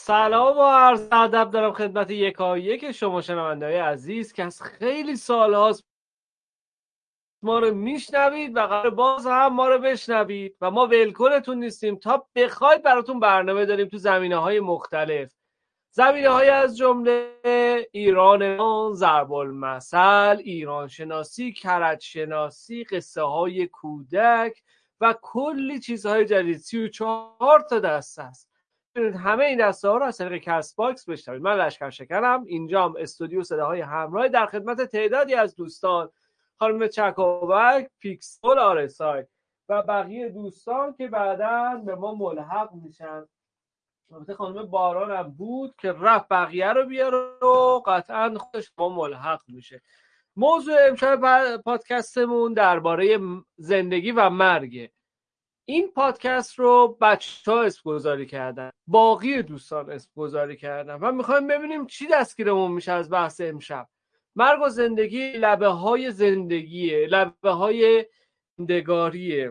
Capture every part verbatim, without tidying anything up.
سلام و عرض ادب دارم خدمت یکایک شما شنونده‌های عزیز که از خیلی سال‌هاست ما رو میشنوید و قرار باز هم ما رو بشنوید و ما ولکنتون نیستیم تا بخواید براتون برنامه داریم تو زمینه‌های مختلف، زمینه‌های از جمله ایران، ضرب المثل، ایران شناسی، کرج شناسی، قصه های کودک و کلی چیزهای جدید. سی و چهار تا دسته است. همه این دسته ها رو از طریق کست باکس بشنوید. من لشکر شکرم، اینجام استودیو صداهای همراه در خدمت تعدادی از دوستان، خانم چکاوک، پیکسل آرسای و بقیه دوستان که بعداً به ما ملحق میشن. البته خانم باران هم بود که رفت بقیه رو بیاره و قطعا خودش با ملحق میشه. موضوع امشب پادکستمون درباره زندگی و مرگه. این پادکست رو بچه ها اسم گذاری کردن، باقی دوستان اسم گذاری کردن و میخوایم ببینیم چی دستگیرمون میشه از بحث امشب. مرگ و زندگی لبه های زندگیه، لبه های زندگاریه.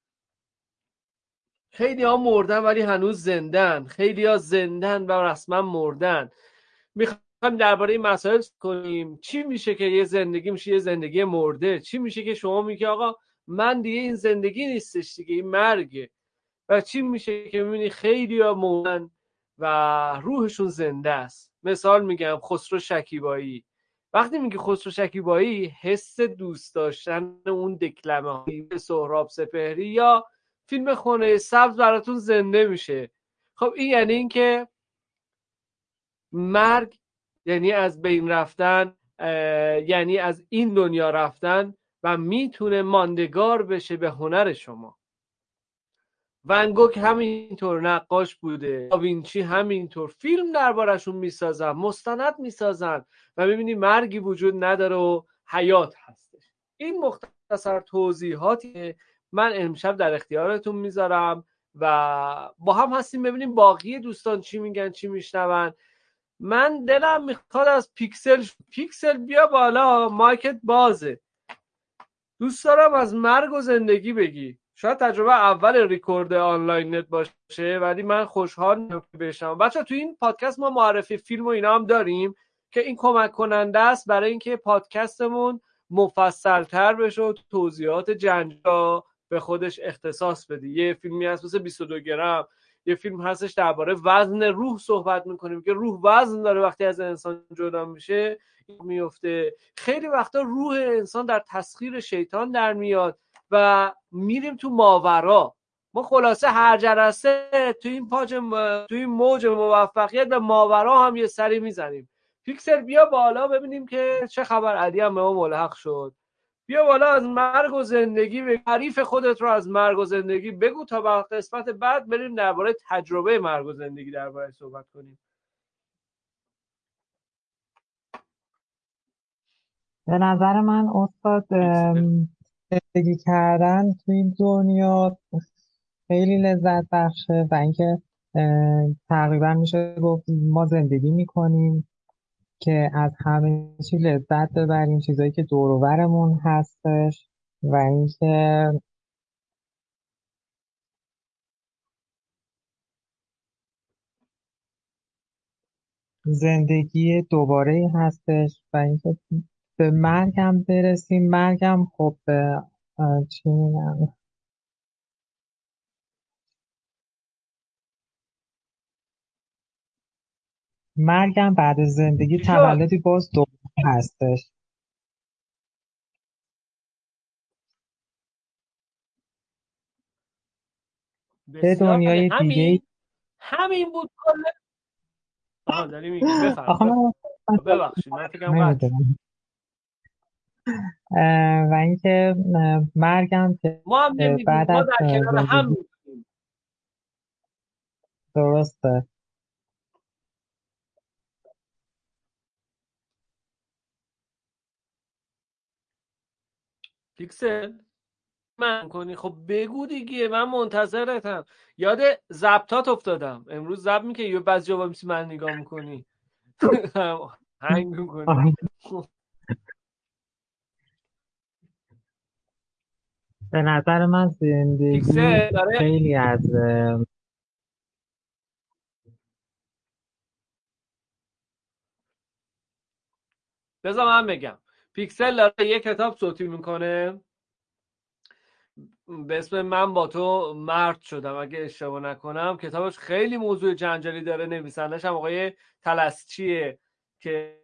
خیلی ها مردن ولی هنوز زندن، خیلی ها زندن و رسما مردن. میخوایم درباره این مسائل کنیم. چی میشه که یه زندگی میشه یه زندگی مرده؟ چی میشه که شما میگی آقا من دیگه این زندگی نیستش دیگه، این مرگه؟ و چی میشه که میبینی خیلی ها مردن و روحشون زنده است؟ مثال میگم خسرو شکیبایی. وقتی میگی خسرو شکیبایی، حس دوست داشتن اون دکلمه های سهراب سپهری یا فیلم خونه سبز براتون زنده میشه. خب این یعنی این که مرگ یعنی از بین رفتن، یعنی از این دنیا رفتن و میتونه ماندگار بشه به هنر شما. ون گوگ همینطور نقاش بوده، داوینچی همینطور، فیلم دربارشون میسازن، مستند میسازن و میبینی مرگی وجود نداره و حیات هستش. این مختصر توضیحاتی من امشب در اختیارتون میذارم و با هم هستیم ببینیم باقی دوستان چی میگن، چی میشنون. من دلم میخواد از پیکسل پیکسل بیا بالا، مایکت بازه. دوست دارم از مرگ و زندگی بگی. شاید تجربه اول ریکورد آنلاین نت باشه ولی من خوشحال بشم. بچه تو این پادکست ما معرفی فیلم و اینا هم داریم که این کمک کننده است برای اینکه پادکستمون مفصل‌تر بشه و توضیحات جنجا به خودش اختصاص بده. یه فیلمی هست مثل بیست و دو گرم، یه فیلم هستش درباره وزن روح صحبت میکنیم که روح وزن داره وقتی از انسان جدا میشه میفته. خیلی وقتا روح انسان در تسخیر شیطان در میاد و میریم تو ماورا. ما خلاصه هر جلسه تو این پاج م... تو این موج موفقیت به ماورا هم یه سری میزنیم. پیکسل بیا بالا ببینیم که چه خبر. علی هم به ما ملحق شد. بیا بالا از مرگ و زندگی به تعریف خودت رو از مرگ و زندگی بگو تا به قسمت بعد بریم درباره تجربه مرگ و زندگی درباره صحبت کنیم. به نظر من استاد زندگی کردن تو این دنیا خیلی لذت بخشه و اینکه تقریبا میشه گفت ما زندگی میکنیم که از همه چی لذت ببریم، چیزایی که دور و برمون هستش و اینکه زندگی دوباره هستش و اینکه به مرگم برسیم. مرگم خب چی میگم، مرگم بعد از زندگی شد تولدی باز دوباره هستش. یه بسیار عالی. دنیای دیگه. همین همین بود کل. آها داری میگی بفرم آخه بفرم. من ببخشید من فکرم قطع شد. نمیدونم. و اینکه مرگم که ما هم نمیدونیم، بعد ما از در کنار هم زندگی میدونیم. درسته. پیکسل من کنی خب بگو دیگه، من منتظرتم. یاد ضبطات افتادم امروز. ضبط میکنی یا بعضی جواب میسی من نگاه میکنی هنگ میکنی. به نظر من زندگی پیکسل داره خیلی از بذار من بگم. پیکسل داره یه کتاب صوتی میکنه به اسم من با تو مرد شدم اگه اشتباه نکنم. کتابش خیلی موضوع جنجالی داره، نویسندش هم آقای طلسچیه که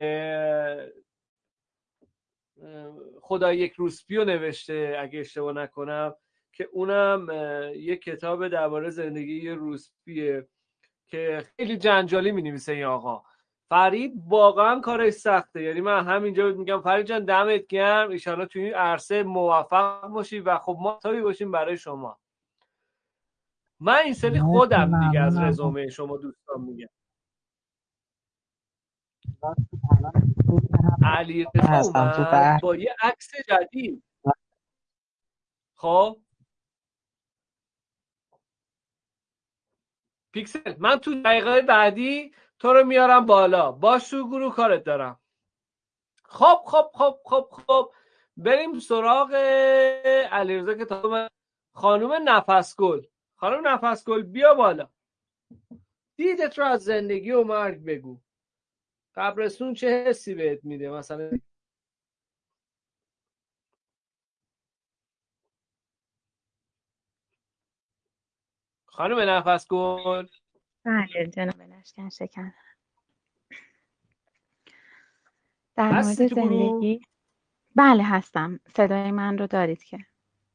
خدا یک روسپیو نوشته اگه اشتباه نکنم، که اونم یک کتاب درباره زندگی روسپیه که خیلی جنجالی می نویسه این آقا. فرید واقعا کارش سخته، یعنی من همینجا میگم فرید جان دمت گرم، ان شاءالله توی این عرصه موفق باشی و خب ما تایی باشیم برای شما. من این سری مرسی، خودم دیگه از ممنونم. رزومه شما دوستان میگم. علی رضا هستم تو اومد بحر. با یه عکس جدید. خب پیکسل، من تو دقیقه بعدی تو رو میارم بالا، باش تو گروه کارت دارم. خب خب خب خب خب بریم سراغ علیرضا که تا خانوم نفسگل. خانوم نفسگل بیا بالا، دیدت رو از زندگی و مرگ بگو. قبرستون چه حسی بهت میده مثلا؟ خانوم نفسگل. بله جناب لشکر شکن. در هستی مورد تو گروه؟ زندگی بله هستم. صدای من رو دارید که؟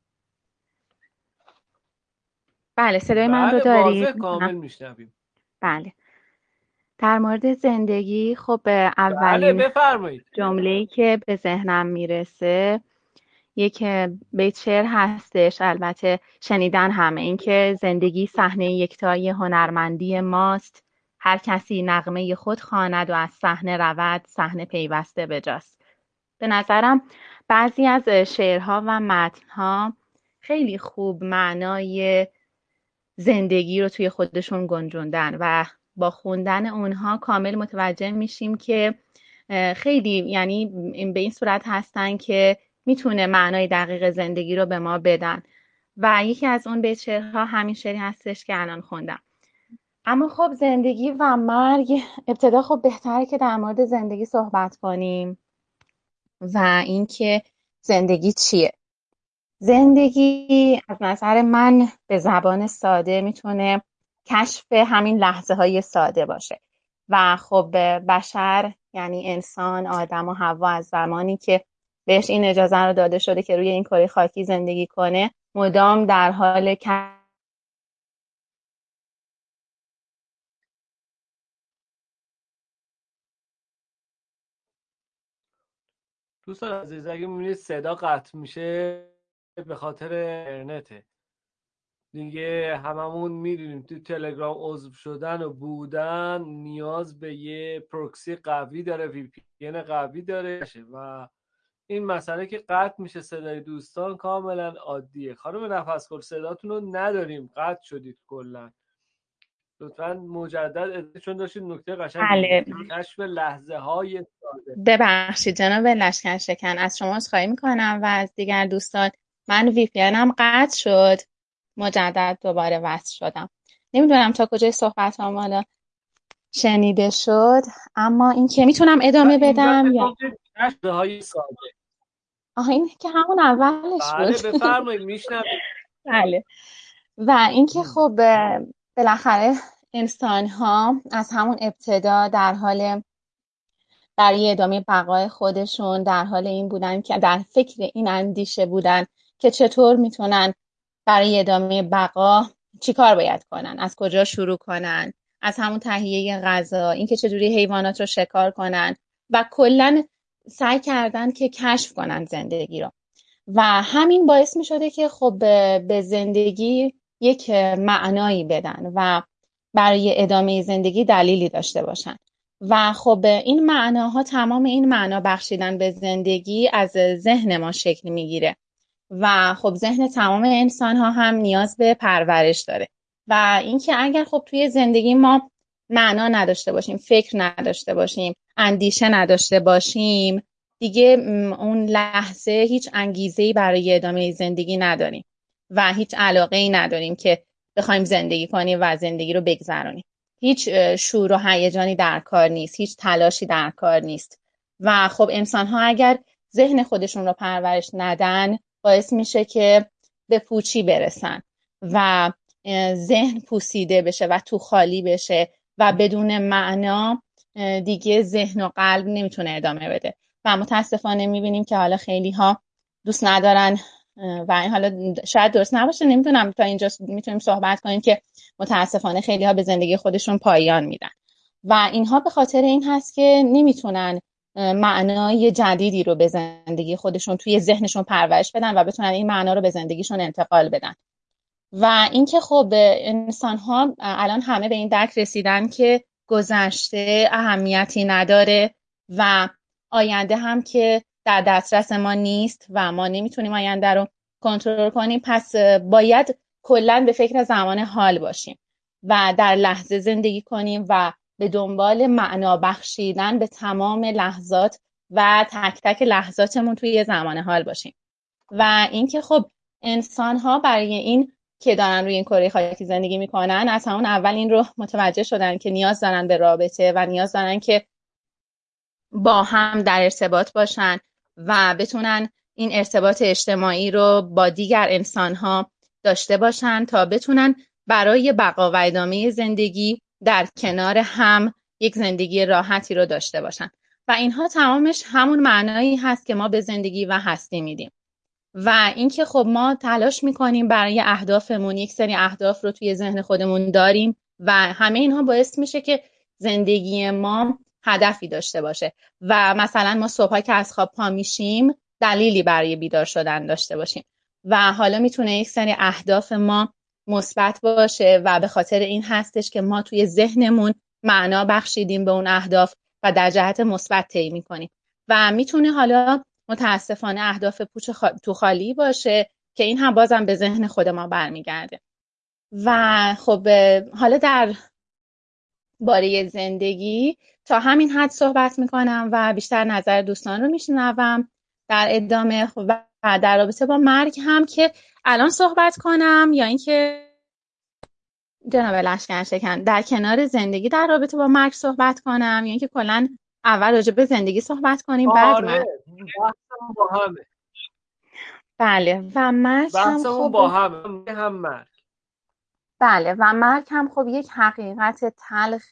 بله صدای من رو بله واضح دارید میتونم. کامل میشنویم. بله در مورد زندگی خب بله اولین بفرمایید. جمله‌ای که به ذهنم میرسه یک بیت شعر هستش، البته شنیدن همه، این که زندگی صحنه یکتایی هنرمندی ماست، هر کسی نغمه خود خواند و از صحنه رود صحنه پیوسته بجاست. به نظرم بعضی از شعرها و متنها خیلی خوب معنای زندگی رو توی خودشون گنجوندن و با خوندن اونها کامل متوجه میشیم که خیلی یعنی به این صورت هستن که میتونه معنای دقیق زندگی رو به ما بدن و یکی از اون بیت شعرها همین شعری هستش که الان خوندم. اما خب زندگی و مرگ، ابتدا خب بهتره که در مورد زندگی صحبت کنیم و اینکه زندگی چیه. زندگی از نظر من به زبان ساده میتونه کشف همین لحظه های ساده باشه و خب بشر یعنی انسان، آدم و حوا از زمانی که بهش این اجازه رو داده شده که روی این کره خاکی زندگی کنه مدام در حال کشف دوستان عزیز اگه میبینید صدا قطع میشه به خاطر اینترنته دیگه. هممون میدونیم تو تلگرام عضو شدن و بودن نیاز به یه پروکسی قوی داره، وی پی ان قوی داره و این مسئله که قطع میشه صدای دوستان کاملا عادیه. خانم نفسگل صداتون رو نداریم، قطع شدید کلا. لطفا مجدد، چون داشتید نکته قشنگی بله میگفتید، کشف لحظه های ساده. ببخشید جناب لشکر شکن، از شما عذرخواهی میکنم و از دیگر دوستان. من وی پی انم قطع شد، مجدد دوباره وصل شدم. نمیدونم تا کجای صحبت هم حالا شنیده شد، اما این که میتونم ادامه اینجا بدم که یا گفتید لحظه های ساده. آها این که همون اولش بود. بله بفرمایید میشنوید. بله و اینکه خب بالاخره انسان ها از همون ابتدا در حال برای ادامه بقای خودشون در حال این بودن که در فکر این اندیشه بودن که چطور میتونن برای ادامه بقا چی کار باید کنن، از کجا شروع کنن، از همون تهیه غذا، اینکه چجوری حیوانات رو شکار کنن و کلاً سعی کردن که کشف کنن زندگی رو و همین باعث می شده که خب به زندگی یک معنایی بدن و برای ادامه زندگی دلیلی داشته باشن و خب این معناها، تمام این معنا بخشیدن به زندگی از ذهن ما شکل میگیره و خب ذهن تمام انسان ها هم نیاز به پرورش داره و اینکه اگر خب توی زندگی ما معنا نداشته باشیم، فکر نداشته باشیم، اندیشه نداشته باشیم، دیگه اون لحظه هیچ انگیزه‌ای برای ادامه زندگی نداریم و هیچ علاقه‌ای نداریم که بخوایم زندگی کنیم و زندگی رو بگذرونیم. هیچ شور و هیجانی در کار نیست، هیچ تلاشی در کار نیست و خب انسان ها اگر ذهن خودشون رو پرورش ندن باعث میشه که به پوچی برسن و ذهن پوسیده بشه و تو خالی بشه و بدون معنا دیگه ذهن و قلب نمیتونه ادامه بده و متاسفانه میبینیم که حالا خیلی ها دوست ندارن و این حالا شاید درست نباشه، نمیدونم، تا اینجا میتونیم صحبت کنیم که متاسفانه خیلی ها به زندگی خودشون پایان میدن و اینها به خاطر این هست که نمیتونن معنای جدیدی رو به زندگی خودشون توی ذهنشون پرورش بدن و بتونن این معنا رو به زندگیشون انتقال بدن. و اینکه خب انسان ها الان همه به این درک رسیدن که گذشته اهمیتی نداره و آینده هم که در دسترس ما نیست و ما نمیتونیم آینده رو کنترل کنیم، پس باید کلاً به فکر زمان حال باشیم و در لحظه زندگی کنیم و به دنبال معنا بخشیدن به تمام لحظات و تک تک لحظاتمون توی زمان حال باشیم. و اینکه خب انسان ها برای این که دارن روی این کره خاکی زندگی میکنن از همون اول این رو متوجه شدن که نیاز دارن به رابطه و نیاز دارن که با هم در ارتباط باشن و بتونن این ارتباط اجتماعی رو با دیگر انسان ها داشته باشن تا بتونن برای بقا و ادامه زندگی در کنار هم یک زندگی راحتی رو داشته باشن و اینها تمامش همون معنایی هست که ما به زندگی و هستی میدیم. و اینکه خب ما تلاش میکنیم برای اهدافمون، یک سری اهداف رو توی ذهن خودمون داریم و همه اینها باعث میشه که زندگی ما هدفی داشته باشه و مثلا ما صبحا که از خواب پا میشیم دلیلی برای بیدار شدن داشته باشیم و حالا میتونه یک سری اهداف ما مثبت باشه و به خاطر این هستش که ما توی ذهنمون معنا بخشیدیم به اون اهداف و در جهت مثبت طی میکنیم و میتونه حالا متاسفانه اهداف پوچ خا... تو خالی باشه که این هم بازم به ذهن خود ما برمیگرده. و خب حالا در باره زندگی تا همین حد صحبت میکنم و بیشتر نظر دوستان رو میشنوم در ادامه. خب و در رابطه با مرگ هم که الان صحبت کنم یا اینکه جناب لشکر شکن در کنار زندگی در رابطه با مرگ صحبت کنم یا اینکه کلا اول راجع به زندگی صحبت کنیم بعد مرگ؟ آره بحثمون با همه. بله و مرگ هم بحثمون خب با همه هم مرگ. بله و مرگ هم خب یک حقیقت تلخ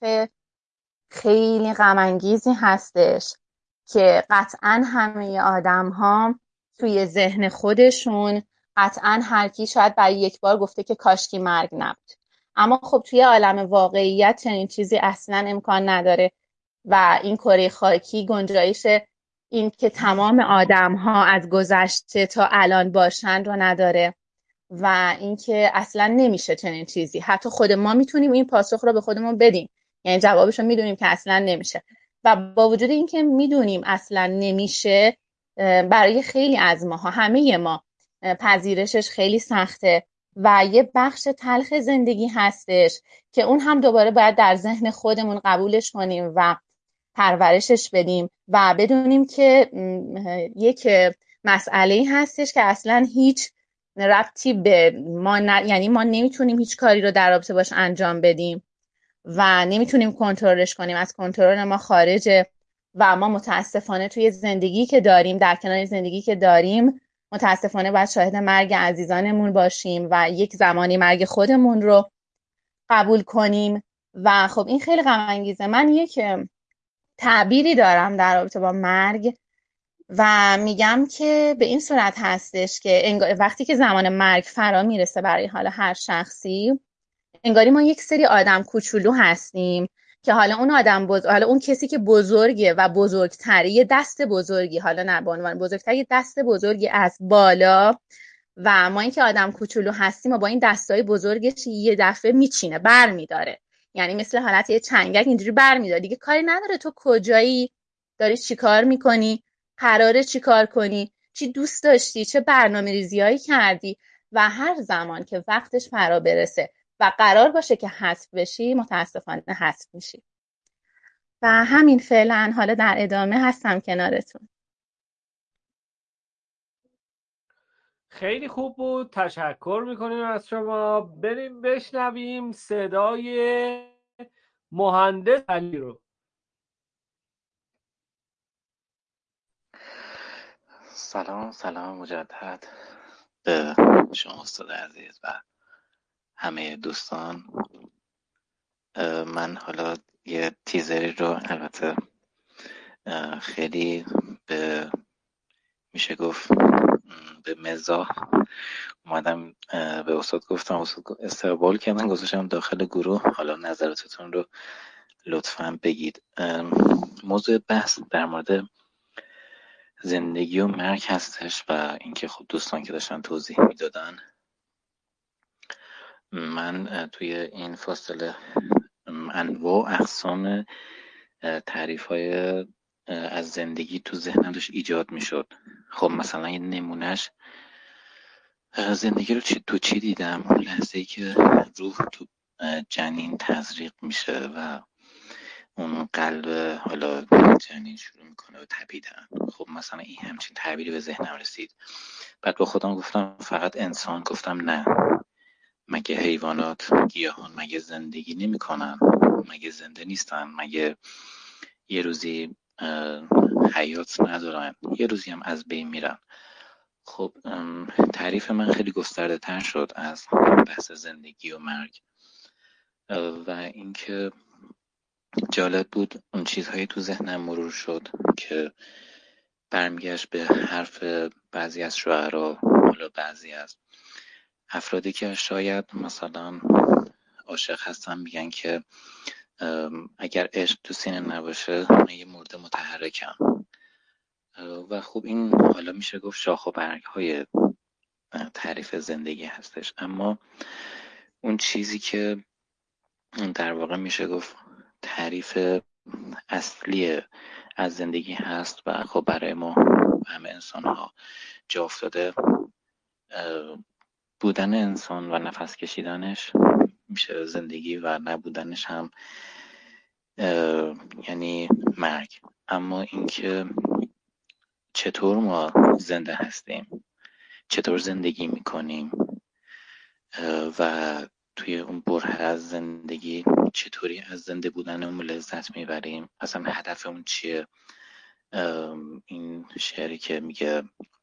خیلی غم انگیزی هستش که قطعا همه آدم ها توی ذهن خودشون قطعا هر کی شاید برای یک بار گفته که کاشکی مرگ نبود، اما خب توی عالم واقعیت چنین چیزی اصلا امکان نداره و این کره خاکی گنجایش این که تمام آدم ها از گذشته تا الان باشن رو نداره و اینکه اصلا نمیشه چنین چیزی. حتی خود ما میتونیم این پاسخ رو به خودمون بدیم، یعنی جوابش رو میدونیم که اصلا نمیشه و با وجود اینکه میدونیم اصلا نمیشه برای خیلی از ماها، همه ما، پذیرشش خیلی سخته و یه بخش تلخ زندگی هستش که اون هم دوباره باید در ذهن خودمون قبولش کنیم و پرورشش بدیم و بدونیم که یک مسئله هستش که اصلا هیچ ربطی به ما ن... یعنی ما نمیتونیم هیچ کاری رو در رابطه باش انجام بدیم و نمیتونیم کنترلش کنیم، از کنترل ما خارجه و ما متاسفانه توی زندگی که داریم، در کنار زندگی که داریم، متاسفانه باید شاهد مرگ عزیزانمون باشیم و یک زمانی مرگ خودمون رو قبول کنیم و خب این خیلی غم انگیزه. من یک تعبیری دارم در رابطه با مرگ و میگم که به این صورت هستش که وقتی که زمان مرگ فرا میرسه برای حالا هر شخصی، انگاری ما یک سری آدم کوچولو هستیم که حالا اون آدم بزرگ، حالا اون کسی که بزرگه و بزرگتره، یه دست بزرگی، حالا نه به عنوان بزرگتر، یه دست بزرگی از بالا و ما این که آدم کوچولو هستیم و با این دستای بزرگش یه دفعه میچینه، بر میداره، یعنی مثل حالت یه چنگک اینجوری بر میداره، دیگه کاری نداره تو کجایی، داری چی کار میکنی، قراره چی کار کنی، چی دوست داشتی، چه برنامه ریزیایی کردی و هر زمان که وقتش فرا برسه و قرار باشه که حذف بشی، متاسفانه حذف میشی. و همین فعلا، حالا در ادامه هستم کنارتون. خیلی خوب بود، تشکر میکنیم از شما. بریم بشنویم صدای مهندس علی رو. سلام سلام مجدد به شما استاد عزیز و همه دوستان. من حالا یه تیزری رو البته خیلی به میشه گفت به مزاح اومدم به استاد گفتم، استاد استقبال کردن، گذاشتم داخل گروه. حالا نظراتتون رو لطفاً بگید. موضوع بحث در مورد زندگی و مرگ هستش و اینکه خب دوستان که داشتن توضیح میدادن، من توی این فاصله انواع و اقسام تعریف های از زندگی تو ذهنم داشت ایجاد میشد. خب مثلا یه نمونهش، زندگی رو چی تو چی دیدم؟ اون لحظه ای که روح تو جنین تزریق میشه و اون قلب حالا جنین شروع میکنه به تپیدن. خب مثلا این همچین تعبیری به ذهنم رسید. بعد با خودم گفتم فقط انسان؟ گفتم نه، مگه حیوانات، گیاهان مگه زندگی نمی کنن؟ مگه زنده نیستن؟ مگه یه روزی حیات ندارن؟ یه روزی هم از بین میرن؟ خب تعریف من خیلی گسترده تر شد از بحث زندگی و مرگ و اینکه جالب بود اون چیزهایی تو ذهنم مرور شد که برمیگشت به حرف بعضی از شاعرها، حالا بعضی از افرادی که شاید مثلا عاشق هستن، میگن که اگر عشق تو سینه نباشه من یه مرده متحرکم. و خب این حالا میشه گفت شاخ و برگ های تعریف زندگی هستش. اما اون چیزی که در واقع میشه گفت تعریف اصلی از زندگی هست و خب برای ما همه انسان ها جا افتاده، بودن انسان و نفس کشیدنش میشه زندگی و نبودنش هم یعنی مرگ. اما اینکه چطور ما زنده هستیم، چطور زندگی میکنیم و توی اون بره از زندگی چطوری از زنده بودنمون لذت میبریم، اصلا هدفمون چیه. این شعری که میگه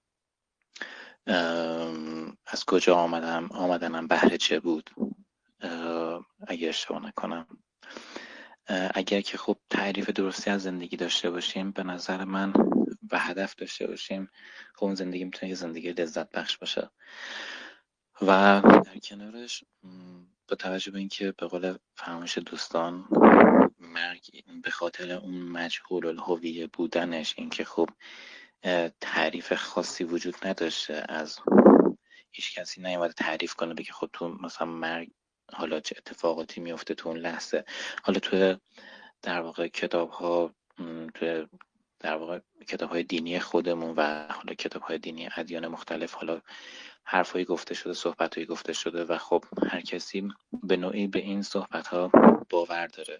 از کجا آمدم آمدنم بهر چه بود، اگر اشتباه نکنم. اگر که خب تعریف درستی از زندگی داشته باشیم به نظر من و هدف داشته باشیم، خب اون زندگی میتونه یه زندگی لذت بخش باشه. و در کنارش با توجه به اینکه به قول فرمایش دوستان مرگ به خاطر اون مجهول الهویه بودنش، اینکه خب تعریف خاصی وجود نداشته، از هیچ کسی نیومده تعریف کنه بگه خب تو مثلا مرگ حالا چه اتفاقاتی میفته تو اون لحظه. حالا تو در واقع کتاب ها، تو در واقع کتاب های دینی خودمون و حالا کتاب های دینی ادیان مختلف حالا حرفایی گفته شده، صحبتایی گفته شده و خب هر کسی به نوعی به این صحبت ها باور داره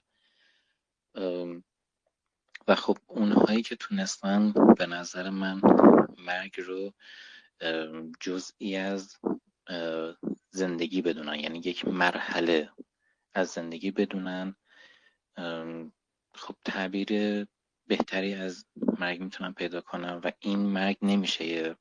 و خب اونهایی که تونستن به نظر من مرگ رو جزئی از زندگی بدونن، یعنی یک مرحله از زندگی بدونن، خب تعبیر بهتری از مرگ میتونن پیدا کنن و این مرگ نمیشه یه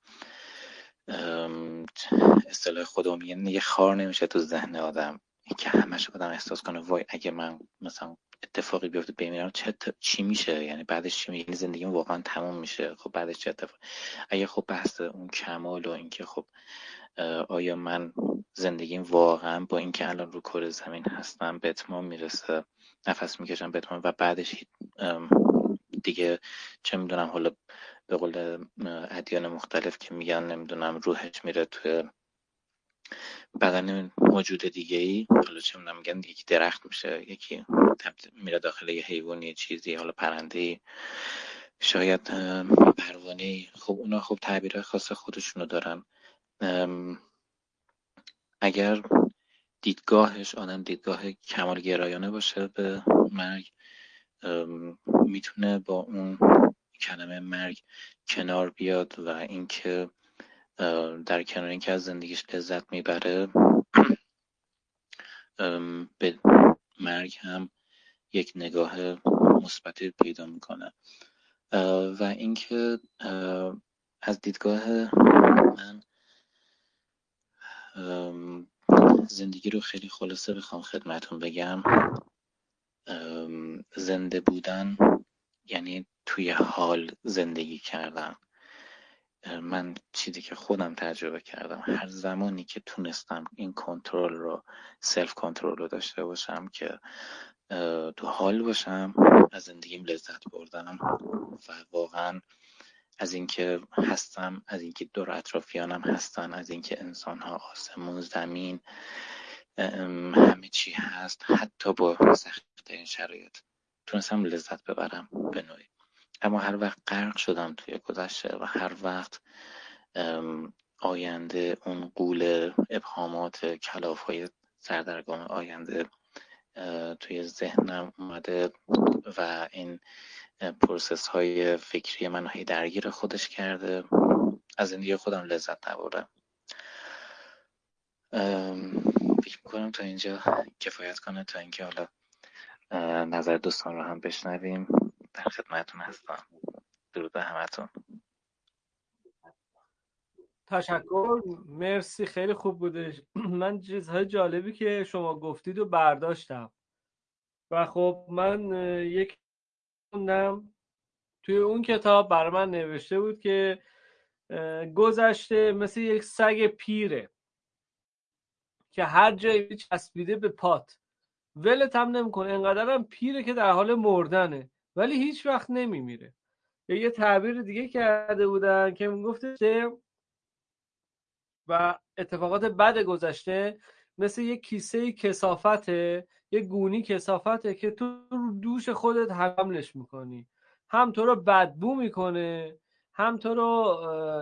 اصطلاح خودم میگن یه خار نمیشه تو ذهن آدم، این که همش آدم احساس کنه وای اگه من مثلا اتفاقی بیفته بمیرم چه چی میشه، یعنی بعدش چی میشه، یعنی زندگیم واقعا تموم میشه، خب بعدش چه اتفاق. اگه خب بحث اون کمال و اینکه خب آیا من زندگیم واقعا با اینکه الان رو کره زمین هستم به اتمام میرسه، نفس میکشم به اتمام و بعدش دیگه چه میدونم، حالا به قول ادیان مختلف که میگن نمیدونم روحش میره توی بدن موجود دیگه ای، حالا چه میدونم میگن یکی درخت میشه، یکی میره داخل یه حیوانی چیزی، حالا پرنده، شاید پروانه. خب اونا خب تعبیر خاص خودشونو دارن. اگر دیدگاهش آدم دیدگاه کمالگرایانه باشه به مرگ، میتونه با اون کلمه مرگ کنار بیاد و اینکه در کنار اینکه از زندگیش لذت میبره به مرگ هم یک نگاه مثبتی پیدا میکنه. و اینکه از دیدگاه من زندگی رو خیلی خلاصه بخوام خدمتون بگم، زنده بودن یعنی توی حال زندگی کردن. من چیزی که خودم تجربه کردم، هر زمانی که تونستم این کنترل رو، سلف کنترل رو داشته باشم که تو حال باشم، از زندگیم لذت بردم و واقعا از اینکه هستم، از اینکه دور اطرافیانم هستن، از اینکه انسان‌ها، آسمون، زمین، همه چی هست، حتی با سخت‌ترین شرایط تونستم لذت ببرم به نوعی. اما هر وقت غرق شدم توی گذشته و هر وقت آینده، اون غول ابهامات، کلاف‌های سردرگم آینده توی ذهنم اومده و این پروسس های فکری من هی درگیر خودش کرده، از زندگی خودم لذت نبردم. فکر میکنم تا اینجا کفایت کنه تا اینکه حالا نظر دوستان رو هم بشنویم. در خدمتتون هستم. درود به همتون. تشکر، مرسی، خیلی خوب بودش. من چیزهای جالبی که شما گفتید رو برداشتم و خب من یک خوندم توی اون کتاب برای من نوشته بود که گذشته مثل یک سگ پیره که هر جایی چسبیده به پات ولت هم نمیکنه، انقدرم پیره که در حال مردنه ولی هیچ وقت نمیمیره. یا یه تعبیر دیگه کرده بودن که میگفته و اتفاقات بد گذشته مثل یک کیسه کثافته، یک گونی کثافته که تو دوش خودت حملش میکنی، هم تو رو بدبو میکنه، هم تو رو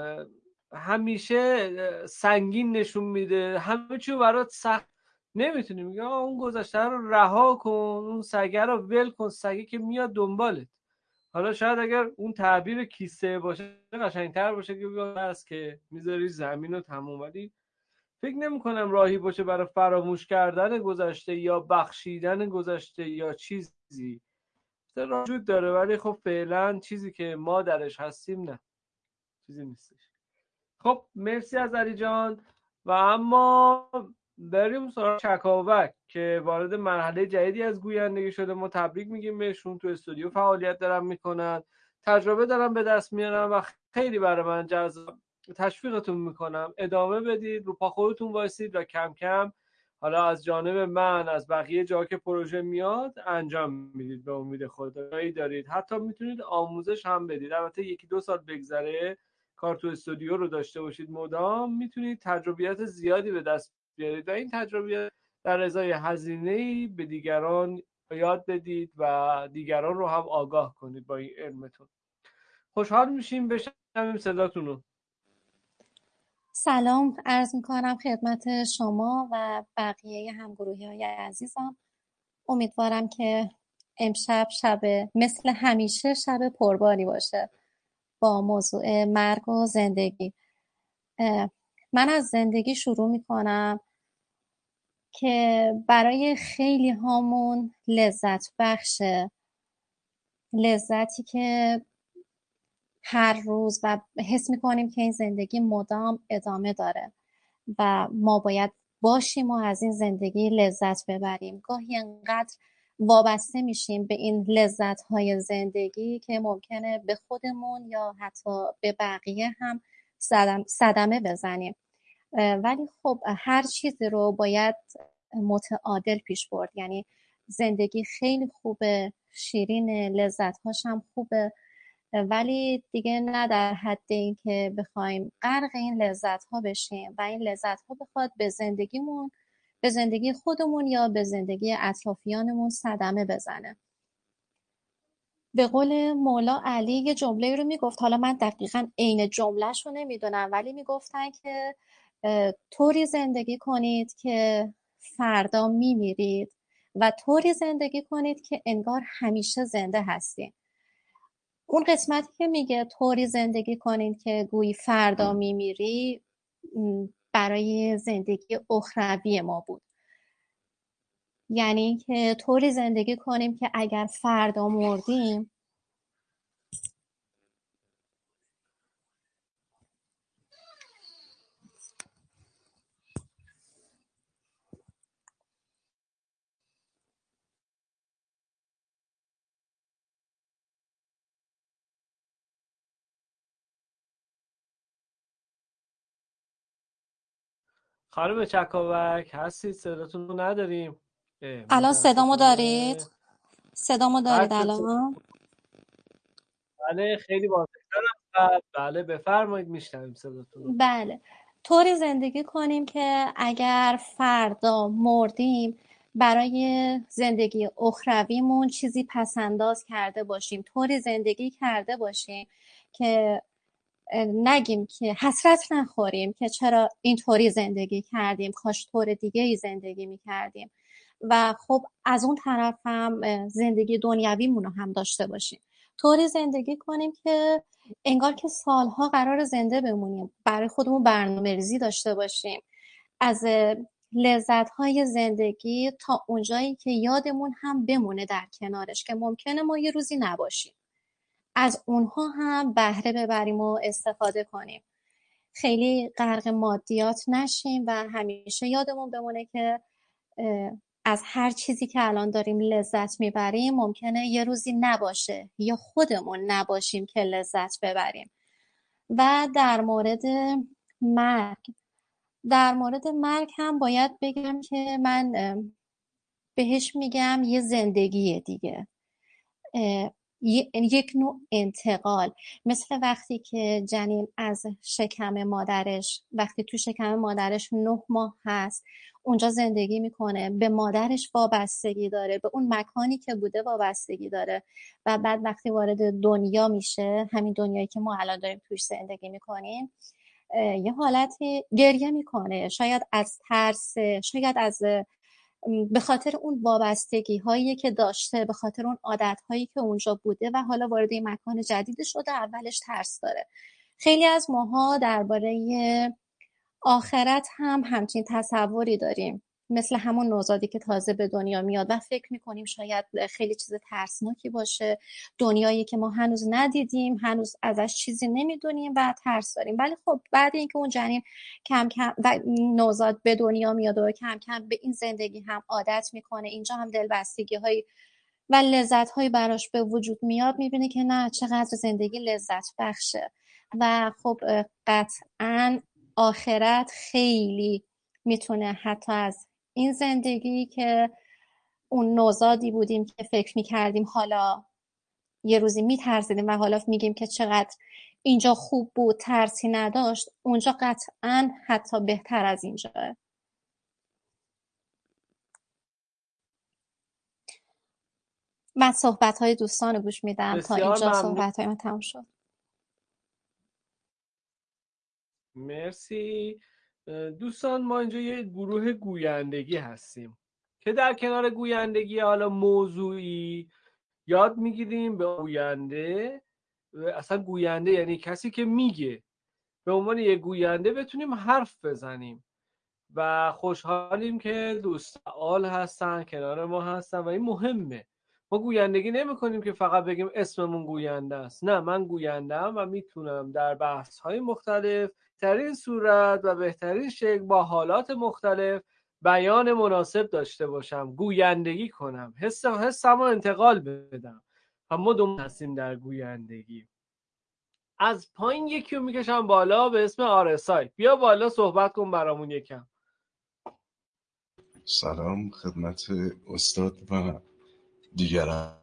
همیشه سنگین نشون میده، همه چیو برات سخت، نمیتونی. میگه اون گذشته رو رها کن، اون سگه رو ول کن، سگه که میاد دنبالت. حالا شاید اگر اون تعبیر کیسه باشه قشنگتر باشه که بس که میذاری زمین و تموم، ولی فکر نمی کنم راهی باشه برای فراموش کردن گذشته یا بخشیدن گذشته یا چیزی. وجود داره ولی خب فعلا چیزی که ما درش هستیم نه، چیزی نیستش. خب مرسی از علی جان. و اما بریم سراغ چکاوک که وارد مرحله جدیدی از گویندگی شده. ما تبریک میگیم بهشون، تو استودیو فعالیت دارن میکنن، تجربه دارن به دست میارن و خیلی برای من جذاب. تشویقتون میکنم ادامه بدید، رو پا خودتون وایسید و کم کم حالا از جانب من، از بقیه جا که پروژه میاد انجام میدید. به امید خدایی دارید، حتی میتونید آموزش هم بدید. البته یکی دو سال بگذره کار تو استودیو رو داشته باشید مدام، میتونید تجربیات زیادی به دست بیارید و این تجربیات در ازای هزینه‌ای به دیگران یاد بدید و دیگران رو هم آگاه کنید با این علمتون. خوشحال میشیم بشنویم صداتون رو. سلام عرض میکنم خدمت شما و بقیه همگروهی های عزیزم. امیدوارم که امشب شب مثل همیشه شب پرباری باشه با موضوع مرگ و زندگی. من از زندگی شروع میکنم که برای خیلی هامون لذت بخشه، لذتی که هر روز و حس میکنیم که این زندگی مدام ادامه داره و ما باید باشیم و از این زندگی لذت ببریم. گاهی انقدر وابسته میشیم به این لذت‌های زندگی که ممکنه به خودمون یا حتی به بقیه هم صدم، صدمه بزنیم. ولی خب هر چیزی رو باید متعادل پیش برد. یعنی زندگی خیلی خوبه، شیرین، لذت‌هاش هم خوبه، ولی دیگه نه در حد این که بخوایم غرق این لذت ها بشیم و این لذت ها بخواد به زندگیمون، به زندگی خودمون یا به زندگی اطرافیانمون صدمه بزنه. به قول مولا علی یه جمله رو میگفت، حالا من دقیقاً عین جملهش رو نمیدونم، ولی میگفتن که طوری زندگی کنید که فردا میمیرید و طوری زندگی کنید که انگار همیشه زنده هستید. اون قسمتی که میگه طوری زندگی کنید که گویی فردا میمیری برای زندگی اخروی ما بود. یعنی که طوری زندگی کنیم که اگر فردا مردیم خانم چکاوک هستید؟ صداتون رو نداریم. الان صدامو متاسفانه. دارید؟ صدامو دارید بله صدا- الان؟ بله خیلی واضح‌تر. بله بفرمایید، میشنویم صداتون رو. بله، طوری زندگی کنیم که اگر فردا مردیم برای زندگی اخرویمون چیزی پسنداز کرده باشیم، طوری زندگی کرده باشیم که نگیم که حسرت نخوریم که چرا اینطوری زندگی کردیم، کاش طور دیگه ای زندگی میکردیم. و خب از اون طرف هم زندگی دنیویمون رو هم داشته باشیم، طوری زندگی کنیم که انگار که سالها قرار زنده بمونیم، برای خودمون برنامه‌ریزی داشته باشیم از لذت‌های زندگی تا اونجایی که یادمون هم بمونه در کنارش که ممکنه ما یه روزی نباشیم، از اونها هم بهره ببریم و استفاده کنیم. خیلی غرق مادیات نشیم و همیشه یادمون بمونه که از هر چیزی که الان داریم لذت میبریم ممکنه یه روزی نباشه یا خودمون نباشیم که لذت ببریم. و در مورد مرگ در مورد مرگ هم باید بگم که من بهش میگم یه زندگی دیگه، یک نوع انتقال، مثل وقتی که جنین از شکم مادرش وقتی تو شکم مادرش نه ماه هست اونجا زندگی میکنه، به مادرش وابستگی داره، به اون مکانی که بوده وابستگی داره و بعد وقتی وارد دنیا میشه، همین دنیایی که ما الان داریم توش زندگی میکنیم، یه حالتی گریه میکنه، شاید از ترس، شاید از به خاطر اون وابستگی هایی که داشته، به خاطر اون عادت هایی که اونجا بوده و حالا وارد این مکان جدید شده اولش ترس داره. خیلی از ماها درباره آخرت هم همچین تصوری داریم، مثل همون نوزادی که تازه به دنیا میاد و فکر میکنیم شاید خیلی چیز ترسناکی باشه، دنیایی که ما هنوز ندیدیم، هنوز ازش چیزی نمیدونیم و ترس داریم. ولی خب بعد اینکه اون جنین کم کم و نوزاد به دنیا میاد و کم کم به این زندگی هم عادت میکنه، اینجا هم دلبستگی هایی و لذت هایی براش به وجود میاد، میبینه که نه چقدر زندگی لذت بخشه. و خب قطعاً آخرت خیلی میتونه حتی از این زندگی که اون نوزادی بودیم که فکر میکردیم حالا یه روزی میترسیدیم و حالا میگیم که چقدر اینجا خوب بود، ترسی نداشت، اونجا قطعاً حتی بهتر از اینجاه. من صحبت های دوستان رو گوش میدم تا بسیار اینجا ممنون. صحبت های من تموم شد. مرسی دوستان. ما اینجا یه گروه گویندگی هستیم که در کنار گویندگی حالا موضوعی یاد میگیریم به گوینده. اصلا گوینده یعنی کسی که میگه، به عنوان یه گوینده بتونیم حرف بزنیم و خوشحالیم که دوست فعال هستن کنار ما هستن و این مهمه. ما گویندگی نمی کنیم که فقط بگیم اسممون گوینده است. نه، من گوینده‌ام و میتونم در بحث‌های مختلف بهترین صورت و بهترین شکل با حالات مختلف بیان مناسب داشته باشم، گویندگی کنم، حس حسمو انتقال بدم. و ما دوم هستیم در گویندگی. از پایین یکی رو میکشم بالا به اسم آرسای. بیا بالا صحبت کن برامون یکم. سلام خدمت استاد و دیگران.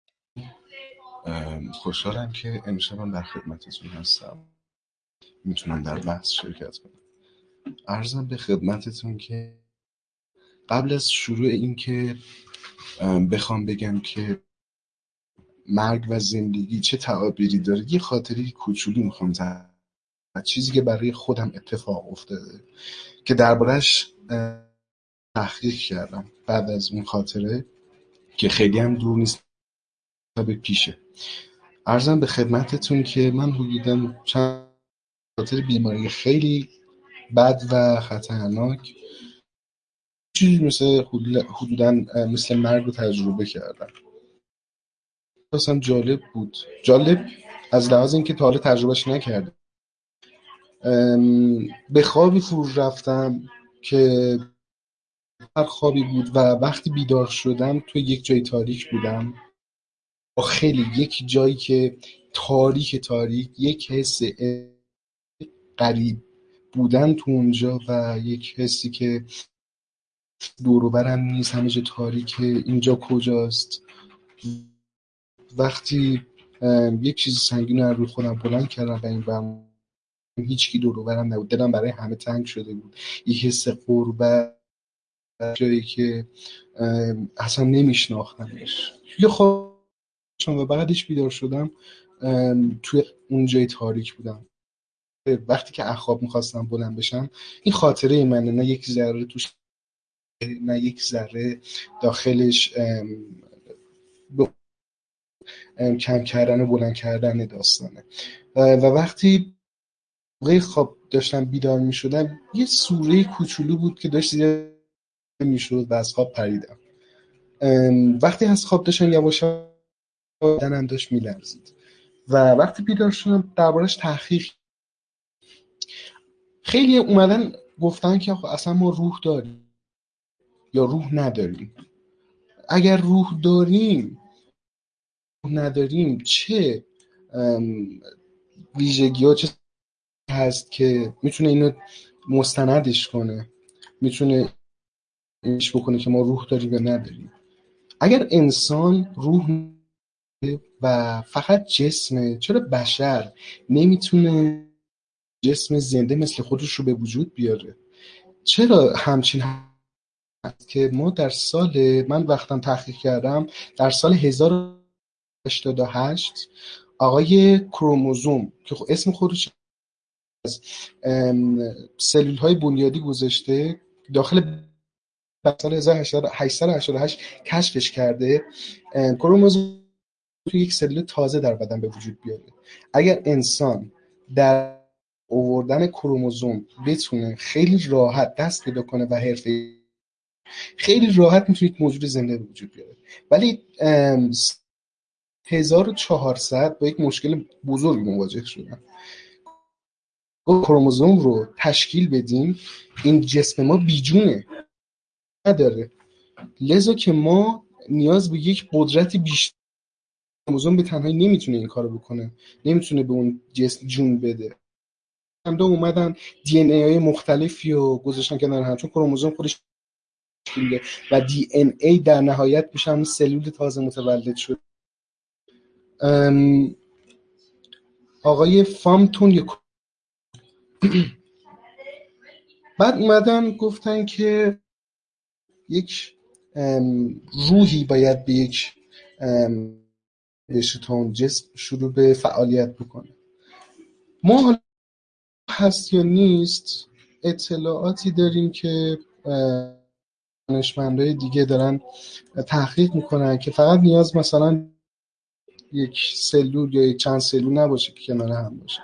خوشحالم که امشبم در خدمتتون هستم، میتونم در بحث شرکت کنم. عرضم به خدمتتون که قبل از شروع این که بخوام بگم که مرگ و زندگی چه تعابیری داره، یه خاطری کوچولی میخوام زن چیزی که برای خودم اتفاق افتاده که دربارش تحقیق کردم بعد از اون خاطره که خیلی هم دور نیست به پیشه. عرضم به خدمتتون که من حدوداً چند خاطر بیماری خیلی بد و خطرناک چیزی مثل حدوداً مثل مرگ رو تجربه کردم. اصلا جالب بود، جالب از لحاظ اینکه تا حالا تجربهش نکردم. به خوابی فرو رفتم که هر خوابی بود و وقتی بیدار شدم تو یک جای تاریک بودم، با خیلی یک جایی که تاریک تاریک یک حس غریب بودن تو اونجا و یک حسی که دور و برم نیست، همه جا تاریکه، اینجا کجاست. وقتی یک چیز سنگین رو روی خودم بلند کردم و این برم هیچکی دور و برم نبود، دلم برای همه تنگ شده بود، یک حس غربت، جایی که اصلا نمیشناختمش. یه خواب و بعدش بیدار شدم توی اون جای تاریک بودم. وقتی که از خواب میخواستم بلند بشم، این خاطره منه، نه یک ذره توش، نه یک ذره داخلش کم کردن و بلند کردن داستانه. و وقتی موقع خواب داشتم بیدار میشدم، یه سوره کوچولو بود که داشت زیاد میشد و از خواب پریدم. وقتی از خواب داشتم یواشا بدنم داشت میلرزید و وقتی بیدار شدم دربارش تحقیق، خیلی اومدن گفتن که اصلا ما روح داریم یا روح نداریم. اگر روح داریم روح نداریم چه ویژگی ها چه هست که میتونه اینو مستندش کنه، میتونه اینش بکنه که ما روح داریم یا نداریم. اگر انسان روح و فقط جسمه، چرا بشر نمیتونه جسم زنده مثل خودش رو به وجود بیاره؟ چرا همچین هست که ما در سال، من وقتم تحقیق کردم، در سال هزار و هشتصد و هشتاد و هشت آقای کروموزوم که اسم خودش از سلول های بنیادی گذاشته، داخل سال هزار و هشتصد و هشتاد و هشت کشفش کرده، کروموزوم توی یک سلول تازه در بدن به وجود بیاره. اگر انسان در آوردن کروموزوم بتونه خیلی راحت دست پیدا کنه و حرفه، خیلی راحت میتونه یک موجود زنده به وجود بیاره. ولی هزار و چهارصد با یک مشکل بزرگ مواجه شدن. کروموزوم رو تشکیل بدیم، این جسم ما بیجونه نداره، لذا که ما نیاز به یک قدرتی بیشتر، کروموزوم به تنهایی نمیتونه این کارو بکنه، نمیتونه به اون جسم جون بده. هم دو اومدن دی ان ای های مختلفی رو گذاشتن کنار هم، چون کروموزوم خودش تشکیل و دی ان ای در نهایت میشه همون سلول تازه متولد شد. آقای فامتون یک بعد اومدن گفتن که یک روحی باید به یک بشه تا اون جسم شروع به فعالیت بکنه. ما هست یا نیست اطلاعاتی داریم که دانشمندای دیگه دارن تحقیق میکنن که فقط نیاز مثلا یک سلول یا یک چند سلول نباشه که کنار هم باشه.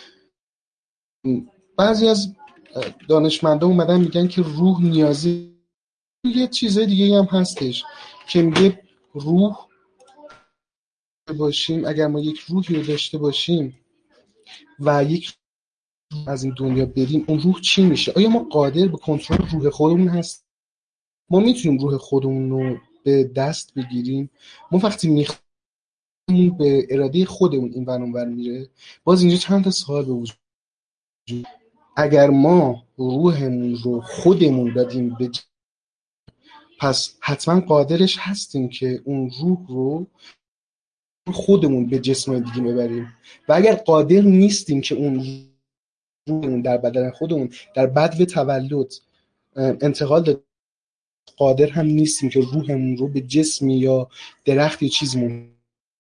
بعضی از دانشمندا اومدن میگن که روح نیازی یه چیزای دیگه هم هستش که میگه روح باشیم، اگر ما یک روحی رو داشته باشیم و یک از این دنیا بریم، اون روح چی میشه؟ آیا ما قادر به کنترل روح خودمون هست؟ ما میتونیم روح خودمون رو به دست بگیریم؟ ما وقتی میخوایم به اراده خودمون این ور اون ور میره؟ باز اینجا چند تا سوال به وجود. اگر ما روحمون رو خودمون دادیم به ج... پس حتما قادرش هستیم که اون روح رو خودمون به جسم دیگه ببریم. و اگر قادر نیستیم که اون روحمون در بدن خودمون در بدو تولد انتقال داد، قادر هم نیستیم که روحمون رو به جسمی یا درخت یا چیزمون.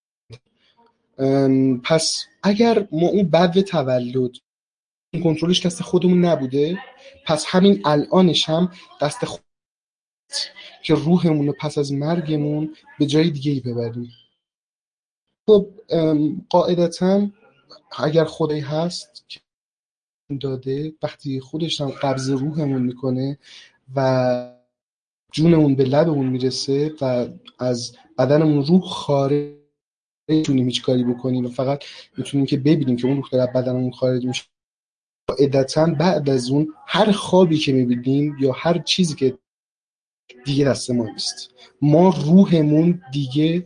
پس اگر ما اون بدو تولد کنترلش دست خودمون نبوده، پس همین الانش هم دست خود که روحمون رو پس از مرگمون به جای دیگه ای ببریم. خب قاعدتاً اگر خدایی هست که داده، وقتی خودش هم قبض روحمون میکنه و جونمون به لبمون میرسه و از بدنمون روح خارج، نمیتونیم هیچ کاری بکنیم و فقط میتونیم که ببینیم که اون روح در بدنمون خارج میشه. قاعدتاً بعد از اون هر خوابی که میبینیم یا هر چیزی که دیگه دست ما نیست، ما روحمون دیگه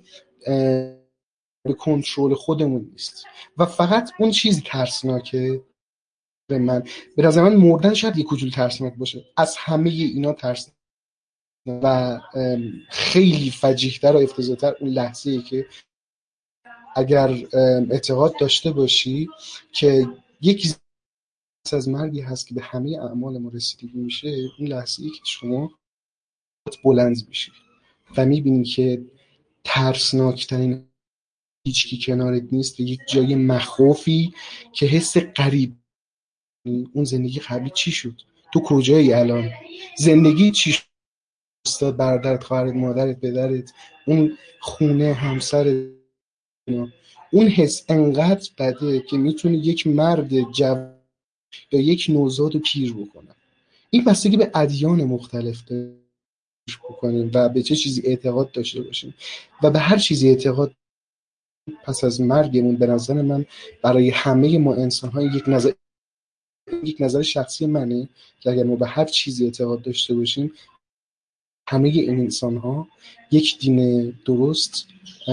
به کنترل خودمون نیست و فقط اون چیزی ترسناکه من به نظر من مردن شاید یک کوچولو ترسناک باشه، از همه اینا ترس و خیلی فجیح‌تر و افتضاح‌تر اون لحظه‌ای که اگر اعتقاد داشته باشی که یکی از مرگی هست که به همه اعمال ما رسیدگی میشه، اون لحظه‌ای که شما بلند میشی و میبینی که ترسناکترین هیچکی کنارت نیست و یک جای مخوفی که حس غریب، اون زندگی قبلی چی شد، تو کجایی الان، زندگی چی شد، استاد برادرت خواهرت مادرت پدرت اون خونه همسر، اون حس انقدر بده که میتونه یک مرد جوان یا یک نوزاد رو پیر بکنه. این بستگی به ادیان مختلف داره بکنیم و به چه چیزی اعتقاد داشته باشیم و به هر چیزی اعتقاد پس از مرگمون به نظر من برای همه ما انسان ها یک نظر یک نظر شخصی منه که اگر ما به هر چیزی اعتقاد داشته باشیم همه این انسان ها یک دین درست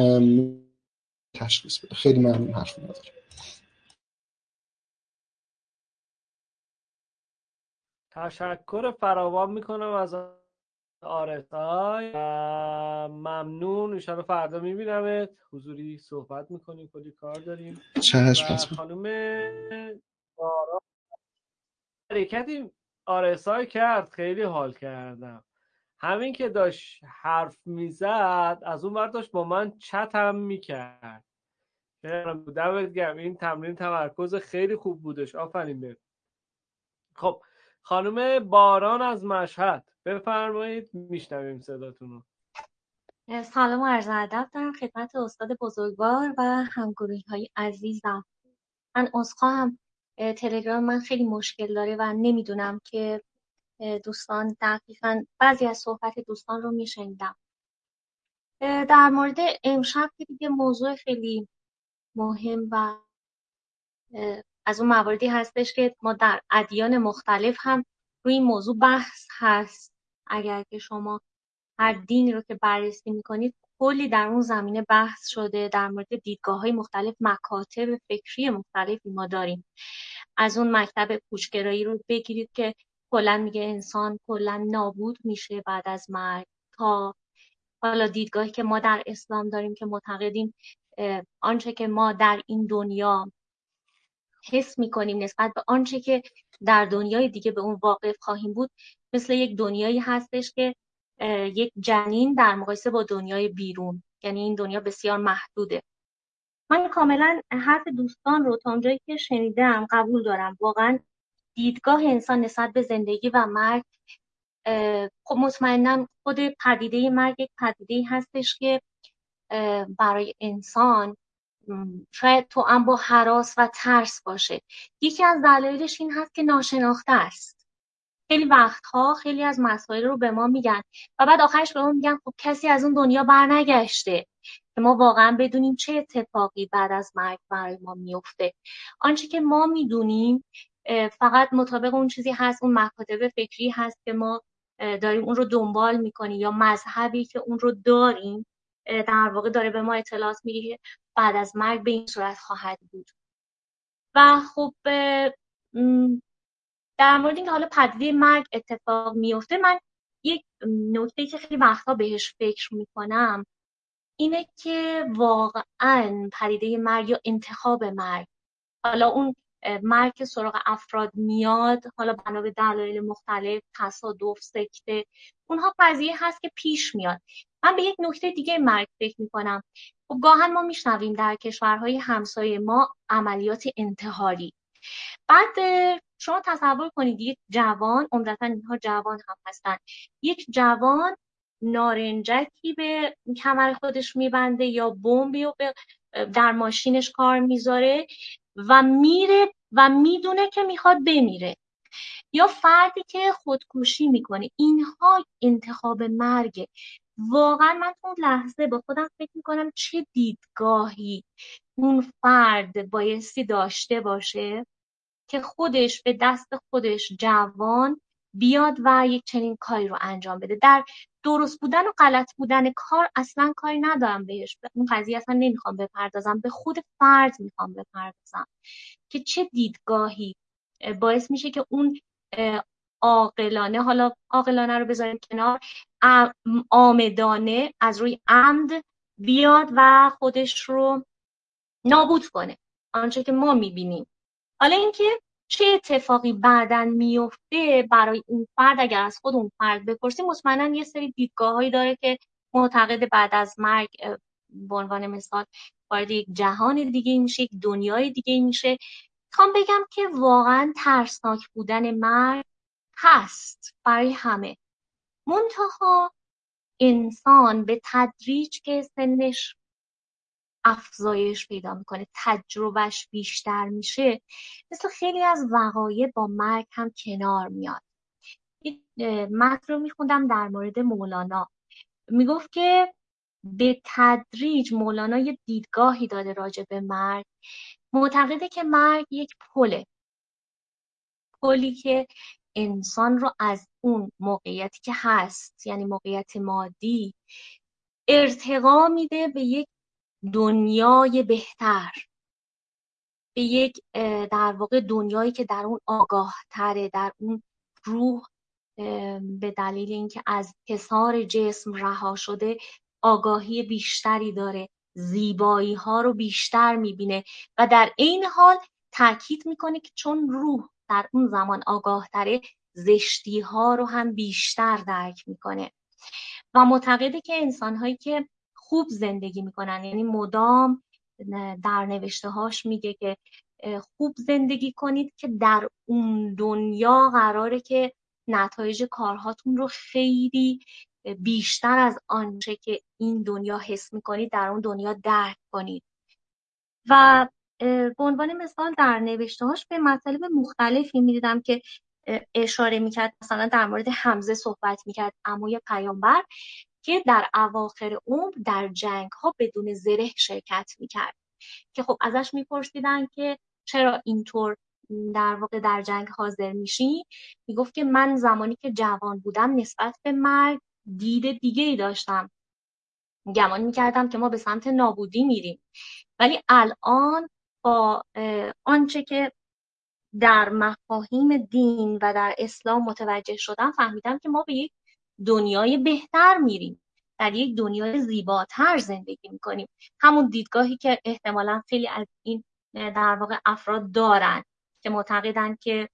تشخیص بده. خیلی ممنون، حرف ندارم. تشکر فراوان میکنم از آرسای، ممنون. انشاءالله فردا میبینمت، حضوری صحبت میکنیم، کلی کار داریم. چشم. و خانم باران حرکتی آرسای کرد، خیلی حال کردم. همین که داشت حرف میزد از اون ور داشت با من چت هم میکرد. دمت گرم، این تمرین تمرکز خیلی خوب بودش، آفرین بهت. خب خانم باران از مشهد بفرمایید، میشنویم صداتون رو. سلام و عرض ادب دارم خدمت استاد بزرگوار و همگروهی های عزیزم. من عذرخواهم، تلگرام من خیلی مشکل داره و نمیدونم که دوستان دقیقاً بعضی از صحبت دوستان رو میشنیدم. در مورد امشب که دیگه موضوع خیلی مهم و از اون مواردی هستش که ما در ادیان مختلف هم روی این موضوع بحث هست. اگر که شما هر دینی رو که بررسی میکنید کلی در اون زمینه بحث شده، در مورد دیدگاه‌های مختلف، مکاتب فکری مختلفی ما داریم. از اون مکتب پوچگرایی رو بگیرید که کلا میگه انسان کلا نابود میشه بعد از مرگ، تا حالا دیدگاهی که ما در اسلام داریم که معتقدیم آنچه که ما در این دنیا حس میکنیم نسبت به آنچه که در دنیای دیگه به اون واقف خواهیم بود مثل یک دنیایی هستش که یک جنین در مقایسه با دنیای بیرون، یعنی این دنیا بسیار محدوده. من کاملا حرف دوستان رو تا اونجایی که شنیدم قبول دارم. واقعا دیدگاه انسان نسبت به زندگی و مرگ، خب مطمئنا خود پدیده مرگ یک پدیده هستش که برای انسان شاید توأم با هراس و ترس باشه. یکی از دلایلش این هست که ناشناخته است. خیلی وقتها خیلی از مسائل رو به ما میگن و بعد آخرش به ما میگن خب کسی از اون دنیا برنگشته که ما واقعا بدونیم چه اتفاقی بعد از مرگ برای ما میفته. آنچه که ما میدونیم فقط مطابق اون چیزی هست، اون مکاتب فکری هست که ما داریم اون رو دنبال میکنیم یا مذهبی که اون رو داریم در واقع داره به ما اطلاعات میگه که بعد از مرگ به این صورت خواهد بود. و خب در مورد اینکه حالا پدیده مرگ اتفاق میفته، من یک نکته که خیلی وقتا بهش فکر میکنم اینه که واقعا پدیده مرگ یا انتخاب مرگ، حالا اون مرگ که سراغ افراد میاد حالا بنا به دلایل مختلف، تصادف، سکته، اونها قضیه هست که پیش میاد. من به یک نکته دیگه مرگ فکر میکنم. خب گاهن ما میشنویم در کشورهای همسایه ما عملیات انتحاری. بعد شما تصور کنید یک جوان، عمدتاً اینها جوان هم هستن، یک جوان نارنجکی به کمر خودش میبنده یا بمبی رو در ماشینش کار میذاره و میره و میدونه که میخواد بمیره، یا فردی که خودکشی میکنه. اینها انتخاب مرگه. واقعا من اون لحظه با خودم فکر میکنم چه دیدگاهی اون فرد بایستی داشته باشه که خودش به دست خودش جوان بیاد و یک چنین کاری رو انجام بده. در درست بودن و غلط بودن کار اصلا کاری ندارم بهش، به اون قضیه اصلا نمیخوام بپردازم، به خود فرد میخوام بپردازم که چه دیدگاهی باعث میشه که اون عاقلانه، حالا عاقلانه رو بذاریم کنار، عامدانه از روی عمد بیاد و خودش رو نابود کنه، آنچه که ما میبینیم. حالا اینکه چه اتفاقی بعداً میفته برای اون فرد، اگر از خود اون فرد بپرسیم، مطمئناً یه سری دیدگاه‌هایی داره که معتقد بعد از مرگ به عنوان مثال وارد یک جهان دیگه میشه، یک دنیای دیگه میشه. میخوام بگم که واقعاً ترسناک بودن مرگ هست برای همه، منتها انسان به تدریج که سنش افزایش پیدا میکنه، تجربهش بیشتر میشه، مثل خیلی از وقایع با مرگ هم کنار میاد. این متن رو میخوندم در مورد مولانا، میگفت که به تدریج مولانا یه دیدگاهی داده راجع به مرگ، معتقده که مرگ یک پله، پلی که انسان رو از اون موقعیتی که هست، یعنی موقعیت مادی، ارتقا میده به یک دنیای بهتر، به یک در واقع دنیایی که در اون آگاه تره، در اون روح به دلیل اینکه از حصار جسم رها شده آگاهی بیشتری داره، زیبایی ها رو بیشتر میبینه و در عین حال تاکید میکنه که چون روح در اون زمان آگاه تره، زشتی ها رو هم بیشتر درک میکنه و معتقده که انسان هایی که خوب زندگی میکنن، یعنی مدام در نوشته هاش میگه که خوب زندگی کنید که در اون دنیا قراره که نتایج کارهاتون رو خیلی بیشتر از آنچه که این دنیا حس میکنید در اون دنیا درک کنید. و به عنوان مثال در نوشته هاش به مطالب مختلفی میدیدم که اشاره میکرد، مثلا در مورد حمزه صحبت میکرد، عموی پیامبر، که در اواخر عمر در جنگ ها بدون زره شرکت میکرد، که خب ازش میپرسیدن که چرا اینطور در واقع در جنگ حاضر میشی؟ میگفت که من زمانی که جوان بودم نسبت به مرگ دید دیگه ای داشتم، گمان میکردم که ما به سمت نابودی میریم، ولی الان با آنچه که در مفاهیم دین و در اسلام متوجه شدم، فهمیدم که ما به یک دنیای بهتر میریم، در یک دنیای زیباتر زندگی میکنیم. همون دیدگاهی که احتمالاً خیلی از این در واقع افراد دارن که معتقدن که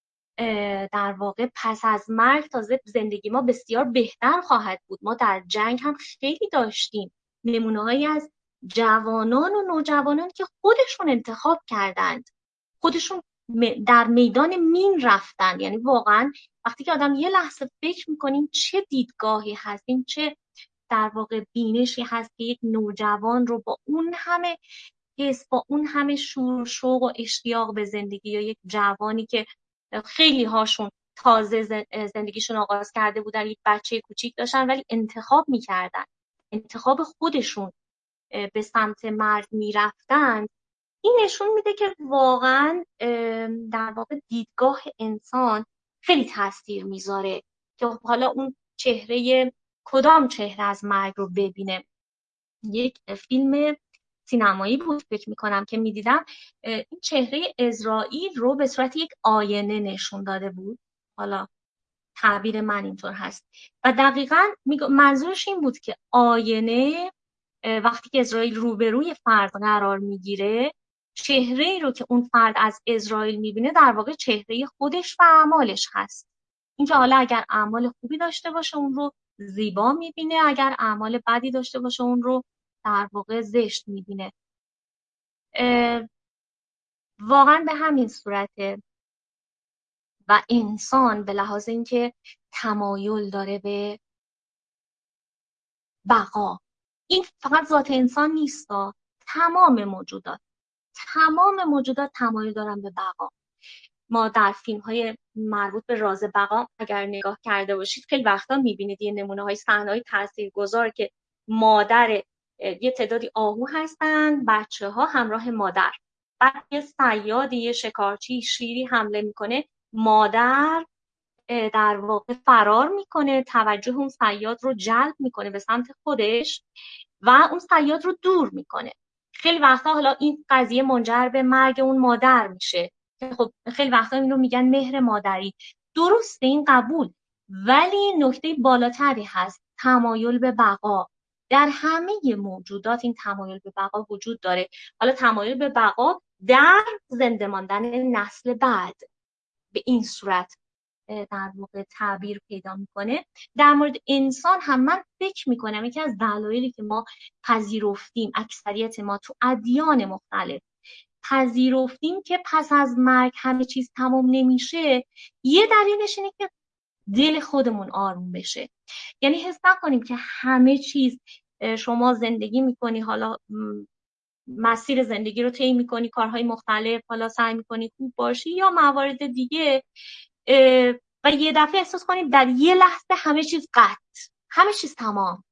در واقع پس از مرگ تازه زندگی ما بسیار بهتر خواهد بود. ما در جنگ هم خیلی داشتیم نمونه‌هایی از جوانان و نوجوانان که خودشون انتخاب کردند، خودشون در میدان مین رفتن. یعنی واقعا وقتی که آدم یه لحظه فکر میکنیم چه دیدگاهی هستیم، چه در واقع بینشی هست که یک نوجوان رو با اون همه حس، با اون همه شور و شوق و اشتیاق به زندگی، یا یک جوانی که خیلی هاشون تازه زندگیشون آغاز کرده بودن، یک بچه کوچیک داشتن ولی انتخاب میکردن، انتخاب خودشون به سمت مرگ میرفتن، این نشون میده که واقعا در واقع دیدگاه انسان خیلی تاثیر میذاره که حالا اون چهره کدام چهره از مرگ رو ببینه. یک فیلم سینمایی بود فکر میکنم که میدیدم، این چهره اسرائیل رو به صورت یک آینه نشون داده بود، حالا تعبیر من اینطور هست، و دقیقاً منظورش این بود که آینه وقتی که اسرائیل روبروی فرد قرار میگیره، چهره‌ای رو که اون فرد از اسرائیل میبینه در واقع چهره خودش و اعمالش هست. اینکه حالا اگر اعمال خوبی داشته باشه اون رو زیبا میبینه، اگر اعمال بدی داشته باشه اون رو در واقع زشت میبینه. واقعا به همین صورته و انسان به لحاظ اینکه تمایل داره به بقا، این فقط ذات انسان نیست، تمام موجودات تمام موجودات تمایل دارن به بقا. ما در فیلم های مربوط به راز بقا اگر نگاه کرده باشید خیلی وقتا میبینید یه نمونه های صحنه های تاثیرگذار که مادر یه تعدادی آهو هستن، بچه ها همراه مادر، بعد یه صیاد، یه شکارچی شیری حمله میکنه، مادر در واقع فرار میکنه، توجه اون صیاد رو جلب میکنه به سمت خودش و اون صیاد رو دور میکنه. خیلی وقتا حالا این قضیه منجر به مرگ اون مادر میشه خب خیلی وقتا این رو میگن مهر مادری. درسته، این قبول، ولی نکته بالاتری هست، تمایل به بقا. در همه موجودات این تمایل به بقا وجود داره. حالا تمایل به بقا در زنده ماندن نسل بعد به این صورت در واقع تعبیر پیدا میکنه. در مورد انسان هم من فکر میکنم یکی از دلایلی که ما پذیرفتیم، اکثریت ما تو ادیان مختلف پذیرفتیم که پس از مرگ همه چیز تمام نمیشه، یه دلیلش اینه که دل خودمون آروم بشه. یعنی حس نکنیم که همه چیز، شما زندگی میکنی، حالا مسیر زندگی رو طی میکنی، کارهای مختلف، حالا سعی میکنی خوب باشی یا موارد دیگه، و یه دفعه احساس کنیم در یه لحظه همه چیز قطع، همه چیز تمام.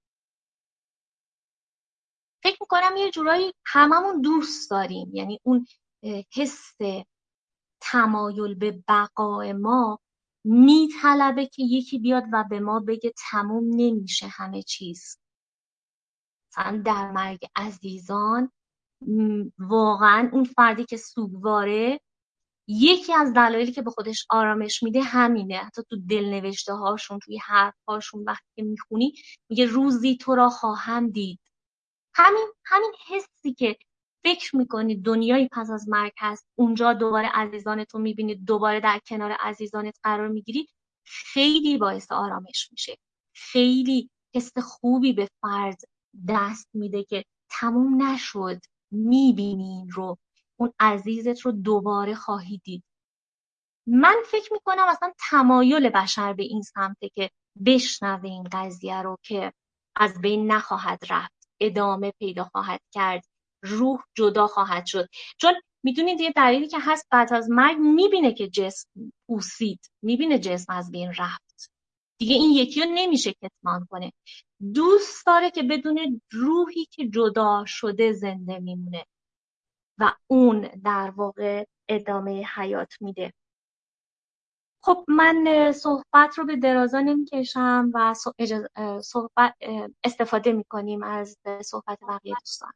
فکر میکنم یه جورایی هممون دوست داریم، یعنی اون حس تمایل به بقای ما میطلبه که یکی بیاد و به ما بگه تموم نمیشه همه چیز. مثلا در مرگ عزیزان واقعا اون فردی که سوگواره، یکی از دلایلی که به خودش آرامش میده همینه. حتی تو دلنوشته هاشون، توی حرف هاشون وقتی که میخونی میگه روزی تو را خواهم دید. همین همین حسی که فکر میکنی دنیایی پس از مرگ هست، اونجا دوباره عزیزانت رو میبینی، دوباره در کنار عزیزانت قرار میگیری، خیلی باعث آرامش میشه. خیلی حس خوبی به فرد دست میده که تموم نشد، میبینی این رو، اون عزیزت رو دوباره خواهی دید. من فکر میکنم اصلا تمایل بشر به این سمته که بشنوه این قضیه رو که از بین نخواهد رفت، ادامه پیدا خواهد کرد، روح جدا خواهد شد. چون میدونید یه دلیلی که هست، بعد از مرگ میبینه که جسم پوسید، میبینه جسم از بین رفت، دیگه این یکی رو نمیشه کتمان کنه. دوست داره که بدون روحی که جدا شده زنده میمونه و اون در واقع ادامه حیات میده. خب من صحبت رو به درازا نمیکشم و صحبت استفاده میکنیم از صحبت بقیه دوستان.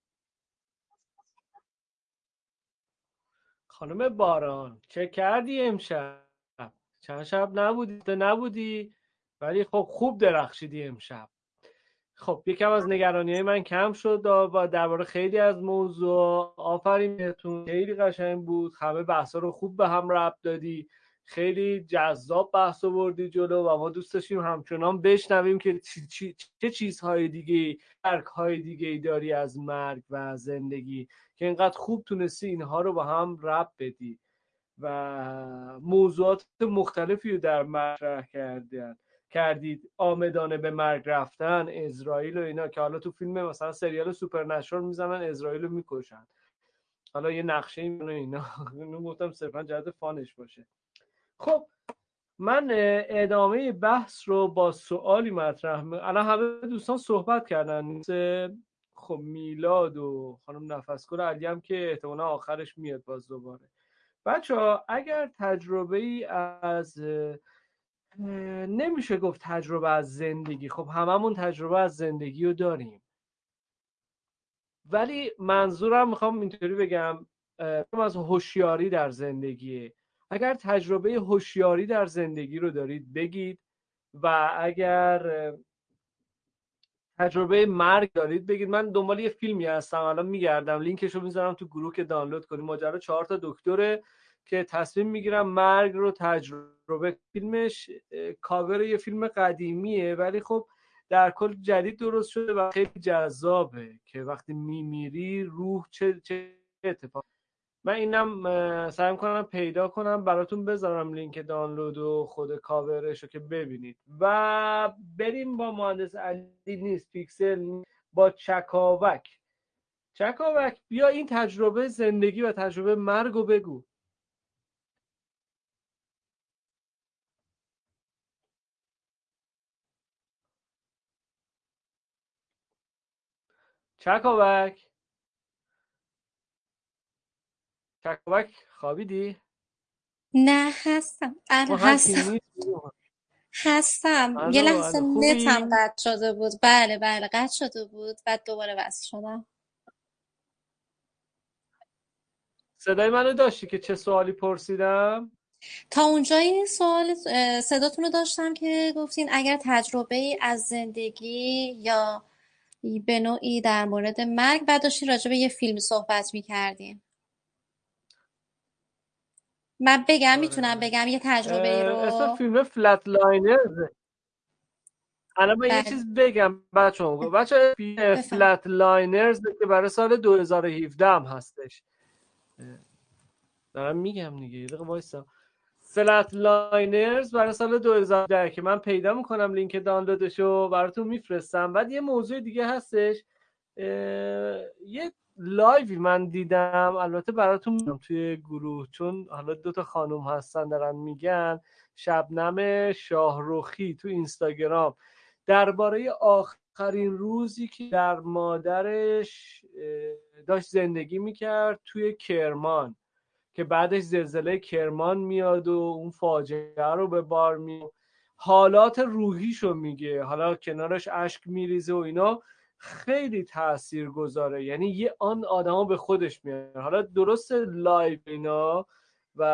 خانم باران چه کردی امشب؟ چند شب نبودی نبودی ولی خب خوب درخشیدی امشب. خب یکم از نگرانی های من کم شد و درباره خیلی از موضوع. آفرین بهتون، خیلی قشنگ بود، همه بحثا رو خوب به هم ربط دادی، خیلی جذاب بحث آوردی جلو و ما دوست داشتیم همچنان بشنویم که چی چی چه چیزهای دیگه، درک‌های دیگه داری از مرگ و زندگی که اینقدر خوب تونستی اینها رو با هم ربط بدی و موضوعات مختلفی رو در مطرح کردن کردید آمدانه به مرگ رفتن، اسرائیل و اینا، که حالا تو فیلم مثلا سریال سوپرنچرال میزنن اسرائیل رو میکشن، حالا یه نقشه این اینا اینو گفتم صرفا جهت فانش باشه. خب من ادامه بحث رو با سوالی مطرح م... الان همه دوستان صحبت کردن، خب میلاد و خانم نفسگل علی هم که احتمالا آخرش میاد باز دوباره. بچه‌ها اگر تجربه ای از نمیشه گفت تجربه از زندگی، خب هممون تجربه از زندگی رو داریم، ولی منظورم میخوام اینطوری بگم از هوشیاری در زندگیه. اگر تجربه هوشیاری در زندگی رو دارید بگید، و اگر تجربه مرگ دارید بگید. من دنبال یه فیلمی هستم الان میگردم، لینکش رو میذارم تو گروه که دانلود کنید. ماجرا چهار تا دکتره که تصمیم میگیرم مرگ رو تجربه. فیلمش کاور یه فیلم قدیمیه ولی خب در کل جدید درست شده و خیلی جذابه که وقتی میمیری روح چه چه اتفاق. من اینم سعی کنم پیدا کنم براتون بذارم لینک دانلود و خود کاورش رو که ببینید. و بریم با مهندس علی نیست پیکسل، با چکاوک. چکاوک بیا این تجربه زندگی و تجربه مرگ رو بگو. چکاوک چکاوک خوابیدی؟ نه هستم الان هستم هستم یه لحظه نتم قطع شده بود. بله بله قطع شده بود بعد دوباره وصل شدم. صدای منو داشتی که چه سوالی پرسیدم؟ تا اونجایی سوال صداتون رو داشتم که گفتین اگر تجربه ای از زندگی یا به نوعی در مورد مرگ، بعد داشتین راجع به یه فیلم صحبت میکردین. من بگم میتونم آره بگم یه تجربه ای اسم رو؟ فیلم فلت لاینرز. الان من یه بله چیز بگم بچه هم بچه فیلم بفهم. فلت لاینرز که برای سال دو هزار و هفده هم هستش. دارم میگم دیگه، یه دقیقه وایسا. فلت لاینرز برای سال دو هزار و ده که من پیدا میکنم لینک دانلودشو براتون میفرستم. بعد یه موضوع دیگه هستش، یه لایوی من دیدم، البته براتون میگم توی گروه، چون حالا دو تا خانم هستن دارن میگن، شبنم شاهرخی تو اینستاگرام، درباره آخرین روزی که در مادرش داشت زندگی میکرد توی کرمان، که بعدش زلزله کرمان میاد و اون فاجعه رو به بار میاد، حالات روحیشو میگه، حالا کنارش اشک میریزه و اینا. خیلی تأثیر گذاره، یعنی یه آن آدما به خودش میاد. حالا درست لایو اینا و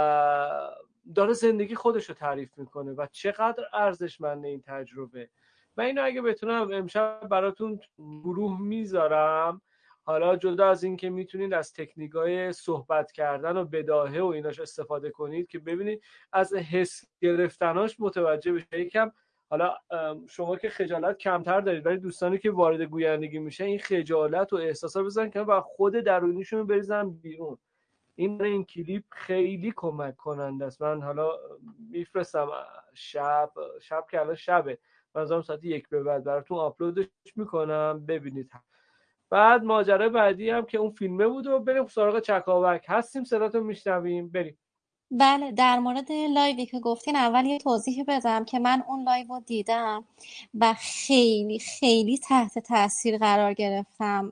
داره زندگی خودش رو تعریف میکنه و چقدر ارزشمنده این تجربه. من اینو اگه بتونم امشب براتون گروه میذارم. حالا جدا از این که میتونید از تکنیک‌های صحبت کردن و بداهه و ایناش استفاده کنید که ببینید از حس گرفتناش متوجه بشید. یکم حالا شما که خجالت کمتر دارید، ولی دوستانی که وارد گویندگی میشن این خجالت و احساسا بزنن که با خود درونیشون بریزن بیرون. این این کلیپ خیلی کمک کننده است. من حالا میفرستم شب شب که الان شبه، مثلا ساعت یک به بعد براتون آپلودش میکنم ببینید. بعد ماجرا بعدی هم که اون فیلمه بود و بریم سراغ چکاوک. هستیم، صداتون میشنویم، بریم. بله، در مورد لایوی که گفتین اول یه توضیح بدم که من اون لایو رو دیدم و خیلی خیلی تحت تاثیر قرار گرفتم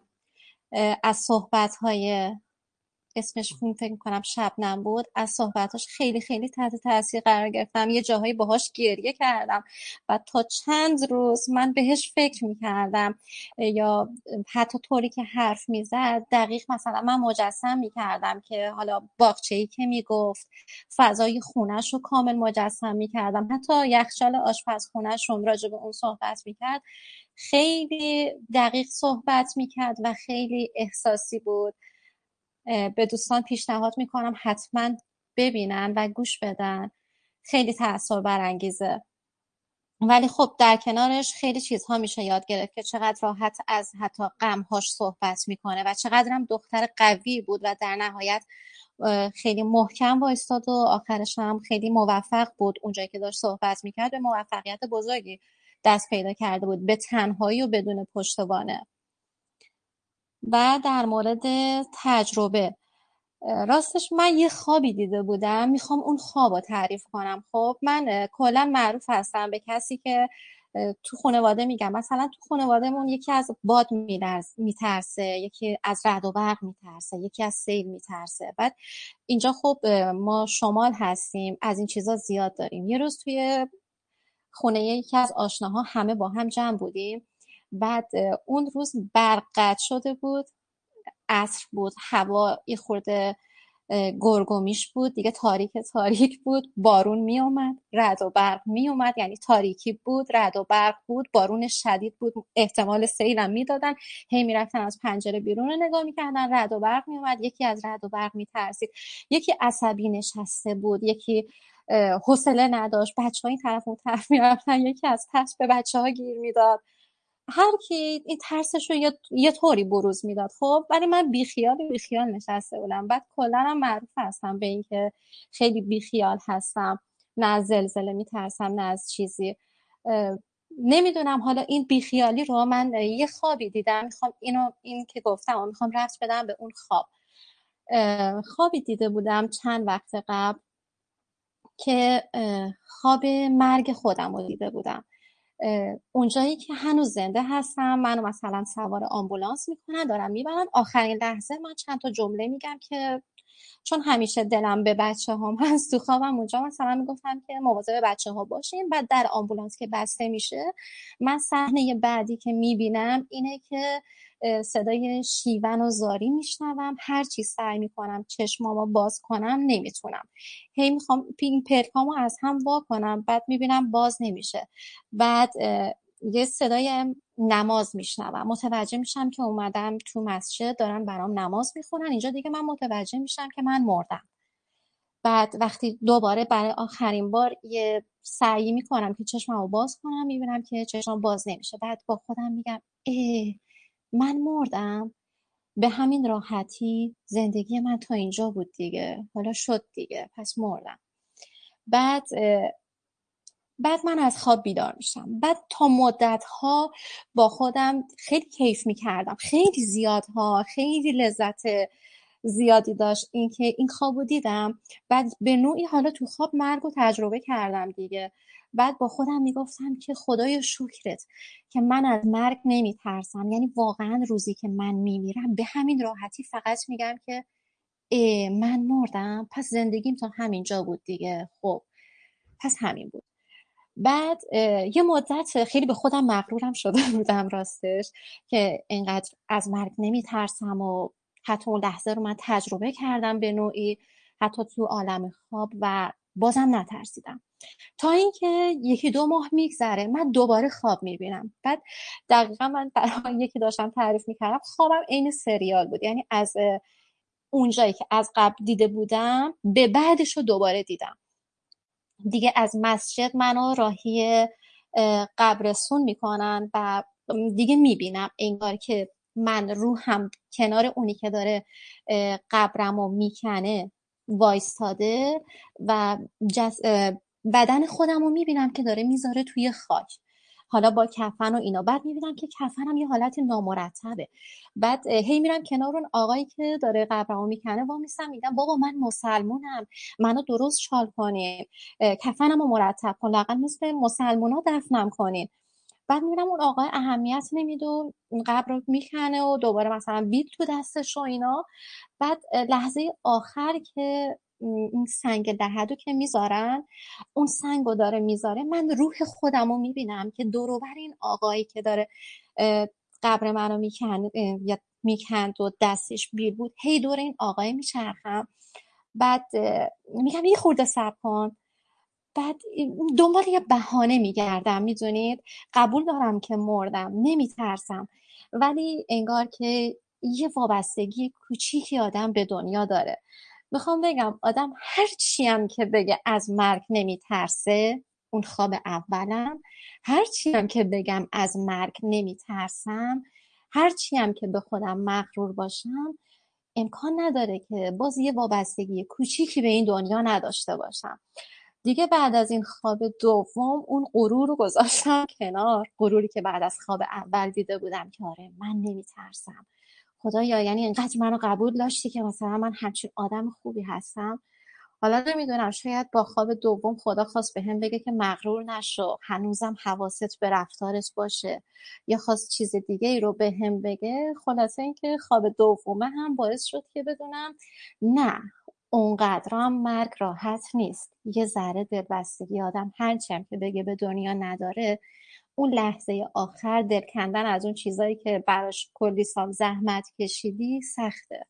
از صحبت‌های، اسمش فکر میکنم شبنم بود، از صحبتاش خیلی خیلی تحت تاثیر قرار گرفتم. یه جاهایی باهاش گریه کردم و تا چند روز من بهش فکر میکردم، یا حتی طوری که حرف میزد دقیق مثلا من مجسم میکردم که حالا باغچه‌ای که میگفت، فضای خونش رو کامل مجسم میکردم، حتی یخچال آشپزخونه‌ش رو راجع به اون صحبت میکرد. خیلی دقیق صحبت میکرد و خیلی احساسی بود. به دوستان پیشنهاد میکنم حتما ببینن و گوش بدن، خیلی تأثیر برانگیزه. ولی خب در کنارش خیلی چیزها میشه یاد گرفت که چقدر راحت از حتی غمهاش صحبت میکنه و چقدرم دختر قوی بود و در نهایت خیلی محکم وایستاد و آخرش هم خیلی موفق بود. اونجایی که داشت صحبت میکرد به موفقیت بزرگی دست پیدا کرده بود، به تنهایی و بدون پشتوانه. و در مورد تجربه، راستش من یه خوابی دیده بودم، میخوام اون خواب رو تعریف کنم. خب من کلا معروف هستم به کسی که تو خانواده میگم مثلا تو خانوادهمون یکی از باد میترسه، یکی از رعد و برق میترسه، یکی از سیل میترسه. بعد اینجا خب ما شمال هستیم، از این چیزا زیاد داریم. یه روز توی خونه یکی از آشناها همه با هم جمع بودیم، بعد اون روز برق قطع شده بود، عصر بود، هوا یه خورده گرگومیش بود دیگه، تاریک تاریک بود، بارون می اومد، رعد و برق می اومد، یعنی تاریکی بود، رعد و برق بود، بارون شدید بود، احتمال سیل هم میدادن. هی میرفتن از پنجره بیرون رو نگاه میکردن، رعد و برق می اومد، یکی از رعد و برق میترسید، یکی عصبی نشسته بود، یکی حوصله نداشت، بچه‌ها این طرف اون طرف میرفتن، یکی از پس به بچه‌ها گیر میداد. هر کی این ترسش رو یه, یه طوری بروز میداد. خب ولی من بیخیال بیخیال نشسته بودم. بعد کلا هم معروف هستم به این که خیلی بیخیال هستم، نه از زلزله میترسم نه از چیزی. نمیدونم، حالا این بیخیالی رو من یه خوابی دیدم، میخوام اینو این که گفتم و میخوام رفت بدم به اون خواب. خوابی دیده بودم چند وقت قبل که خواب مرگ خودم رو دیده بودم. اونجایی که هنوز زنده هستم، منو مثلا سوار آمبولانس میکنن، دارم میبرن، آخرین لحظه من چند تا جمله میگم که چون همیشه دلم به بچه هام هست، تو خوابم اونجا مثلا میگفتم که مواظب بچه ها باشین. بعد در آمبولانس که بسته میشه، من صحنه بعدی که میبینم اینه که صدای شیون و زاری میشنوم. هر چی سعی میکنم چشمامو باز کنم نمیتونم، هی میخوام این پلکامو از هم وا کنم، بعد میبینم باز نمیشه. بعد یه صدای نماز میشنوم، متوجه میشم که اومدم تو مسجد دارن برام نماز میخونن. اینجا دیگه من متوجه میشم که من مردم. بعد وقتی دوباره برای آخرین بار یه سعی میکنم که چشممو باز کنم، میبینم که چشمم باز نمیشه. بعد با خودم میگم اه من مردم، به همین راحتی زندگی من تا اینجا بود دیگه، حالا شد دیگه، پس مردم. بعد بعد من از خواب بیدار میشم. بعد تا مدت ها با خودم خیلی کیف میکردم، خیلی زیادها، خیلی لذت زیادی داشت اینکه این خوابو دیدم. بعد به نوعی حالا تو خواب مرگ رو تجربه کردم دیگه. بعد با خودم میگفتم که خدایا شکرت که من از مرگ نمیترسم. یعنی واقعا روزی که من میمیرم به همین راحتی فقط میگم که اه من مردم، پس زندگیم تا همینجا بود دیگه، خب پس همین بود. بعد یه مدت خیلی به خودم مغرورم شده بودم راستش که اینقدر از مرگ نمیترسم و حتی اون لحظه رو من تجربه کردم به نوعی، حتی تو عالم خواب، و بازم نترسیدم. تا اینکه یکی دو ماه میگذره من دوباره خواب میبینم. بعد دقیقا من برای یکی داشتم تعریف میکردم، خوابم عین سریال بود. یعنی از اونجایی که از قبل دیده بودم به بعدش رو دوباره دیدم. دیگه از مسجد منو راهی قبرستون میکنن و دیگه میبینم انگار که من روحم کنار اونی که داره قبرمو میکنه وایستاده و جس بدن خودمو میبینم که داره میذاره توی خاک، حالا با کفن و اینا. بعد میبینم که کفنم یه حالت نامرتبه. بعد هی میرم کنار اون آقایی که داره قبرمو میکنه وا میستم، میگم بابا من مسلمونم، منو درست شال کنین، کفنمو مرتب کن، لااقل مثل مسلمونا دفنم کنین. بعد میبینم اون آقای اهمیت نمیده و قبر رو میکنه و دوباره مثلا بید تو دستش و اینا. بعد لحظه آخر که این سنگ لحدو که میذارن، اون سنگو داره میذاره، من روح خودمو میبینم که دور و بر این آقایی که داره قبر منو میکند یا میکند و دستش بیل بود، هی دور این آقای میچرخم. بعد میگم یه خورده صبر کن. بعد دنبال یه بهانه میگردم، میدونید قبول دارم که مردم، نمیترسم، ولی انگار که یه وابستگی کوچیکی آدم به دنیا داره. میخوام بگم آدم هر چی هم که بگه از مرگ نمیترسه، اون خواب اولم، هر چی هم که بگم از مرگ نمیترسم، هر چی هم که به خودم مغرور باشم، امکان نداره که باز یه وابستگی کوچیکی به این دنیا نداشته باشم. دیگه بعد از این خواب دوم اون غرور رو گذاشتم کنار، غروری که بعد از خواب اول دیده بودم که آره من نمیترسم، خدایا یعنی اینقدر منو قبول داشتی که مثلا من همچین آدم خوبی هستم. حالا نمیدونم، شاید با خواب دوم خدا خواست به هم بگه که مغرور نشو، هنوزم حواست به رفتارت باشه، یا خواست چیز دیگه ای رو به هم بگه. خلاصه اینکه خواب دومه هم باعث شد که بدونم نه، اونقدر هم مرگ راحت نیست. یه ذره دلبستگی آدم هرچی هم که بگه به دنیا نداره، اون لحظه آخر دل کندن از اون چیزایی که براش کلی سال زحمت کشیدی سخته.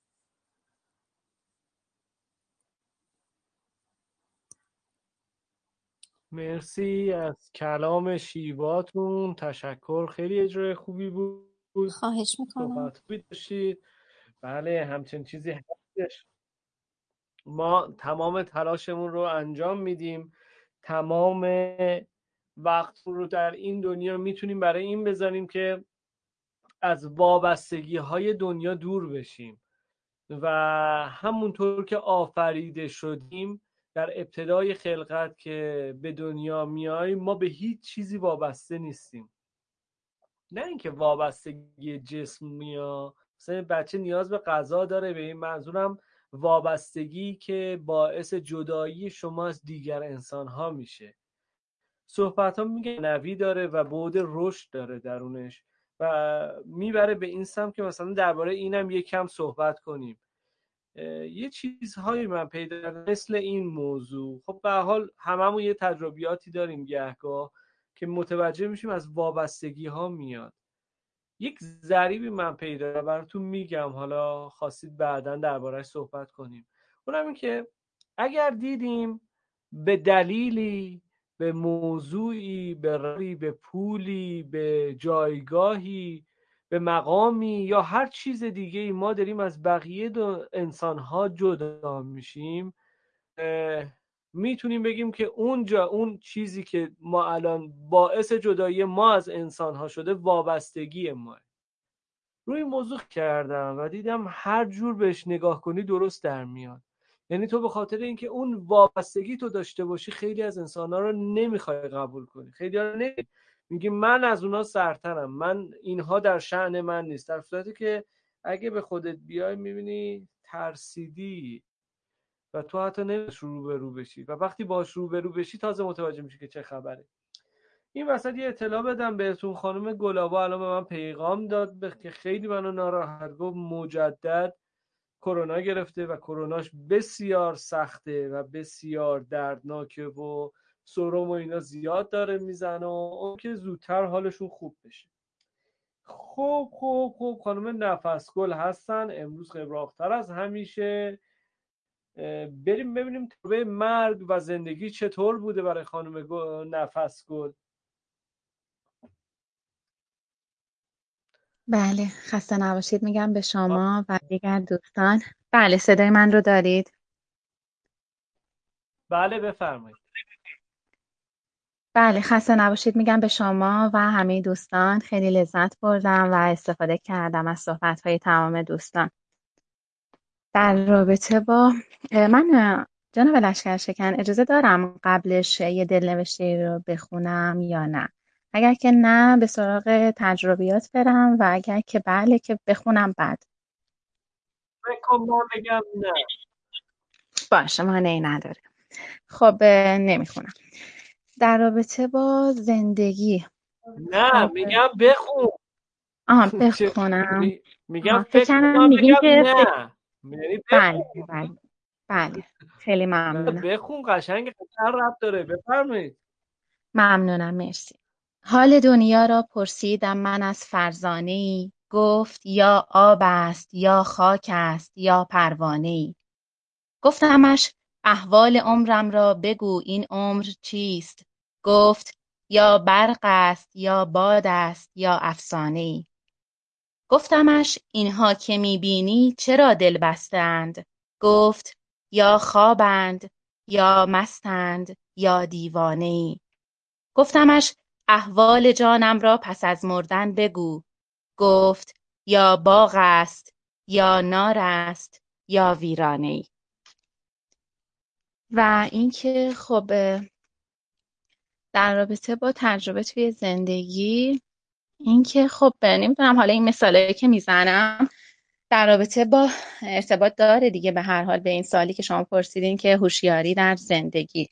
مرسی از کلام شیواتون، تشکر، خیلی اجرای خوبی بود. خواهش میکنم. صحبت خوبی داشتید. بله همچین چیزی هستش، ما تمام تلاشمون رو انجام میدیم، تمام وقت رو در این دنیا میتونیم برای این بذاریم که از وابستگی های دنیا دور بشیم و همونطور که آفریده شدیم در ابتدای خلقت که به دنیا میاییم، ما به هیچ چیزی وابسته نیستیم. نه اینکه وابستگی جسمی ها، مثلا بچه نیاز به غذا داره، به این منظورم وابستگی که باعث جدایی شما از دیگر انسان ها میشه. صحبت ها میگه نوی داره و بعد رشد داره درونش و میبره به این سمت که مثلا درباره اینم یک کم صحبت کنیم. یه چیزهایی من پیدا کردم مثل این موضوع. خب به هر حال هممون یه تجربیاتی داریم گهگاه که متوجه میشیم از وابستگی ها میاد. یک ضریبی من پیدا کردم براتون میگم، حالا خواستید بعداً درباره‌اش صحبت کنیم. اونم این که اگر دیدیم به دلیلی، به موضوعی، به روی، به پولی، به جایگاهی، به مقامی یا هر چیز دیگه ای ما داریم از بقیه انسان‌ها جدا میشیم، میتونیم بگیم که اونجا اون چیزی که ما الان باعث جدایی ما از انسان‌ها شده وابستگی ما. روی این موضوع کردم و دیدم هر جور بهش نگاه کنی درست در میاد. یعنی تو به خاطر اینکه اون وابستگی تو داشته باشی خیلی از انسان‌ها رو نمیخوای قبول کنی، خیلی ها رو نمی... میگی من از اونا سرترم، من اینها در شأن من نیست، در صورتی که اگه به خودت بیای میبینی ترسیدی و تو حتی نمیش رو به رو بشی و وقتی باش رو به رو بشی تازه متوجه میشی که چه خبره. این وسط یه اطلاع بدم بهتون، خانم گلابا الان به من پیغام داد که خیلی منو ناراحت، گفت مجدد کرونا گرفته و کروناش بسیار سخته و بسیار دردناکه و سرم و اینا زیاد داره میزنه و اون که زودتر حالشون خوب بشه. خوب خوب خوب خانم نفسگل هستن امروز خبراختر از همیشه. بریم ببینیم تجربه مرگ و زندگی چطور بوده برای خانم نفسگل. بله، خسته نباشید میگم به شما و دیگر دوستان. بله، صدای من رو دارید؟ بله بفرمایید. بله، خسته نباشید میگم به شما و همه دوستان. خیلی لذت بردم و استفاده کردم از صحبت‌های تمام دوستان. در رابطه با من جناب لشکرشکن اجازه دارم قبلش یه دلنوشته رو بخونم یا نه؟ اگر که نه به سراغ تجربیات برم و اگر که بله که بخونم بعد. بکن من بگم نه. باشه، مانعی نداره. خب نمیخونم. در رابطه با زندگی. نه خب میگم بخون. آها بخونم. میگم آها فکر فکر کردم کنم میگین بگم که فکر... نه. یعنی بله بخون. بله بله خیلی ممنونم. بخون قشنگ خطر رب داره. بفرمایید. ممنونم، مرسی. حال دنیا را پرسیدم من از فرزانه‌ای، گفت یا آب است یا خاک است یا پروانه‌ای. گفتمش احوال عمرم را بگو این عمر چیست؟ گفت یا برق است یا باد است یا افسانه‌ای. گفتمش اینها که میبینی چرا دل بستند؟ گفت یا خوابند یا مستند یا دیوانه‌ای. گفتمش احوال جانم را پس از مردن بگو. گفت یا باغ است یا نار است یا ویرانه‌ای. و اینکه خب در رابطه با تجربه توی زندگی، اینکه خب نمیدونم حالا این مثالایی که میزنم در رابطه با ارتباط داره دیگه به هر حال به این سوالی که شما پرسیدین که هوشیاری در زندگی.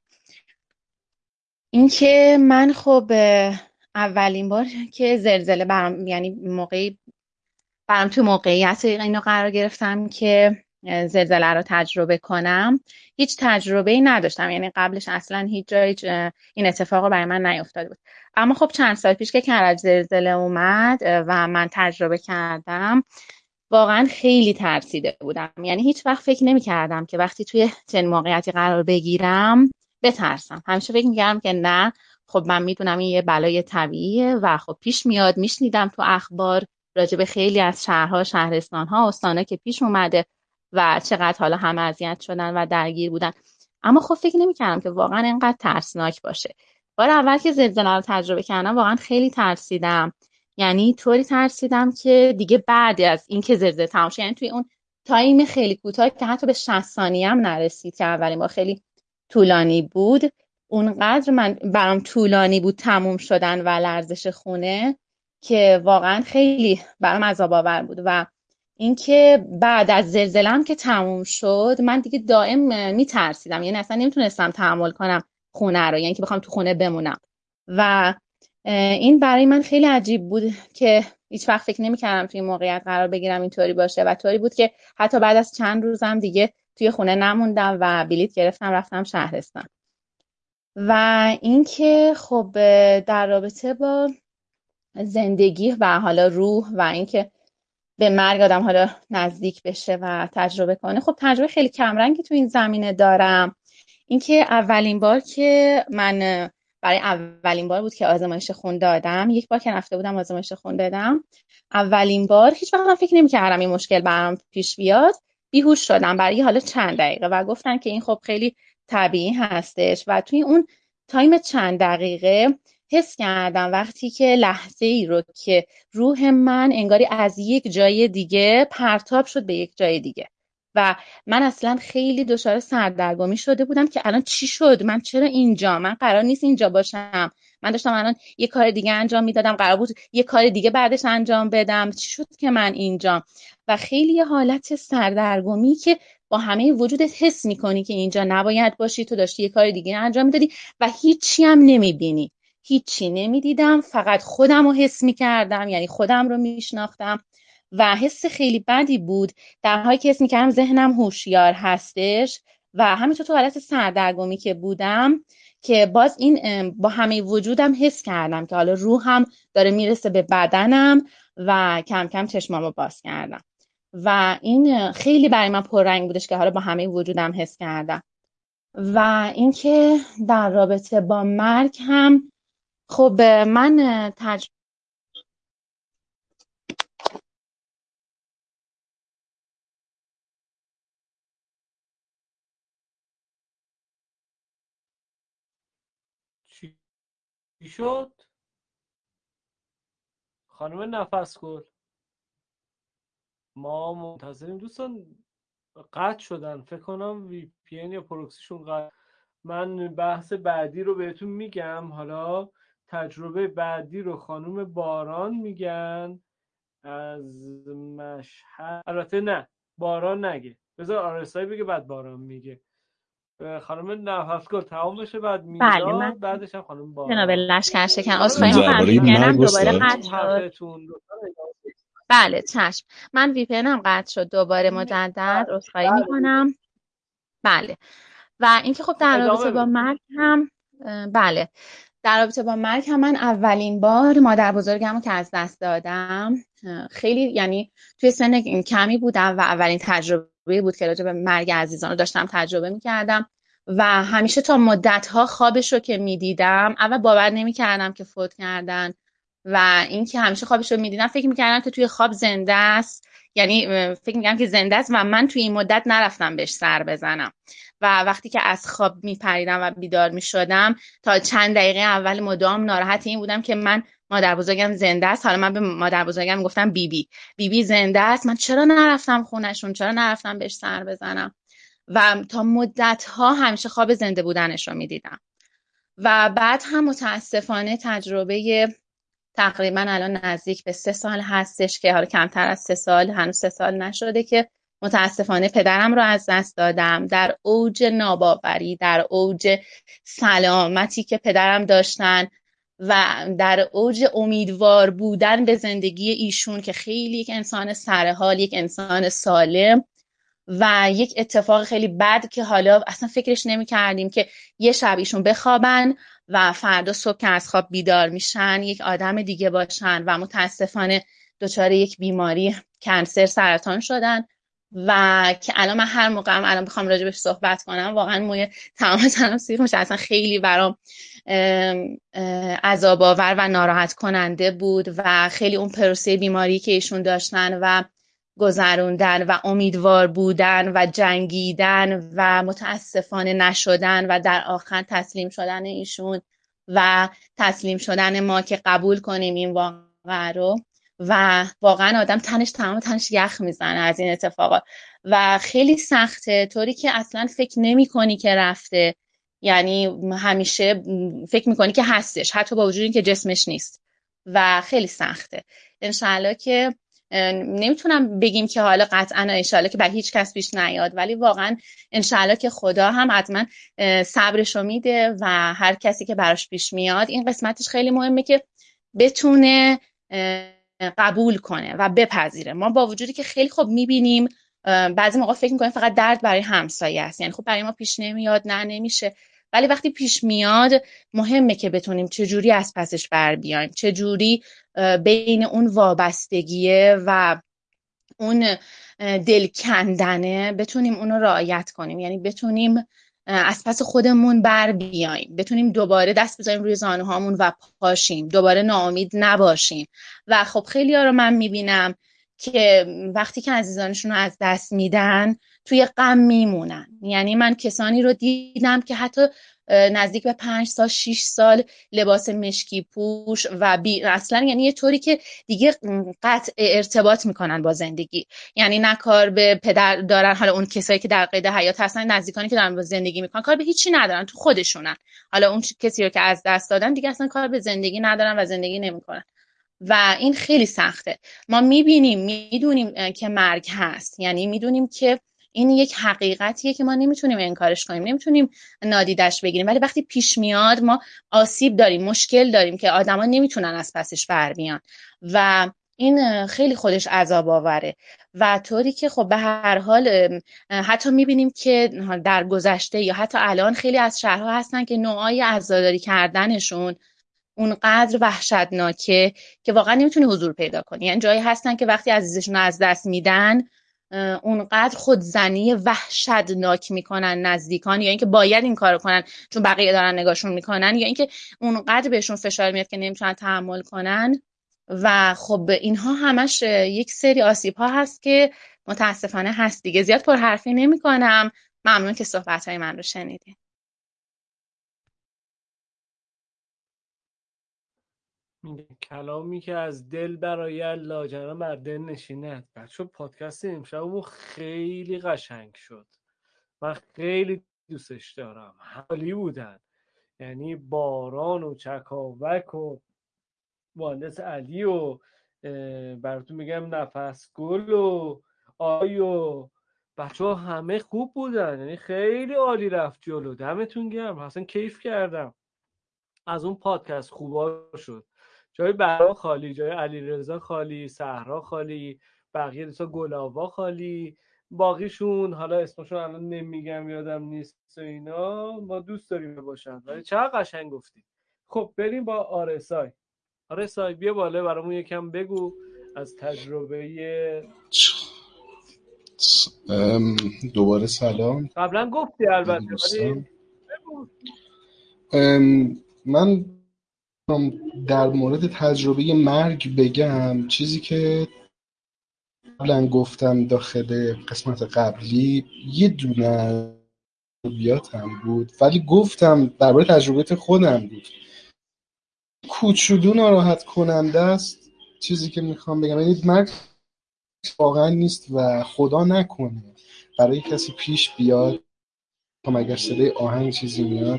اینکه من خب اولین بار که زلزله برام، یعنی موقعی برام تو موقعیت اینو قرار گرفتم که زلزله رو تجربه کنم، هیچ تجربه‌ای نداشتم، یعنی قبلش اصلا هیچ جایی این اتفاق برای من نیفتاده بود. اما خب چند سال پیش که کرج زلزله اومد و من تجربه کردم واقعا خیلی ترسیده بودم. یعنی هیچ وقت فکر نمی کردم که وقتی توی چنین موقعیتی قرار بگیرم بترسم. همیشه فکر می کردم که نه، خب من میدونم این یه بلای طبیعیه و خب پیش میاد. میشنیدم تو اخبار راجع به خیلی از شهرها، شهرستانها، استان‌ها که پیش اومده و چقدر حالا همه اذیت شدن و درگیر بودن. اما خب فکر نمی کردم که واقعا اینقدر ترسناک باشه. بار اول که زلزله رو تجربه کردم واقعا خیلی ترسیدم. یعنی طوری ترسیدم که دیگه بعد از اینکه زلزله تمام شد، یعنی توی اون تایم خیلی کوتاه که حتی به شصت ثانیه هم نرسید که اولین بار خیلی طولانی بود، اونقدر من برام طولانی بود تموم شدن و لرزش خونه که واقعا خیلی برام عذاب آور بود. و اینکه بعد از زلزله هم که تموم شد من دیگه دائم میترسیدم، یعنی اصلا نمیتونستم تحمل کنم خونه رو، یعنی که بخوام تو خونه بمونم. و این برای من خیلی عجیب بود که هیچ وقت فکر نمی‌کردم توی این موقعیت قرار بگیرم اینطوری باشه و طوری بود که حتی بعد از چند روزم دیگه توی خونه نموندم و بلیط گرفتم رفتم شهرستان. و اینکه خب در رابطه با زندگی و حالا روح و اینکه به مرگ آدم حالا نزدیک بشه و تجربه کنه، خب تجربه خیلی کمرنگی تو این زمینه دارم. اینکه اولین بار که من برای اولین بار بود که آزمایش خون دادم، یک بار که رفته بودم آزمایش خون دادم، اولین بار هیچ وقت فکر نمی‌کردم این مشکل برام پیش بیاد. بیهوش شدم برای حالا چند دقیقه و گفتن که این خب خیلی طبیعی هستش و توی اون تایم چند دقیقه حس کردم وقتی که لحظه ای رو که روح من انگاری از یک جای دیگه پرتاب شد به یک جای دیگه و من اصلا خیلی دچار سردرگمی شده بودم که الان چی شد، من چرا اینجا، من قرار نیست اینجا باشم، من داشتم الان یه کار دیگه انجام میدادم، قرار بود یه کار دیگه بعدش انجام بدم، چی شد که من اینجا؟ و خیلی یه حالت سردرگمی که با همه وجودت حس میکنی که اینجا نباید باشی، تو داشتی یه کار دیگه انجام میدادی و هیچی هم نمیبینی، هیچی نمیدیدم، فقط خودم رو حس میکردم، یعنی خودم رو میشناختم و حس خیلی بدی بود، در حالی که حس میکردم ذهنم هوشیار هستش و همینطور تو حالت سردرگمی که بودم که باز این با همه وجودم حس کردم که حالا روحم داره میرسه به بدنم و کم کم چشمامو باز کردم و این خیلی برای من پررنگ بودش که حالا با همه وجودم حس کردم. و اینکه در رابطه با مرگ هم خب من تجربه چی شد؟ خانم نفس گل ما منتظریم. دوستان قطع شدن فکر کنم، وی پی ان یا پروکسیشون قطع. من بحث بعدی رو بهتون میگم. حالا تجربه بعدی رو خانم باران میگن از مشهد. البته نه، باران نگه، بذار آرسایی بگه بعد باران میگه. خانم نفسگل تمام بشه بعد بله من میلاد، بعدش هم خانم جناب باران. لشکرشکن خانم عذرخواهی میکنم وی درباره پی نفسگل انم مرگ دوباره استاد قطع شد. حقتون. بله چشم، من وی پی انم قطع شد دوباره مجدد عذرخواهی میکنم. بله و اینکه خب در رابطه با مرگ هم بله در رابطه با مرگ هم من اولین بار مادر بزرگمو که از دست دادم خیلی، یعنی توی سن کمی بودم و اولین تجربه بود که راجع به مرگ عزیزان رو داشتم تجربه میکردم و همیشه تا مدت‌ها خوابش رو که میدیدم اول باور نمیکردم که فوت کردن و اینکه همیشه خوابش رو میدیدم فکر میکردم که توی خواب زنده است، یعنی فکر میکردم که زنده است و من توی این مدت نرفتم بهش سر بزنم و وقتی که از خواب میپریدم و بیدار میشدم تا چند دقیقه اول مدام ناراحت این بودم که من مادر بزرگم زنده است. حالا من به مادر بزرگم گفتم بیبی بیبی زنده است، من چرا نرفتم خونشون، چرا نرفتم بهش سر بزنم و تا مدت ها همیشه خواب زنده بودنش رو میدیدم. و بعد هم متاسفانه تجربه تقریبا الان نزدیک به سه سال هستش که حالا کمتر از سه سال، هنوز سه سال نشده که متاسفانه پدرم رو از دست دادم در اوج ناباوری، در اوج سلامتی که پدرم داشتن و در اوج امیدوار بودن به زندگی ایشون که خیلی یک انسان سرحال، یک انسان سالم و یک اتفاق خیلی بد که حالا اصلا فکرش نمی کردیم که یه شب ایشون بخوابن و فردا صبح که از خواب بیدار میشن یک آدم دیگه باشن و متاسفانه دچار یک بیماری کنسر سرطان شدن و که الان من هر موقع هم الان بخوام راجع بهش صحبت کنم واقعا موی تمام تنم سیخ میشه، اصلا خیلی برام عذاب آور و ناراحت کننده بود و خیلی اون پروسه بیماری که ایشون داشتن و گذروندن و امیدوار بودن و جنگیدن و متاسفانه نشدن و در آخر تسلیم شدن ایشون و تسلیم شدن ما که قبول کنیم این واقعه رو و واقعا آدم تنش تمام تنش یخ میزنه از این اتفاقات و خیلی سخته، طوری که اصلا فکر نمی کنی که رفته، یعنی همیشه فکر میکنی که هستش حتی با وجود این که جسمش نیست و خیلی سخته. انشالله که نمیتونم بگیم که حالا قطعا انشالله که بر هیچ کس پیش نیاد، ولی واقعا انشالله که خدا هم حتما صبرشو میده و هر کسی که براش پیش میاد. این قسمتش خیلی مهمه که بتونه قبول کنه و بپذیره. ما با وجودی که خیلی خوب میبینیم بعضی موقع فکر میکنیم فقط درد برای همسایه است، یعنی خب برای ما پیش نمیاد، نه نمیشه، ولی وقتی پیش میاد مهمه که بتونیم چجوری از پسش بر بیایم، چجوری بین اون وابستگیه و اون دل کندنه بتونیم اونو رعایت کنیم، یعنی بتونیم از پس خودمون بر بیایم، بتونیم دوباره دست بزنیم روی زانوهامون و پاشیم، دوباره ناامید نباشیم. و خب خیلی ها رو من میبینم که وقتی که عزیزانشون رو از دست میدن توی غم میمونن. یعنی من کسانی رو دیدم که حتی نزدیک به پنج سال شش سال لباس مشکی پوش و بی اصلا، یعنی یه طوری که دیگه قطع ارتباط میکنن با زندگی، یعنی نه کار به پدر دارن، حالا اون کسایی که در قید حیات هستن، نزدیکانی که دارن با زندگی میکنن، کار به هیچی ندارن، تو خودشونن. حالا اون کسی رو که از دست دادن دیگه اصلا کار به زندگی ندارن و زندگی نمیکنن و این خیلی سخته. ما میبینیم میدونیم که مرگ هست، یعنی میدونیم که این یک حقیقتیه که ما نمیتونیم انکارش کنیم، نمیتونیم نادیدش بگیریم، ولی وقتی پیش میاد ما آسیب داریم، مشکل داریم که آدما نمیتونن از پسش بر بیان و این خیلی خودش عذاب آوره. و طوری که خب به هر حال حتی میبینیم که در گذشته یا حتی الان خیلی از شهرها هستن که نوعای عزاداری کردنشون اونقدر وحشتناکه که واقعا نمیتونی حضور پیدا کنی. یعنی جایی هستن که وقتی عزیزشون رو از دست میدن اونقدر خودزنی وحشتناک میکنن نزدیکان، یا اینکه باید این کارو کنن چون بقیه دارن نگاهشون میکنن، یا اینکه اونقدر بهشون فشار میاد که نمیتونن تحمل کنن. و خب اینها همش یک سری آسیب ها هست که متاسفانه هست دیگه. زیاد پرحرفی نمیکنم، ممنون که صحبت های من رو شنیدین. کلامی که از دل برای لاجرم بر دل نشیند. بچه پادکست امشبمون خیلی قشنگ شد، من خیلی دوستش دارم، حالی بودن، یعنی باران و چکاوک و مهندس علی و براتون میگم نفس گل و آی و بچه ها همه خوب بودن، یعنی خیلی عالی رفت جلو. دمتون گرم، اصلا کیف کردم از اون پادکست. خوبا شد، جای برا خالی، جای علیرضا خالی، صحرا خالی، بقیه دوستا گلاوا خالی، باقیشون حالا اسمشون الان نمیگم یادم نیست و اینا، ما دوست داریم باشن ولی چقدر قشنگ گفتی. خب بریم با آرسای. آرسای بیا بالا برامون یکم بگو از تجربه. دوباره سلام. قبلا گفتی البته ولی من در مورد تجربه مرگ بگم چیزی که قبلا گفتم داخل قسمت قبلی یه دونه بیاتم بود، ولی گفتم درباره تجربه خودم بود. کوچولو ناراحت کننده است چیزی که میخوام بگم، یعنی مرگ واقعا نیست و خدا نکنه برای کسی پیش بیاد. هم اگر صدای آهنگ چیزی میاد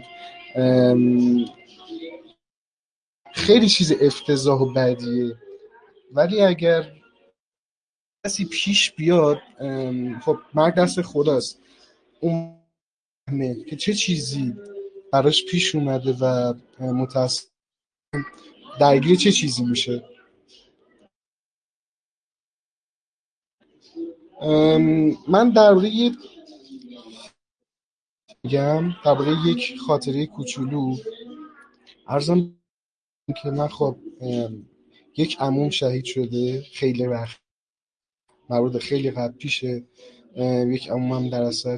خیلی چیز افتضاح و بدیه، ولی اگر کسی پیش بیاد خب مرگ دست خداست، اون که چه چیزی براش پیش اومده و متاسف درگیر چه چیزی میشه. من درباره میگم درباره یک خاطره کوچولو عرضم که من خب یک عموم شهید شده خیلی وقت، مربوط خیلی قبل پیشه. یک عمومم در اثر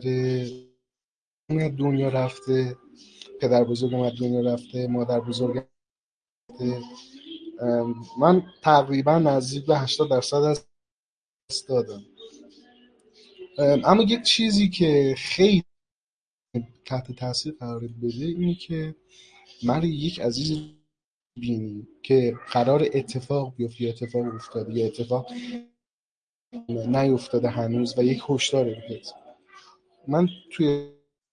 دنیا رفته، پدر بزرگم از دنیا رفته، مادر بزرگم رفته. من تقریبا نزدیک به هشتاد درصد از دست دادم. اما یک چیزی که خیلی تحت تاثیر قرار بده اینه که من یک عزیز بینی که قرار اتفاق بیفته یا اتفاق افتاده یا اتفاق نیفتاده هنوز و یک هشدار بهت. من توی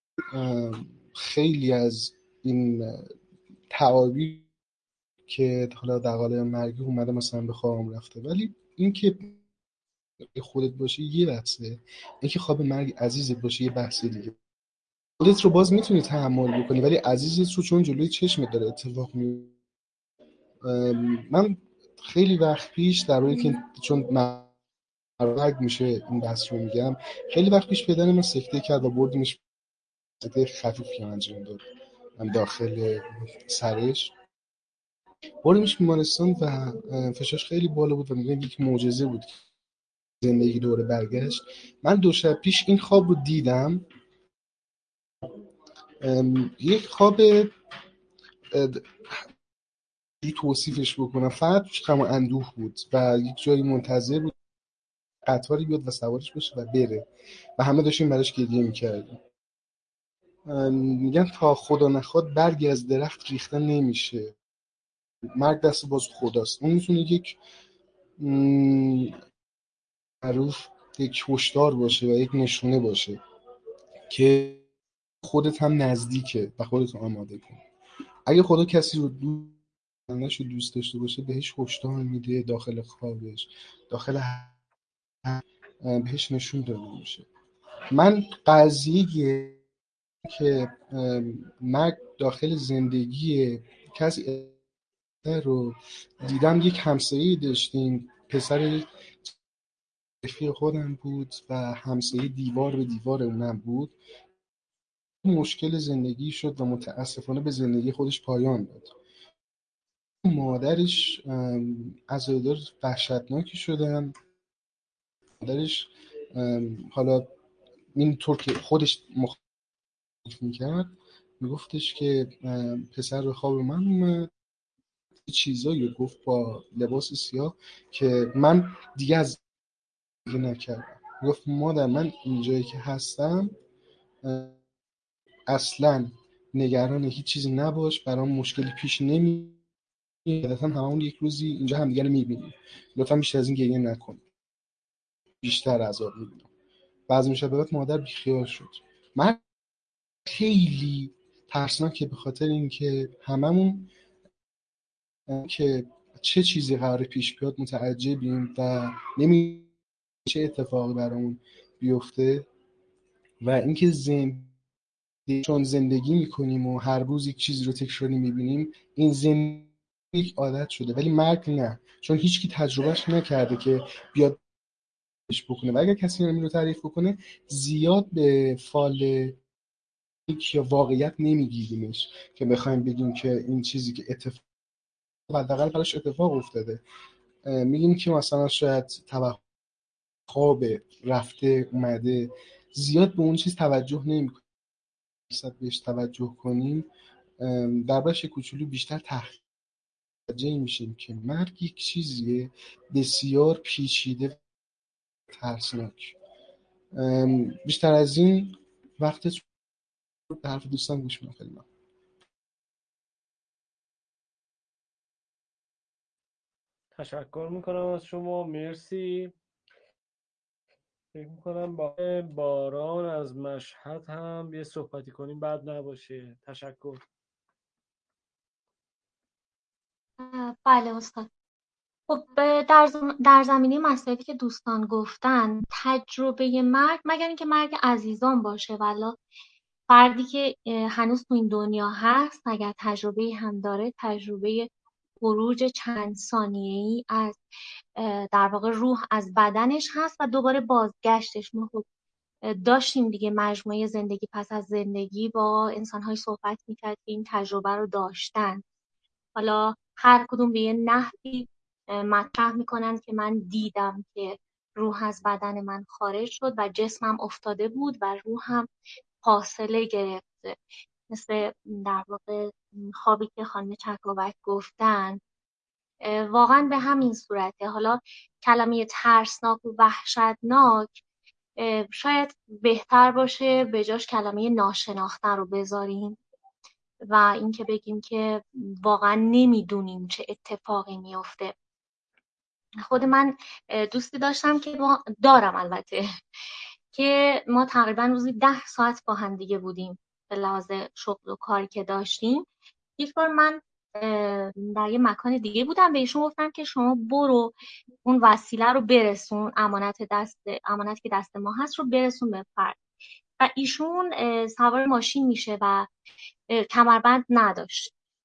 خیلی از این تعابیر که حالا در قالب مرگی اومده مثلا به خوابم رفته، ولی این که خودت باشه یه بحثه، این که خواب مرگ عزیزت باشه یه بحثه دیگه. خودت رو باز میتونی تحمل بکنی ولی عزیزت رو چون جلوی چشمت داره اتفاق میفته من خیلی وقت پیش در حالی که چون مرگ میشه این بحث رو میگم، خیلی وقت پیش پدر من سکته کرد و بردیمش سکته خفیفی انجام داد من داخل سرش، بردیمش بیمارستان و فشارش خیلی بالا بود و میگن یک معجزه بود زندگی دوره برگشت. من دو شب پیش این خواب رو دیدم، یک خواب توصیفش بکنم فقط توش غم و اندوه بود و یک جایی منتظر بود قطاری بیاد و سوارش بشه و بره و همه داشتیم براش گریه میکردیم. میگن تا خدا نخواد برگی از درخت ریختن نمیشه، مرگ دست باز خداست. اون میتونه یک معروف یک هشدار باشه و یک نشونه باشه که خودت هم نزدیکه و خودت آماده کن. اگه خدا کسی رو دوست رو دوست داشته باشه بهش هشدار میده داخل خوابش، داخل بهش نشون داده میشه. من قضیه که مرگ داخل زندگی کسی رو دیدم، یک همسایه داشتیم، پسر رفیق خودم بود و همسایه دیوار به دیوار اونم بود. مشکل زندگی شد و متاسفانه به زندگی خودش پایان داد. مادرش عزادار وحشتناکی شدن. مادرش حالا اینطور که خودش مخالف میکرد میگفتش که پسر به خواب من اومد چیزایی گفت با لباس سیاه که من دیگه از دیگه نکردم. گفت مادر من اینجایی که هستم اصلا نگران هیچ چیزی نباش، برام مشکلی پیش نمی عادتا همون یک روزی اینجا همدیگه رو میبینیم، لطفا بیشتر از این گریه نکن، بیشتر عذاب میبینم. بعضی میشه به بعد مادر بیخیال شد. من خیلی ترسناکه به خاطر اینکه هممون که چه چیزی قراره پیش بیاد متعجبیم و نمی چه اتفاقی برامون بیفته و اینکه زندگی چون زندگی میکنیم و هر روز یک چیزی رو تکراری میبینیم این زندگی یک عادت شده، ولی مرگ نه، چون هیچکی تجربهش نکرده که بیاد بکنه و اگر کسی رو تعریف بکنه زیاد به فال یا واقعیت نمیگیریمش که بخوایم بگیم که این چیزی که اتفاق حداقل براش اتفاق افتاده. میگیم که مثلا شاید توهم خواب رفته اومده، زیاد به اون چیز توجه نمیکنیم. درصد بهش توجه کنیم در بخش کوچولو بیشتر تحقیق متوجه میشیم که مرگ یک چیزیه بسیار پیچیده ترسناک. بیشتر از این وقت در حرف دوستان گوش میدم. خیلی ممنون. تشکر میکنم از شما، مرسی. فکر میکنم با باران از مشهد هم یه صحبتی کنیم بعد نباشه. تشکر. بله استاد. خب در, زم... در زمینه مسائلی که دوستان گفتن، تجربه مرگ مگر اینکه مرگ عزیزان باشه، والا فردی که هنوز تو این دنیا هست اگر تجربه هم داره تجربه خروج چند ثانیه‌ای از در واقع روح از بدنش هست و دوباره بازگشتش. ما خب داشتیم دیگه مجموعه زندگی پس از زندگی با انسان‌های صحبت می‌کرد که این تجربه رو داشتن. حالا هر کدوم به یه نحوی مطرح میکنن که من دیدم که روح از بدن من خارج شد و جسمم افتاده بود و روحم فاصله گرفته، مثل در واقع خوابی که خانم چکاوک گفتن. واقعا به همین صورته. حالا کلمه ترسناک و وحشتناک شاید بهتر باشه به جاش کلمه ناشناخته رو بذاریم و اینکه بگیم که واقعا نمیدونیم چه اتفاقی میفته. خود من دوستی داشتم که دارم البته که ما تقریبا روزی ده ساعت با هم دیگه بودیم به لحاظ شغل و کاری که داشتیم. یک بار من در یه مکان دیگه بودم، به ایشون گفتم که شما برو اون وسیله رو برسون، امانت دست امانت که دست ما هست رو برسون به فرد. و ایشون سوار ماشین میشه و کمربند نداشت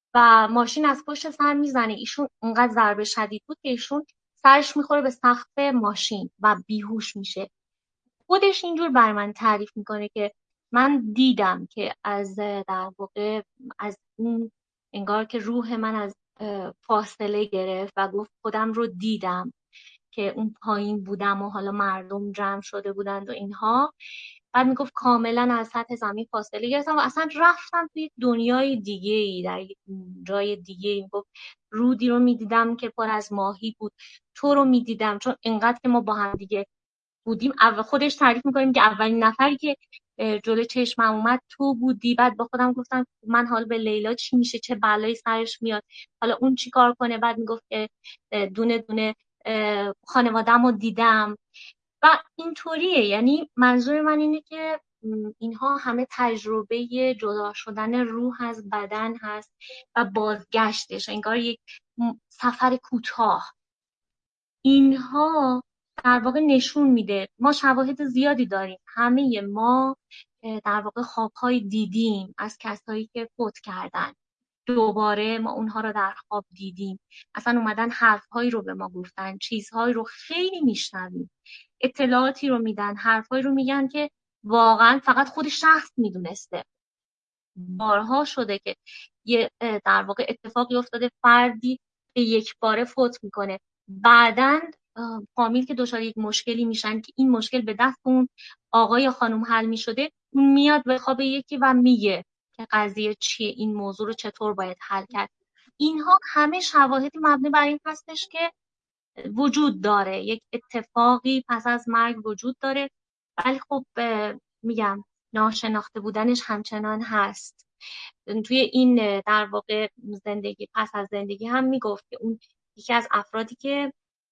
و ماشین از پشت سر میزنه. ایشون اونقدر ضربه شدید بود که ایشون سرش میخوره به سقف ماشین و بیهوش میشه. خودش اینجور بر من تعریف میکنه که من دیدم که از در واقع از اون انگار که روح من از فاصله گرفت و گفت خودم رو دیدم که اون پایین بودم و حالا مردم جمع شده بودند و اینها. بعد میگفت کاملا از سطح زمین فاصله گرفتم و اصلا رفتم توی دنیای دیگه ای، در یک جای دیگه ای. میگفت رودی رو میدیدم که پر از ماهی بود، تو رو میدیدم، چون انقدر که ما با هم دیگه بودیم. اول خودش تعریف میکنیم که اولین نفری که جلوی چشمم اومد تو بودی. بعد با خودم گفتم من حالا به لیلا چی میشه، چه بلایی سرش میاد، حالا اون چی کار کنه. بعد میگفت که دونه دونه خانواده‌مو رو دیدم و اینطوریه. یعنی منظور من اینه که اینها همه تجربه جدا شدن روح از بدن هست و بازگشتش، انگار یک سفر کوتاه. اینها در واقع نشون میده، ما شواهد زیادی داریم، همه ما در واقع خوابهای دیدیم از کسایی که فوت کردن، دوباره ما اونها رو در خواب دیدیم، اصلا اومدن حرفهایی رو به ما گفتن، چیزهایی رو خیلی میشنویم، اطلاعاتی رو میدن، حرفهایی رو میگن که واقعا فقط خود شخص میدونسته. بارها شده که یه در واقع اتفاقی افتاده، فردی به یک باره فوت میکنه، بعداً فامیل که دچار یک مشکلی میشن که این مشکل به دست اون آقای یا خانم حل میشده، اون میاد به خواب یکی و میگه که قضیه چیه، این موضوع رو چطور باید حل کرد. اینها همه شواهدی مبنی بر این هستش که وجود داره، یک اتفاقی پس از مرگ وجود داره، ولی خب میگم ناشناخته بودنش همچنان هست. توی این در واقع زندگی پس از زندگی هم میگفت که اون یکی از افرادی که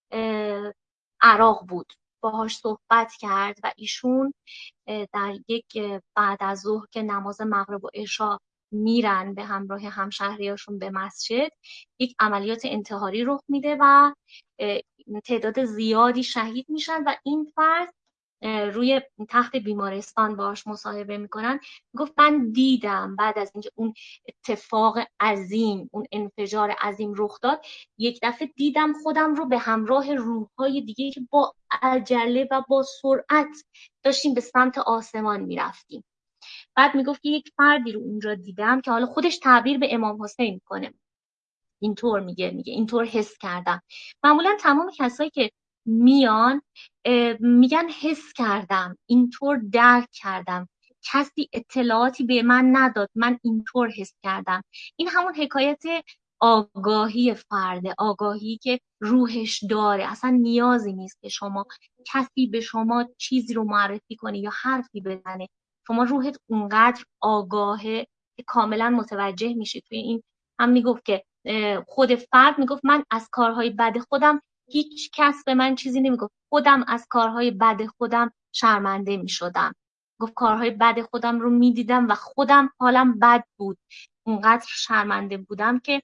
عراق بود باهاش صحبت کرد و ایشون در یک بعد از ظهر که نماز مغرب و عشا میرن به همراه همشهریاشون به مسجد، یک عملیات انتحاری رخ میده و تعداد زیادی شهید میشن و این فرد روی تخت بیمارستان باهاش مصاحبه میکنن، گفت من دیدم بعد از اینکه اون اتفاق عظیم، اون انفجار عظیم رخ داد، یک دفعه دیدم خودم رو به همراه روح‌های دیگه که با عجله و با سرعت داشتیم به سمت آسمان میرفتیم. بعد میگفت که یک فردی رو اونجا دیدم که حالا خودش تعبیر به امام حسین میکنه، اینطور میگه میگه اینطور حس کردم. معمولا تمام کسایی که میان میگن حس کردم، اینطور درک کردم، کسی اطلاعاتی به من نداد، من اینطور حس کردم. این همون حکایت آگاهی فرده، آگاهی که روحش داره. اصلا نیازی نیست که شما کسی به شما چیزی رو معرفی کنه یا حرفی بزنه، شما روحت اونقدر آگاهه که کاملا متوجه میشی. توی این هم میگفت که خود فرد میگفت من از کارهای بد خودم، هیچ کس به من چیزی نمیگفت، خودم از کارهای بد خودم شرمنده میشدم. گفت کارهای بد خودم رو میدیدم و خودم حالم بد بود، اونقدر شرمنده بودم که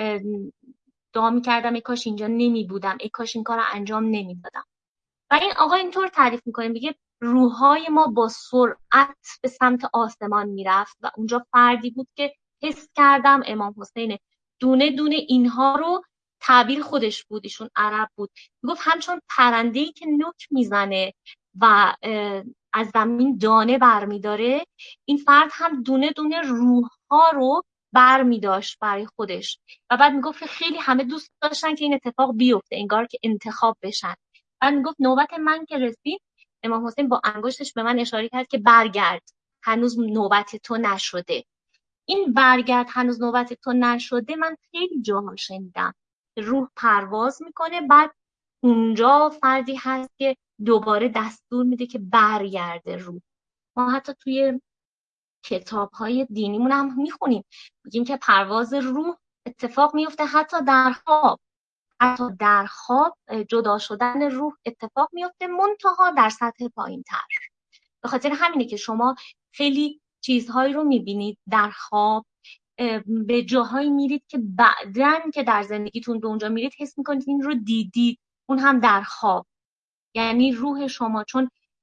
دعا میکردم ای کاش اینجا نمی بودم، ای کاش این کار رو انجام نمیدادم. و این آقا اینطور تعریف میکنه، میگه روحای ما با سرعت به سمت آسمان میرفت و اونجا فردی بود که حس کردم امام حسین. دونه دونه اینها رو تعبیر خودش بود، ایشون عرب بود، میگفت همچون پرنده‌ای که نوک میزنه و از زمین دانه برمیداره، این فرد هم دونه دونه روح‌ها رو برمیداشت برای خودش. و بعد میگفت خیلی همه دوست داشتن که این اتفاق بیفته، انگار که انتخاب بشن. بعد میگفت نوبت من که رسید، امام حسین با انگشتش به من اشاره کرد که برگرد، هنوز نوبت تو نشده. این برگرد هنوز نوبت تو نشده من خیلی جاها شنیدم. روح پرواز میکنه، بعد اونجا فردی هست که دوباره دستور میده که برگرده روح. ما حتی توی کتاب‌های دینیمون هم میخونیم، میگیم که پرواز روح اتفاق میفته حتی در خواب. حتی در خواب جدا شدن روح اتفاق میفته، منتها در سطح پایین تر. به خاطر همینه که شما خیلی چیزهایی رو میبینید در خواب، به جاهایی میرید که بعدن که در زندگیتون به اونجا میرید حس میکنید این رو دیدید، اون هم در خواب. یعنی روح شما چون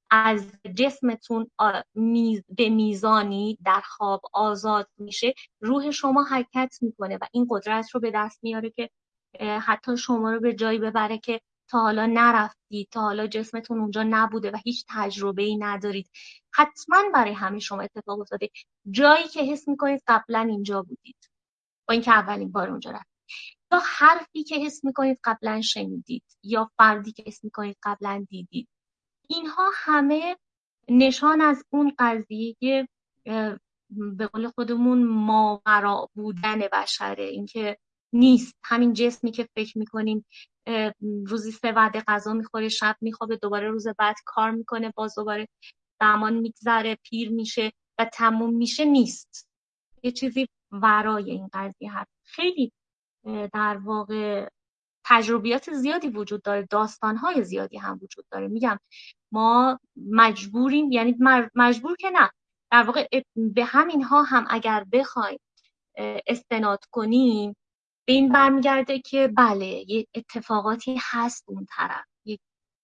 از جسمتون میز به میزانی در خواب آزاد میشه، روح شما حرکت میکنه و این قدرت رو به دست میاره که حتی شما رو به جایی ببره که تا حالا نرفتید، تا حالا جسمتون اونجا نبوده و هیچ تجربه‌ای ندارید. حتما برای همه شما اتفاق افتاده جایی که حس میکنید قبلا اینجا بودید با اینکه اولین بار اونجا رفتید، یا حرفی که حس میکنید قبلا شنیدید، یا فردی که حس میکنید قبلا دیدید. اینها همه نشان از اون قضیه به قول خودمون ماورا بودن بشره، اینکه نیست همین جسمی که فکر میکنیم روزی سه وعده غذا میخوره، شب میخوابه، دوباره روز بعد کار میکنه، باز دوباره زمان میگذره، پیر میشه و تموم میشه، نیست. یه چیزی ورای این قضیه هست. خیلی در واقع تجربیات زیادی وجود داره، داستانهای زیادی هم وجود داره. میگم ما مجبوریم، یعنی مجبور که نه، در واقع به همین ها هم اگر بخوایم استناد کنیم به این برمیگرده که بله یه اتفاقاتی هست اون طرف، یک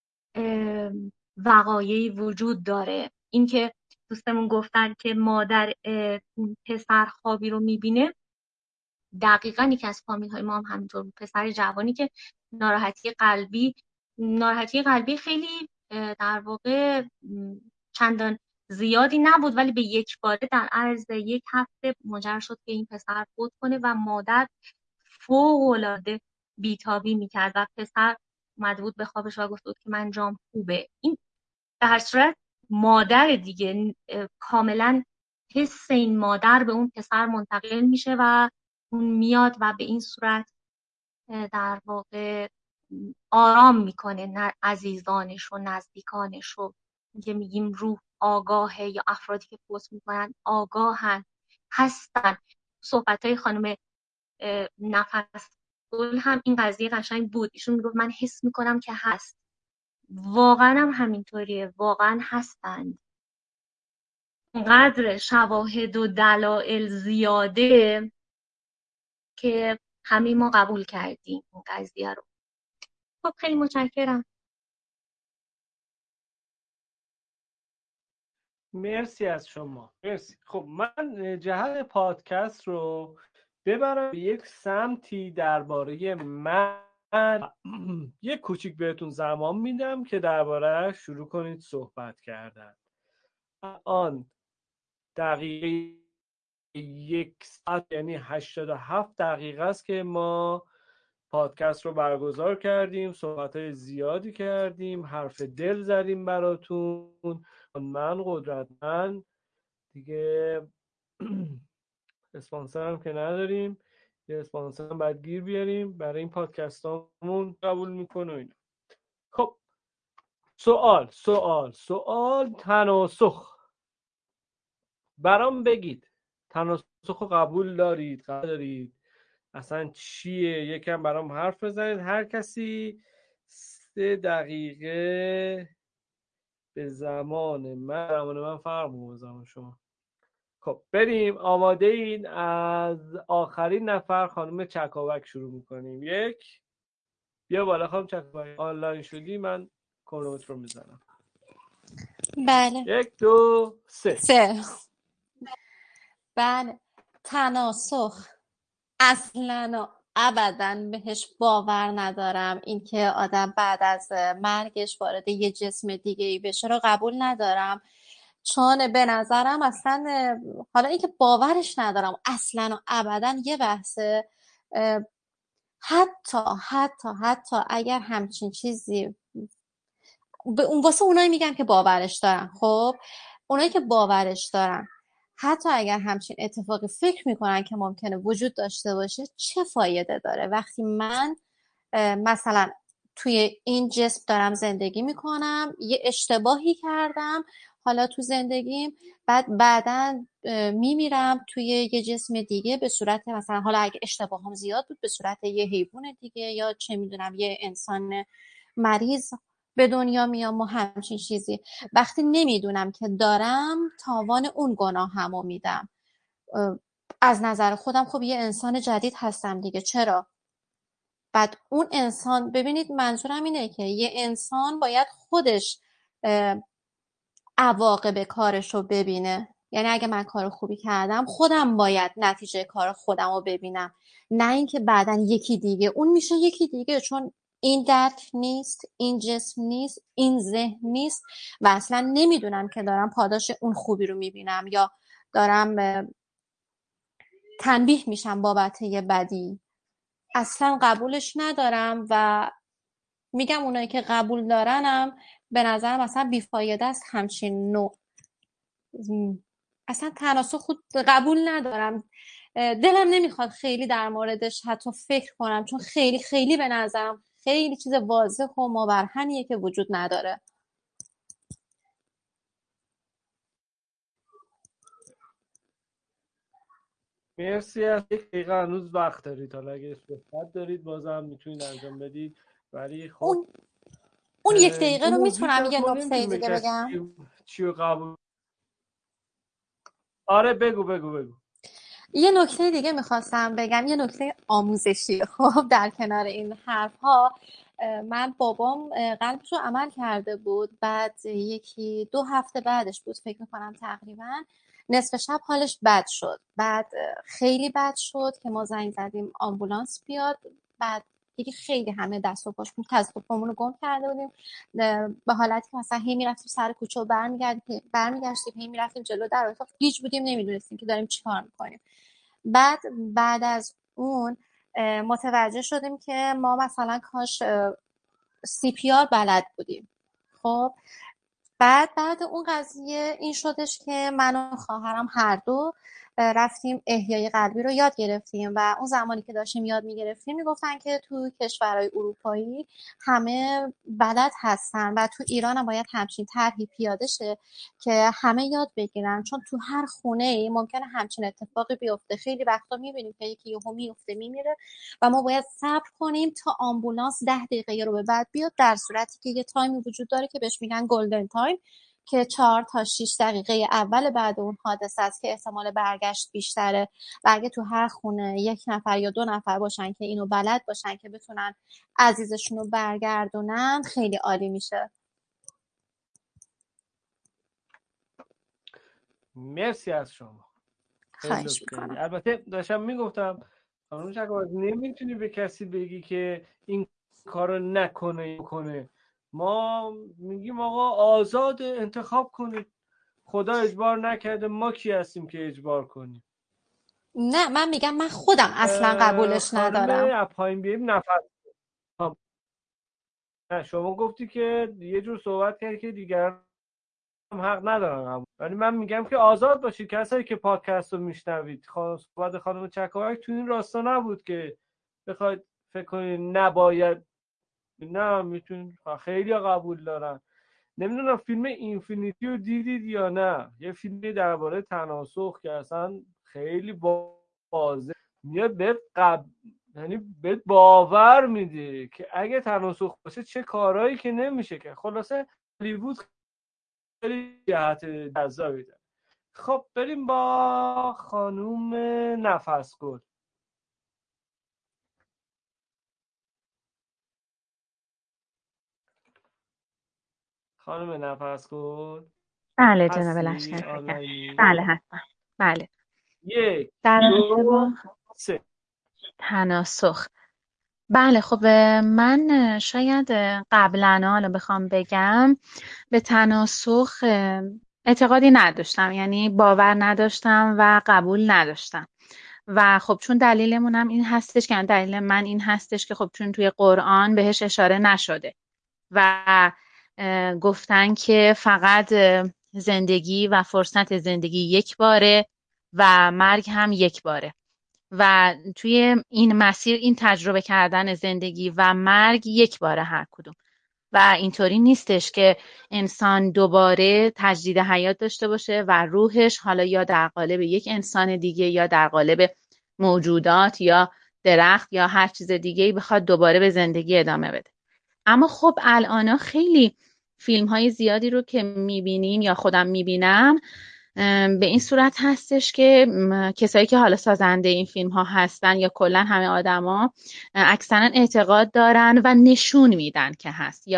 وقایعی وجود داره. اینکه دوستمون گفتن که مادر پسر خوابی رو میبینه، دقیقاً یکی از فامیل های ما هم همینطور بود. پسر جوانی که ناراحتی قلبی ناراحتی قلبی خیلی در واقع چندان زیادی نبود، ولی به یک باره در عرض یک هفته منجر شد که این پسر فوت کنه و مادر فوق‌العاده بیتابی میکرد و پسر اومده بود به خوابش و گفت بود که من جام خوبه. این در صورت مادر دیگه کاملا حس این مادر به اون پسر منتقل میشه و اون میاد و به این صورت در واقع آرام میکنه عزیزانش و نزدیکانش رو. که میگیم روح آگاهه، یا افرادی که فوت میکنن آگاهن، هستن. صحبتهای خانم نفس گل هم این قضیه قشنگ بود. ایشون میگفت من حس میکنم که هست. واقعا هم همینطوریه، واقعا هستند. اینقدر شواهد و دلایل زیاده که همه ما قبول کردیم این قضیه رو. خب خیلی متشکرم. مرسی از شما. مرسی. خب من جهت پادکست رو ببرم به یک سمتی درباره من یک کوچیک بهتون زمان میدم که درباره شروع کنید صحبت کردن. آن دقیقه یک ساعت یعنی هشتاد و هفت دقیقه است که ما پادکست رو برگزار کردیم، صحبت‌های زیادی کردیم، حرف دل زدیم براتون. من قدرتمند دیگه اسپانسر هم که نداریم، یه اسپانسر هم باید گیر بیاریم برای این پادکستامون قبول میکنه اینا. خب سوال سوال سوال تناسخ برام بگید. تناسخ رو قبول دارید؟ قبول دارید؟ اصلا چیه؟ یکم برام حرف بزنید. هر کسی سه دقیقه به زمان من زمان من فرق می‌کنه زمان شما. خب بریم. آماده این؟ از آخرین نفر خانم چکاوک شروع میکنیم. یک، بیا بالا خانم چکاوک. آنلاین شدی من کرونومتر رو میزنم. بله. یک دو سه. سه. بله. تناسخ اصلا و ابدا بهش باور ندارم. اینکه آدم بعد از مرگش وارد یه جسم دیگه ای بشه رو قبول ندارم، چون به نظرم اصلا، حالا اینکه باورش ندارم اصلا و ابدا یه بحثه. حتی حتی حتی اگر همچین چیزی به اون واسه اونایی میگم که باورش دارن، خب اونایی که باورش دارن حتی اگر همچین اتفاقی فکر میکنن که ممکنه وجود داشته باشه، چه فایده داره وقتی من مثلا توی این جسم دارم زندگی میکنم، یه اشتباهی کردم حالا تو زندگیم، بعد بعداً میمیرم توی یه جسم دیگه به صورت مثلا، حالا اگه اشتباهم زیاد بود، به صورت یه حیوان دیگه یا چه میدونم یه انسان مریض به دنیا میام و همچین چیزی. وقتی نمیدونم که دارم، تاوان اون گناهمو میدم. از نظر خودم خب یه انسان جدید هستم دیگه، چرا؟ بعد اون انسان، ببینید منظورم اینه که یه انسان باید خودش عواقب کارش رو ببینه. یعنی اگه من کار خوبی کردم خودم باید نتیجه کار خودم رو ببینم، نه اینکه بعداً یکی دیگه اون میشه یکی دیگه، چون این درک نیست، این جسم نیست، این ذهن نیست و اصلا نمیدونم که دارم پاداش اون خوبی رو میبینم یا دارم تنبیه میشم بابت یه بدی. اصلا قبولش ندارم و میگم اونایی که قبول دارنم به نظرم اصلا بیفایده است همچین نوع. اصلا تناسخ خود قبول ندارم، دلم نمیخواد خیلی در موردش حتی فکر کنم، چون خیلی خیلی به نظرم خیلی چیز واضح و مبرهنیه که وجود نداره. مرسی. از یک دقیقه هنوز وقت دارید، حالا اگه صحبت دارید بازم میتونید انجام بدید، ولی خب اون اون یک دقیقه رو موضوعی میتونم که یه ما نکته نمیتونیم به دیگه بگم؟ کسی چی رو قبول. آره بگو بگو بگو. یه نکته دیگه میخواستم بگم، یه نکته آموزشی. خب در کنار این حرف ها، من بابام قلبش رو عمل کرده بود، بعد یکی دو هفته بعدش بود فکر میکنم تقریبا، نصف شب حالش بد شد. بعد خیلی بد شد که ما زنگ زدیم آمبولانس بیاد. بعد دیگه خیلی همه دست و پاشمون کز پامون رو گم کرده بودیم، به حالتی که مثلا هی میرفتیم سر کوچه و برمیگردیم برمیگشتیم هی میرفتیم جلو در اتاق، گیج بودیم نمیدونستیم که داریم چیکار میکنیم. بعد بعد از اون متوجه شدیم که ما مثلا کاش سی پی آر بلد بودیم. خب بعد بعد اون قضیه این شدش که من و خواهرم هر دو رفتیم احیای قلبی رو یاد گرفتیم و اون زمانی که داشتیم یاد میگرفتیم میگفتن که تو کشورهای اروپایی همه بلد هستن و تو ایران هم باید همچین طرحی پیاده شه که همه یاد بگیرن، چون تو هر خونه ای ممکنه همچین اتفاقی بیفته. خیلی وقتا میبینیم که یکی یهو میفته میمیره و ما باید صبر کنیم تا آمبولانس ده دقیقه رو به بعد بیاد، در صورتی که یه تایمی وجود داره که بهش میگن گلدن تایم که چهار تا شش دقیقه اول بعد اون حادثه است که احتمال برگشت بیشتره. و اگه تو هر خونه یک نفر یا دو نفر باشن که اینو بلد باشن که بتونن عزیزشون رو برگردونن خیلی عالی میشه. مرسی از شما. خواهش میکنم. البته داشتم میگفتم خانم شکوبا نمیتونی به کسی بگی که این کارو نکنه کنه. ما میگیم آقا آزاد انتخاب کنید، خدا اجبار نکرده، ما کی هستیم که اجبار کنیم؟ نه من میگم من خودم اصلا قبولش ندارم. خانم اپاین بیم نفس نه شما گفتی که یه جور صحبت کردی که دیگران هم حق ندارن، ولی من میگم که آزاد باشید. کسایی که پادکست رو میشنوید، صحبت خانم چکاوک تو این راستا نبود که بخواید فکر کنید نباید، نه میتونید، خیلی قبول دارن. نمیدونم فیلم اینفینیتی رو دیدید یا نه، یه فیلمی درباره تناسخ که اصلا خیلی واضح میاد به قبل، یعنی به باور میده که اگه تناسخ باشه چه کارهایی که نمیشه که. خلاصه هالیوود خیلی جهت جذابی داره. خب بریم با خانوم نفسگل. خانم نفسگل بله جناب لشکر. بله هستم. بله. یک در دو سه. تناسخ. بله خب من شاید قبلا حالا بخوام بگم به تناسخ اعتقادی نداشتم، یعنی باور نداشتم و قبول نداشتم. و خب چون دلیلمونم این هستش که دلیل من این هستش که خب چون توی قرآن بهش اشاره نشده و گفتن که فقط زندگی و فرصت زندگی یک باره و مرگ هم یک باره و توی این مسیر این تجربه کردن زندگی و مرگ یک باره هر کدوم و اینطوری نیستش که انسان دوباره تجدید حیات داشته باشه و روحش حالا یا در قالب یک انسان دیگه یا در قالب موجودات یا درخت یا هر چیز دیگه‌ای بخواد دوباره به زندگی ادامه بده. اما خب الان خیلی فیلم های زیادی رو که میبینیم یا خودم میبینم به این صورت هستش که کسایی که حالا سازنده این فیلم ها هستن یا کلا همه آدما اکثرا اعتقاد دارن و نشون میدن که هست، یا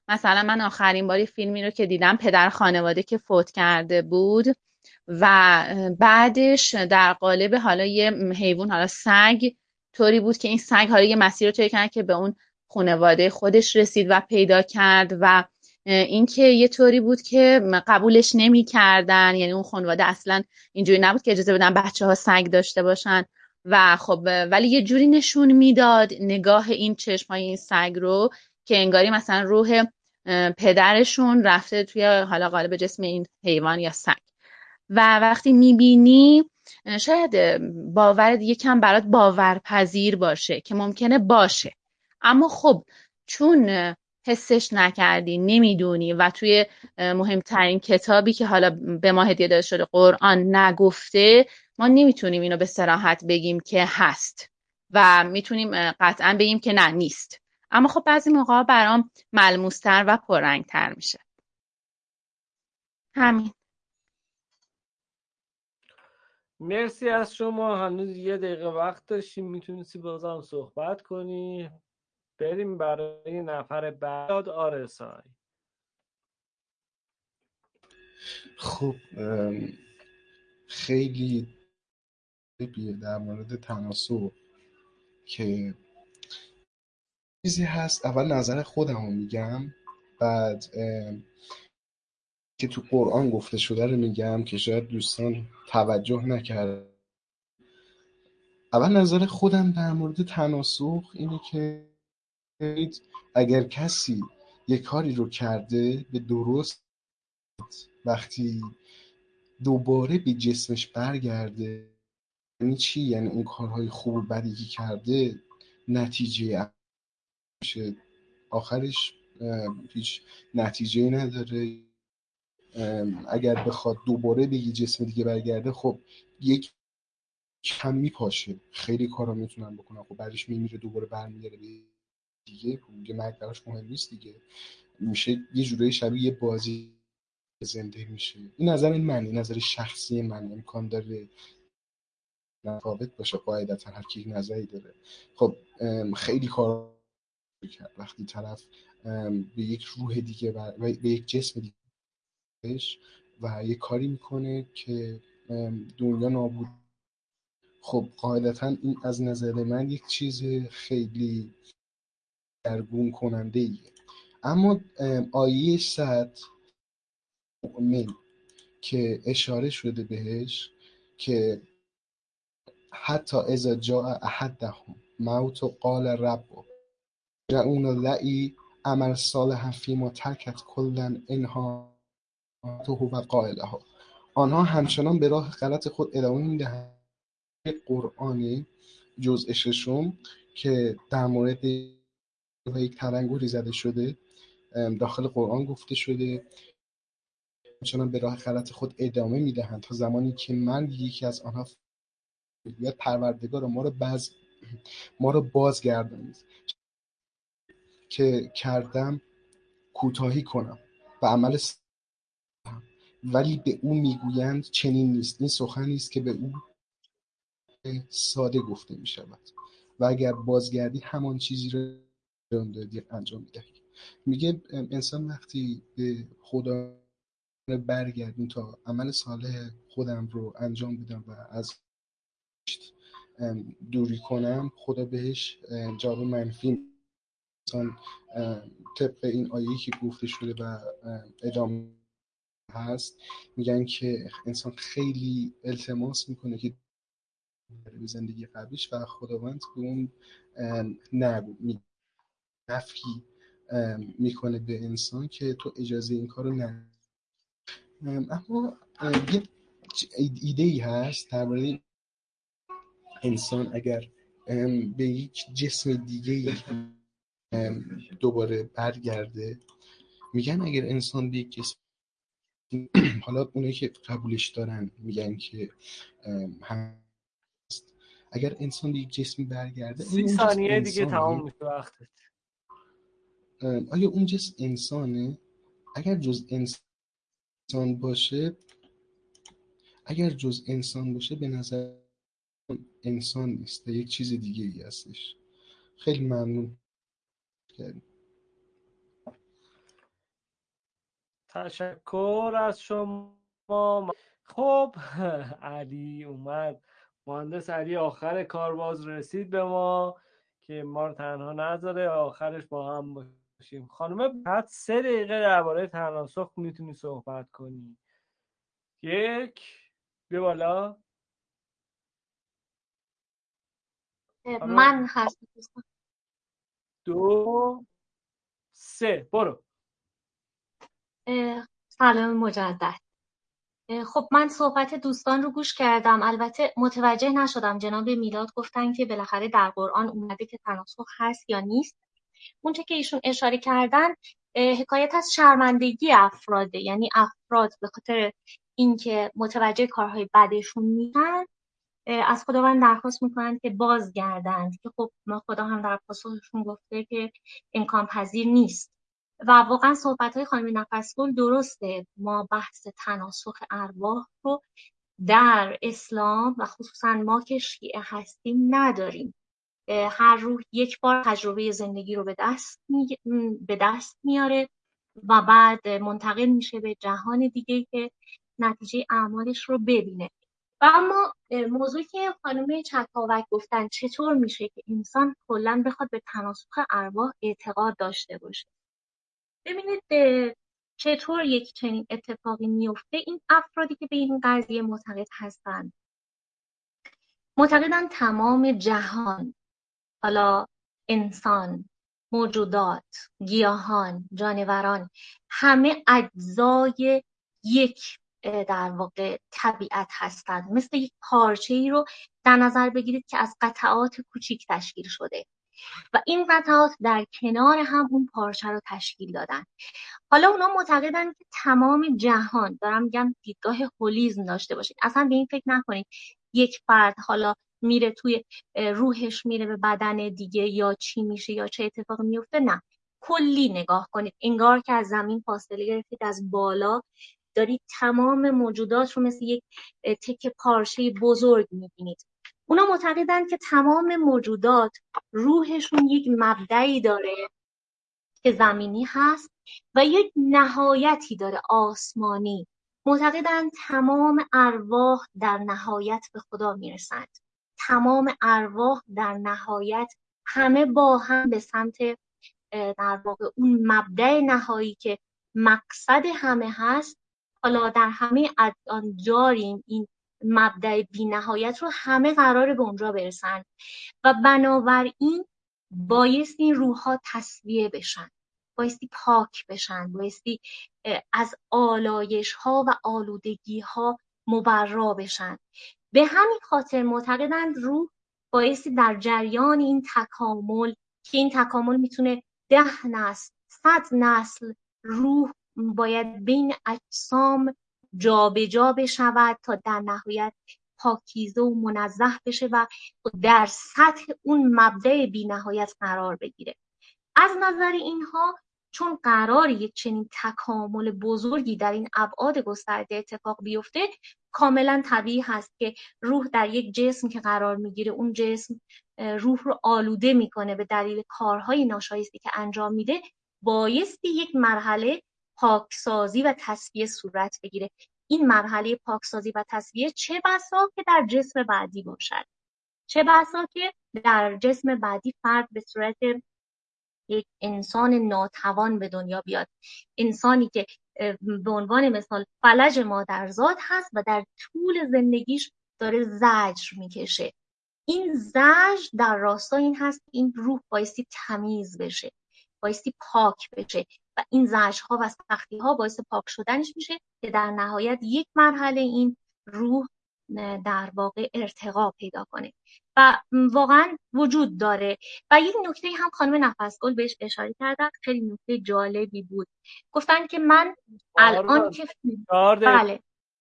مثلا من آخرین باری فیلمی رو که دیدم پدر خانواده که فوت کرده بود و بعدش در قالب حالا یه حیوان، حالا سگ، طوری بود که این سگ حالا یه مسیر رو طی کرد که به اون خانواده خودش رسید و پیدا کرد و اینکه یه طوری بود که قبولش نمی کردن، یعنی اون خانواده اصلا اینجوری نبود که اجازه بدن بچه ها سگ داشته باشن و خب ولی یه جوری نشون میداد نگاه این چشم های این سگ رو که انگاری مثلا روح پدرشون رفته توی حالا قالب جسم این حیوان یا سگ و وقتی میبینی شاید باورت یکم برات باورپذیر باشه که ممکنه باشه، اما خب چون حسش نکردی، نمیدونی و توی مهمترین کتابی که حالا به ما هدیه داده شده قرآن نگفته، ما نمیتونیم اینو به صراحت بگیم که هست و میتونیم قطعا بگیم که نه نیست، اما خب بعضی موقع برام ملموستر و پررنگتر میشه. همین. مرسی از شما. هنوز یه دقیقه وقت داشتیم، میتونستی بازم صحبت کنی. بریم برای نفر بعد. آرسای. خب خیلی بیه در مورد تناسب که چیزی هست. اول نظر خودم رو میگم، بعد که تو قرآن گفته شده رو میگم که شاید دوستان توجه نکرد. اول نظر خودم در مورد تناسخ اینه که اگر کسی یک کاری رو کرده به درست، وقتی دوباره به جسمش برگرده، یعنی چی؟ یعنی اون کارهای خوب و بدی که کرده نتیجه میشه، آخرش هیچ نتیجه نداره. اگر بخواد دوباره به یه جسم دیگه برگرده، خب یک کم میپاشه، خیلی کارا میتونن بکنن، خب بعدش میمیره دوباره برمیگرده به دیگه، دیگه مرگ براش مهم نیست دیگه، میشه یه جورایی شبیه یه بازی زنده میشه. این نظر من، این نظر شخصی من، امکان داره متفاوت باشه، قاعدتا هر کی نظری داره. خب خیلی کار کرد وقتی طرف به یک روح دیگه و به یک جسم دیگه و یه کاری میکنه که دنیا نابود. خب قاعدتا این از نظر من یک چیز خیلی درگون کننده ایه. اما آیه صد مؤمن که اشاره شده بهش که حتی اذا جاء احدهم موت و قال رب جعون لعی عمل صالحا فیما ترکت کلا انها و قائلها، آنها همچنان به راه غلط خود ادامه میدهند. قرآنی جزء ششم که در مورد یک تلنگری زده شده داخل قرآن گفته شده همچنان به راه غلط خود ادامه میدهند تا زمانی که من یکی از آنها بیاد پروردگار ما رو باز ما رو بازگردانید که کردم کوتاهی کنم و عمل س... ولی به او میگویند چنین نیست، این سخنی است که به او ساده گفته می شود و اگر بازگردی همان چیزی رو انجام دادی انجام میدهی. میگه انسان وقتی به خدا برگردیم تا عمل صالح خودم رو انجام بدم و از دوری کنم، خدا بهش جواب منفی انسان طبق این آیه‌ای که گفته شده و ادامه هست میگن که انسان خیلی التماس میکنه که به زندگی قبلیش و خداوند به اون نگو نفی میکنه به انسان که تو اجازه این کارو نه. اما یه ایده ای هست درباره انسان اگر به یک جسم دیگه دوباره برگرده. میگن اگر انسان به یک جسم حالا اونایی که قبولش دارن میگن که هم اگر انسان به یک جسمی برگرده سی ثانیه دیگه تمام میشه وقتت. آیا اون جسم انسانه؟ اگر جز انسان باشه اگر جز انسان باشه به نظر انسان نیست، یک چیز دیگه ای هستش. خیلی ممنون کردیم. تشکر از شما. خب علی اومد، مهندس علی آخر کار باز رسید به ما که ما رو تنها نذاره آخرش با هم باشیم. خانم بعد سه دقیقه درباره تناسخ میتونی صحبت کنی. یک، بیا بالا. من هستم. دو، سه، برو. سلام مجدد. خب من صحبت دوستان رو گوش کردم، البته متوجه نشدم جناب میلاد گفتن که بالاخره در قرآن اومده که تناسخ هست یا نیست. اونچه که ایشون اشاره کردن حکایت از شرمندگی افراده، یعنی افراد به خاطر اینکه متوجه کارهای بدشون میشن از خداوند درخواست میکنند که بازگردند، که خب ما خدا هم در پاسخشون گفته که امکان پذیر نیست. و واقعا صحبت‌های خانم نفسگل درسته، ما بحث تناسخ ارواح رو در اسلام و خصوصا ما که شیعه هستیم نداریم. هر روح یک بار تجربه زندگی رو به دست می... به دست میاره و بعد منتقل میشه به جهان دیگه که نتیجه اعمالش رو ببینه. و اما موضوعی که خانم چکاوک گفتن چطور میشه که انسان کلا بخواد به تناسخ ارواح اعتقاد داشته باشه. ببینید چطور یک چنین اتفاقی میفته. این افرادی که به این قضیه معتقد هستند معتقدن تمام جهان، حالا انسان، موجودات، گیاهان، جانوران، همه اجزای یک در واقع طبیعت هستند. مثل یک پارچه‌ای رو در نظر بگیرید که از قطعات کوچیک تشکیل شده و این قطعات در کنار هم اون پارچه رو تشکیل دادن. حالا اونا معتقدن که تمام جهان، دارم میگم دیدگاه هولیزم داشته باشید، اصلا به این فکر نکنید یک فرد حالا میره توی روحش میره به بدن دیگه یا چی میشه یا چه اتفاقی میفته، نه، کلی نگاه کنید، انگار که از زمین فاصله گرفتید، از بالا دارید تمام موجودات رو مثل یک تکه پارچه بزرگ میبینید. اونا معتقدن که تمام موجودات روحشون یک مبدعی داره که زمینی هست و یک نهایتی داره آسمانی. معتقدن تمام ارواح در نهایت به خدا میرسند. تمام ارواح در نهایت همه با هم به سمت در واقع اون مبدأ نهایی که مقصد همه هست. حالا در همه ادیان جاریم این مبدأ بی نهایت رو همه قراره به اونجا برسن و بنابراین بایستی این روح‌ها تصفیه بشن، بایستی پاک بشن، بایستی از آلایش‌ها و آلودگی‌ها مبرا بشن. به همین خاطر معتقدند روح بایستی در جریان این تکامل، که این تکامل میتونه ده نسل، صد نسل، روح باید بین اجسام جابجا بشود تا در نهایت پاکیزه و منزه بشه و در سطح اون مبدأ بی نهایت قرار بگیره. از نظر اینها چون قرار یک چنین تکامل بزرگی در این ابعاد گسترده اتفاق بیفته، کاملا طبیعی هست که روح در یک جسم که قرار میگیره، اون جسم روح رو آلوده میکنه به دلیل کارهای ناشایستی که انجام میده، بایستی یک مرحله پاکسازی و تصفیه صورت بگیره. این مرحله پاکسازی و تصفیه چه بسا که در جسم بعدی باشد، چه بسا که در جسم بعدی فرد به صورت یک انسان ناتوان به دنیا بیاد، انسانی که به عنوان مثال فلج مادرزاد هست و در طول زندگیش داره زجر میکشه. این زجر در راستای این هست که این روح بایستی تمیز بشه، بایستی پاک بشه و این زجرها و سختی‌ها باعث پاک شدنش میشه که در نهایت یک مرحله این روح در واقع ارتقا پیدا کنه و واقعا وجود داره. و یک نکته هم خانم نفسگل بهش اشاره کردن، خیلی نکته جالبی بود. گفتن که من الان که بله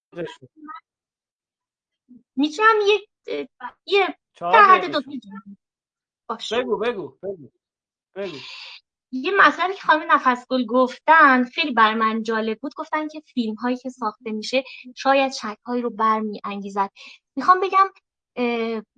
میتونم یک یه در حد دو باش بگو بگو بگو بگو یه مسئله که خانم نفسگل گفتن خیلی بر من جالب بود. گفتن که فیلم هایی که ساخته میشه شاید شک هایی رو برمی انگیزد. میخوام بگم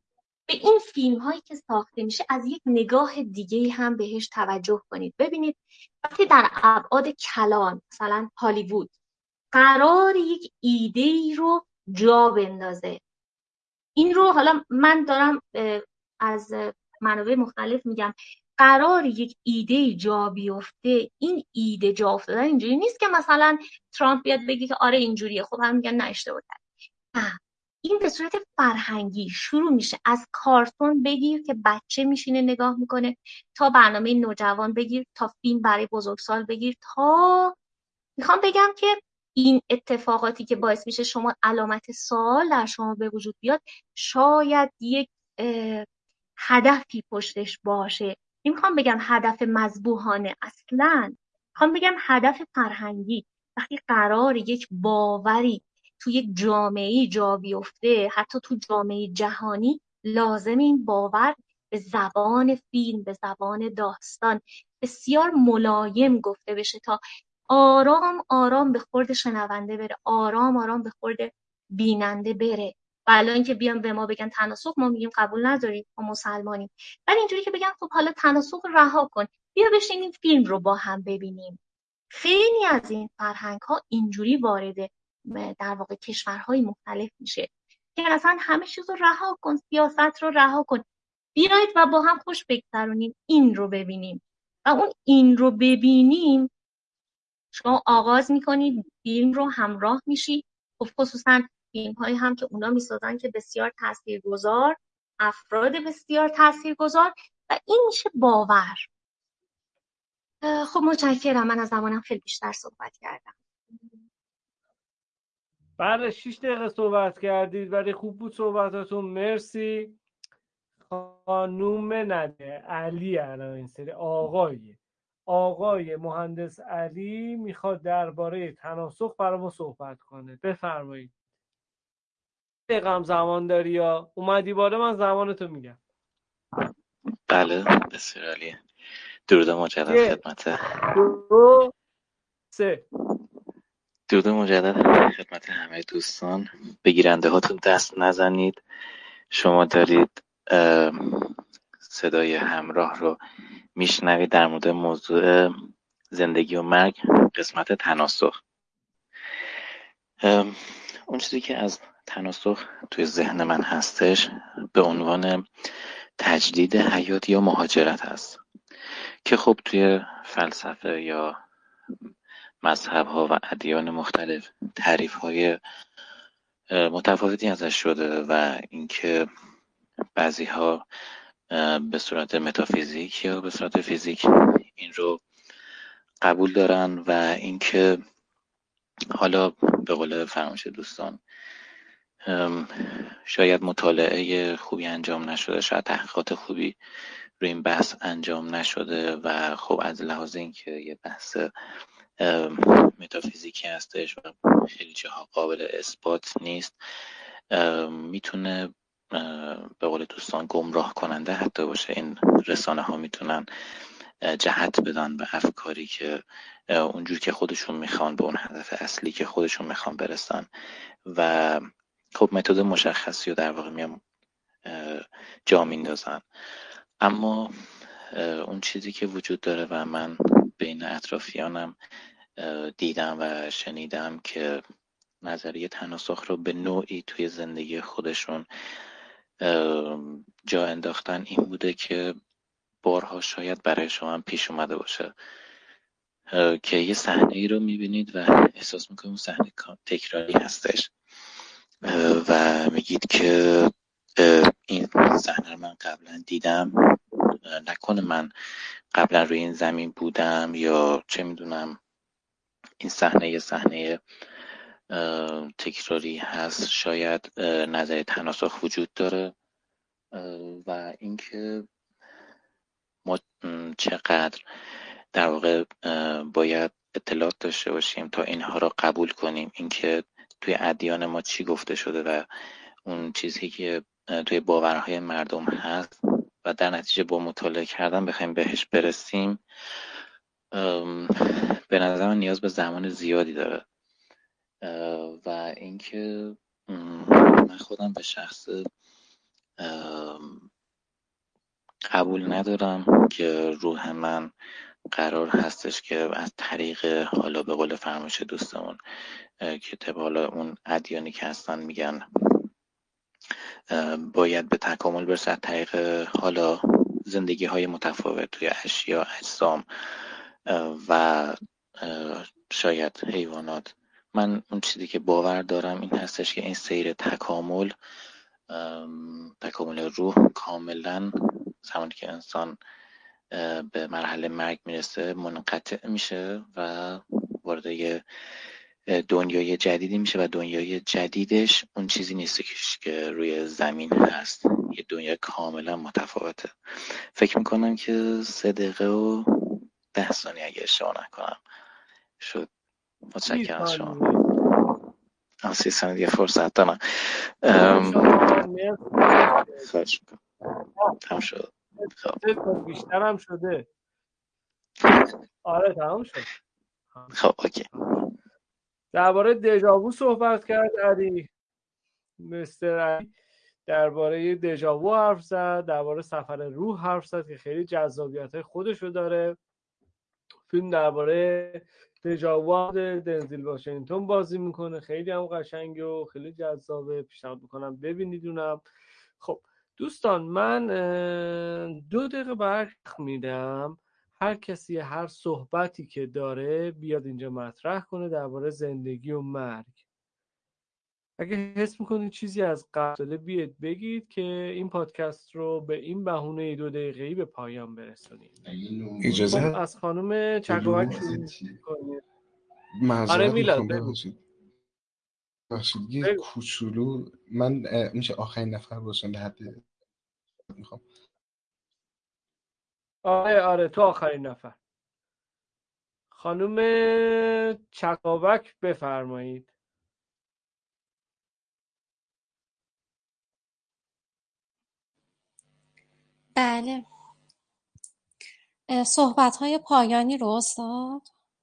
به این فیلم هایی که ساخته میشه از یک نگاه دیگه هم بهش توجه کنید. ببینید وقتی در ابعاد کلان مثلا هالیوود قرار یک ایده ای رو جا بندازه، این رو حالا من دارم از منابع مختلف میگم، قرار یک ایده جا بیفته، این ایده جا افتادن اینجوری نیست که مثلا ترامپ بیاد بگه که آره اینجوریه، خب هم میگن نه اشتباه کرد. نه، این به صورت فرهنگی شروع میشه. از کارتون بگیر که بچه میشینه نگاه میکنه، تا برنامه نوجوان بگیر، تا فیلم برای بزرگسال بگیر، تا میخوام بگم که این اتفاقاتی که باعث میشه شما علامت سوال در شما به وجود بیاد، شاید یک هدفی پشتش باشه. نمیخوام بگم هدف مذبوحانه، اصلاً میخوام بگم هدف فرهنگی. وقتی قرار یک باوری تو یک جامعه جا بیفته، حتی تو جامعه جهانی، لازم این باور به زبان فیلم، به زبان داستان بسیار ملایم گفته بشه تا آرام آرام به خورد شنونده بره، آرام آرام به خورد بیننده بره. و الان که بیان به ما بگن تناسخ، ما میگیم قبول نداریم، ما مسلمانیم. ولی اینجوری که بگن خب حالا تناسخ رها کن، بیا بشینیم فیلم رو با هم ببینیم. خیلی از این فرهنگ ها اینجوری وارد در واقع کشورهای مختلف میشه که اصلا همه چیز رو رها کن، سیاست رو رها کن، بیایید و با هم خوش بگذرونیم، این رو ببینیم. و اون این رو ببینیم شما آغاز میکنید فیلم رو همراه میشی. خب خصوصا فیلم هایی هم که اونا میسازن که بسیار تاثیرگذار، افراد بسیار تاثیرگذار، و این میشه باور. خب متشکرم، من از زمانم خیلی بیشتر صحبت کردم. بله شیش دقیقه صحبت کردید ولی خوب بود صحبتاتون، مرسی. خانوم نده علی الان این سری آقای آقای مهندس علی میخواد درباره تناسخ برای ما صحبت کنه. بفرمایید. دقیقه هم زمان داری یا اومدی بالا من زمانتو میگم. بله بسیار عالیه. درود مجدد خدمت دو سه درود مجدد خدمت همه دوستان. به گیرنده هاتون دست نزنید. شما دارید صدای همراه رو میشنوید در مورد موضوع زندگی و مرگ، قسمت تناسخ. اون چیزی که از تناسخ توی ذهن من هستش به عنوان تجدید حیات یا مهاجرت هست که خب توی فلسفه یا مذهب ها و ادیان مختلف تعریف های متفاوتی ازش شده و اینکه بعضی ها به صورت متافیزیک یا به صورت فیزیک این رو قبول دارن و اینکه حالا به قول فرمایش دوستان شاید مطالعه خوبی انجام نشده، شاید تحقیقات خوبی روی این بحث انجام نشده و خب از لحاظ اینکه یه بحث متافیزیکی هستش و خیلی جاها قابل اثبات نیست، میتونه به قول دوستان گمراه کننده حتی باشه. این رسانه ها میتونن جهت بدن به افکاری که اونجور که خودشون میخوان به اون هدف اصلی که خودشون میخوان برسن و خب متد مشخصی رو در واقع میام جا میندازن. اما اون چیزی که وجود داره و من بین اطرافیانم دیدم و شنیدم که نظریه تناسخ رو به نوعی توی زندگی خودشون جا انداختن این بوده که بارها شاید برای شما هم پیش اومده باشه که یه صحنه ای رو میبینید و احساس میکنید اون صحنه تکراری هستش و میگید که این صحنه رو من قبلا دیدم، نکنه من قبلا روی این زمین بودم، یا چه میدونم این صحنه یه صحنه تکراری هست. شاید نظر تناسخ وجود داره و اینکه ما چقدر در واقع باید اطلاعات داشته باشیم تا اینها را قبول کنیم، اینکه توی ادیان ما چی گفته شده و اون چیزی که توی باورهای مردم هست و در نتیجه با مطالعه کردن بخوایم بهش برسیم به نظر من نیاز به زمان زیادی داره. و اینکه من خودم به شخص قبول ندارم که روح من قرار هستش که از طریق، حالا به قول فرمایش دوستمون که طبق حالا اون ادیانی که هستن میگن باید به تکامل برسه از طریق حالا زندگی های متفاوت توی اشیا، اجسام و شاید حیوانات. من اون چیزی که باور دارم این هستش که این سیر تکامل تکامل روح کاملا زمانی که انسان به مرحله مرگ میرسه منقطع میشه و وارد یه دنیای جدیدی میشه و دنیای جدیدش اون چیزی نیست که روی زمین هست، یه دنیا کاملا متفاوته. فکر میکنم که سه دقیقه و ده ثانیه اگه اشتباه نکنم شد. متشکرم از شما. اما سی ثانیه دیگه فرصت دارم. خواهش میکنم. تمام شد. خب بیشتر هم شده. آره تمام شد. خب اوکی. درباره دژاوو صحبت کرد علی مستر علی، درباره دژاوو حرف زد، درباره سفر روح حرف زد که خیلی جذابیت خودشو داره. فیلم درباره دژاوو دنزل واشنگتن بازی میکنه، خیلی هم قشنگه و خیلی جذابه، پیشنهاد میکنم ببینید اونم. خب دوستان من دو دقیقه برق میدم، هر کسی هر صحبتی که داره بیاد اینجا مطرح کنه درباره زندگی و مرگ. اگه حس میکنید چیزی از قبل بیاد بگید که این پادکست رو به این بهونه دو دقیقه‌ای به پایان برسونیم. اجازه خب از خانم چکوبک شروع کنید. معذرت میخوام ببخشید ببخشید یه بگو. کوچولو من میشه آخرین نفر باشم به حد میخوام. آره آره تو آخرین نفر. خانم چکاوک بفرمایید. بله، صحبت های پایانی رو استاد.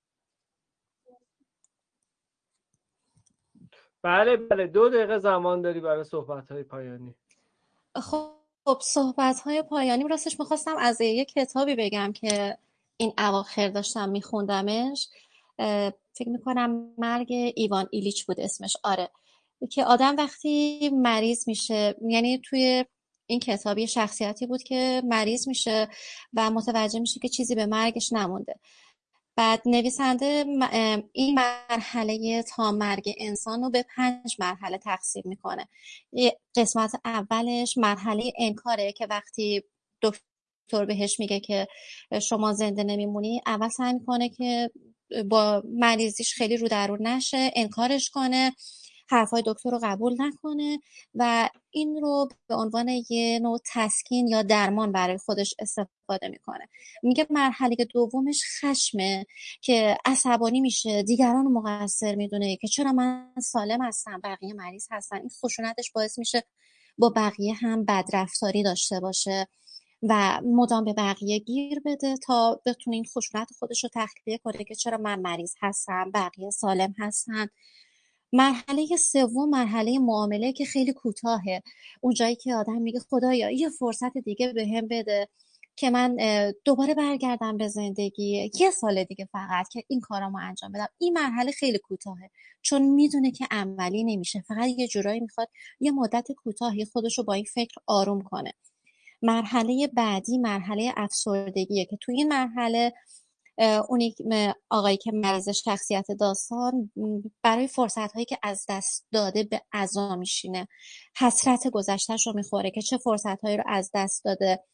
بله بله دو دقیقه زمان داری برای صحبت های پایانی. خب صحبت های پایانی راستش میخواستم از یک کتابی بگم که این اواخر داشتم میخوندمش، فکر میکنم مرگ ایوان ایلیچ بود اسمش. آره، که آدم وقتی مریض میشه، یعنی توی این کتابی شخصیتی بود که مریض میشه و متوجه میشه که چیزی به مرگش نمونده. بعد نویسنده این مرحله تا مرگ انسان رو به پنج مرحله تقسیم میکنه. قسمت اولش مرحله انکاره که وقتی دکتر بهش میگه که شما زنده نمیمونی، اول سعی میکنه که با مریضیش خیلی رو در رو نشه، انکارش کنه، حرفای دکتر رو قبول نکنه و این رو به عنوان یه نوع تسکین یا درمان برای خودش استفاده میکنه. میگه مرحله دومش خشمه که عصبانی میشه، دیگران رو مقصر میدونه که چرا من سالم هستم بقیه مریض هستن. این خشونتش باعث میشه با بقیه هم بدرفتاری داشته باشه و مدام به بقیه گیر بده تا بتونه این خشونت خودش رو تخلیه کنه که چرا من مریض هستم بقیه سالم هستن. مرحله سوم مرحله معامله که خیلی کوتاهه، اون جایی که آدم میگه خدایا یه فرصت دیگه بهم بده که من دوباره برگردم به زندگی، یه سال دیگه فقط که این کارامو انجام بدم. این مرحله خیلی کوتاهه چون میدونه که عملی نمیشه، فقط یه جورایی میخواد یه مدت کوتاهی خودشو با این فکر آروم کنه. مرحله بعدی مرحله افسردگیه که تو این مرحله اونی آقایی که مریض شخصیت داستان برای فرصت‌هایی که از دست داده به عزا میشینه، حسرت گذشته‌ش رو میخوره که چه فرصت‌هایی رو از دست داده،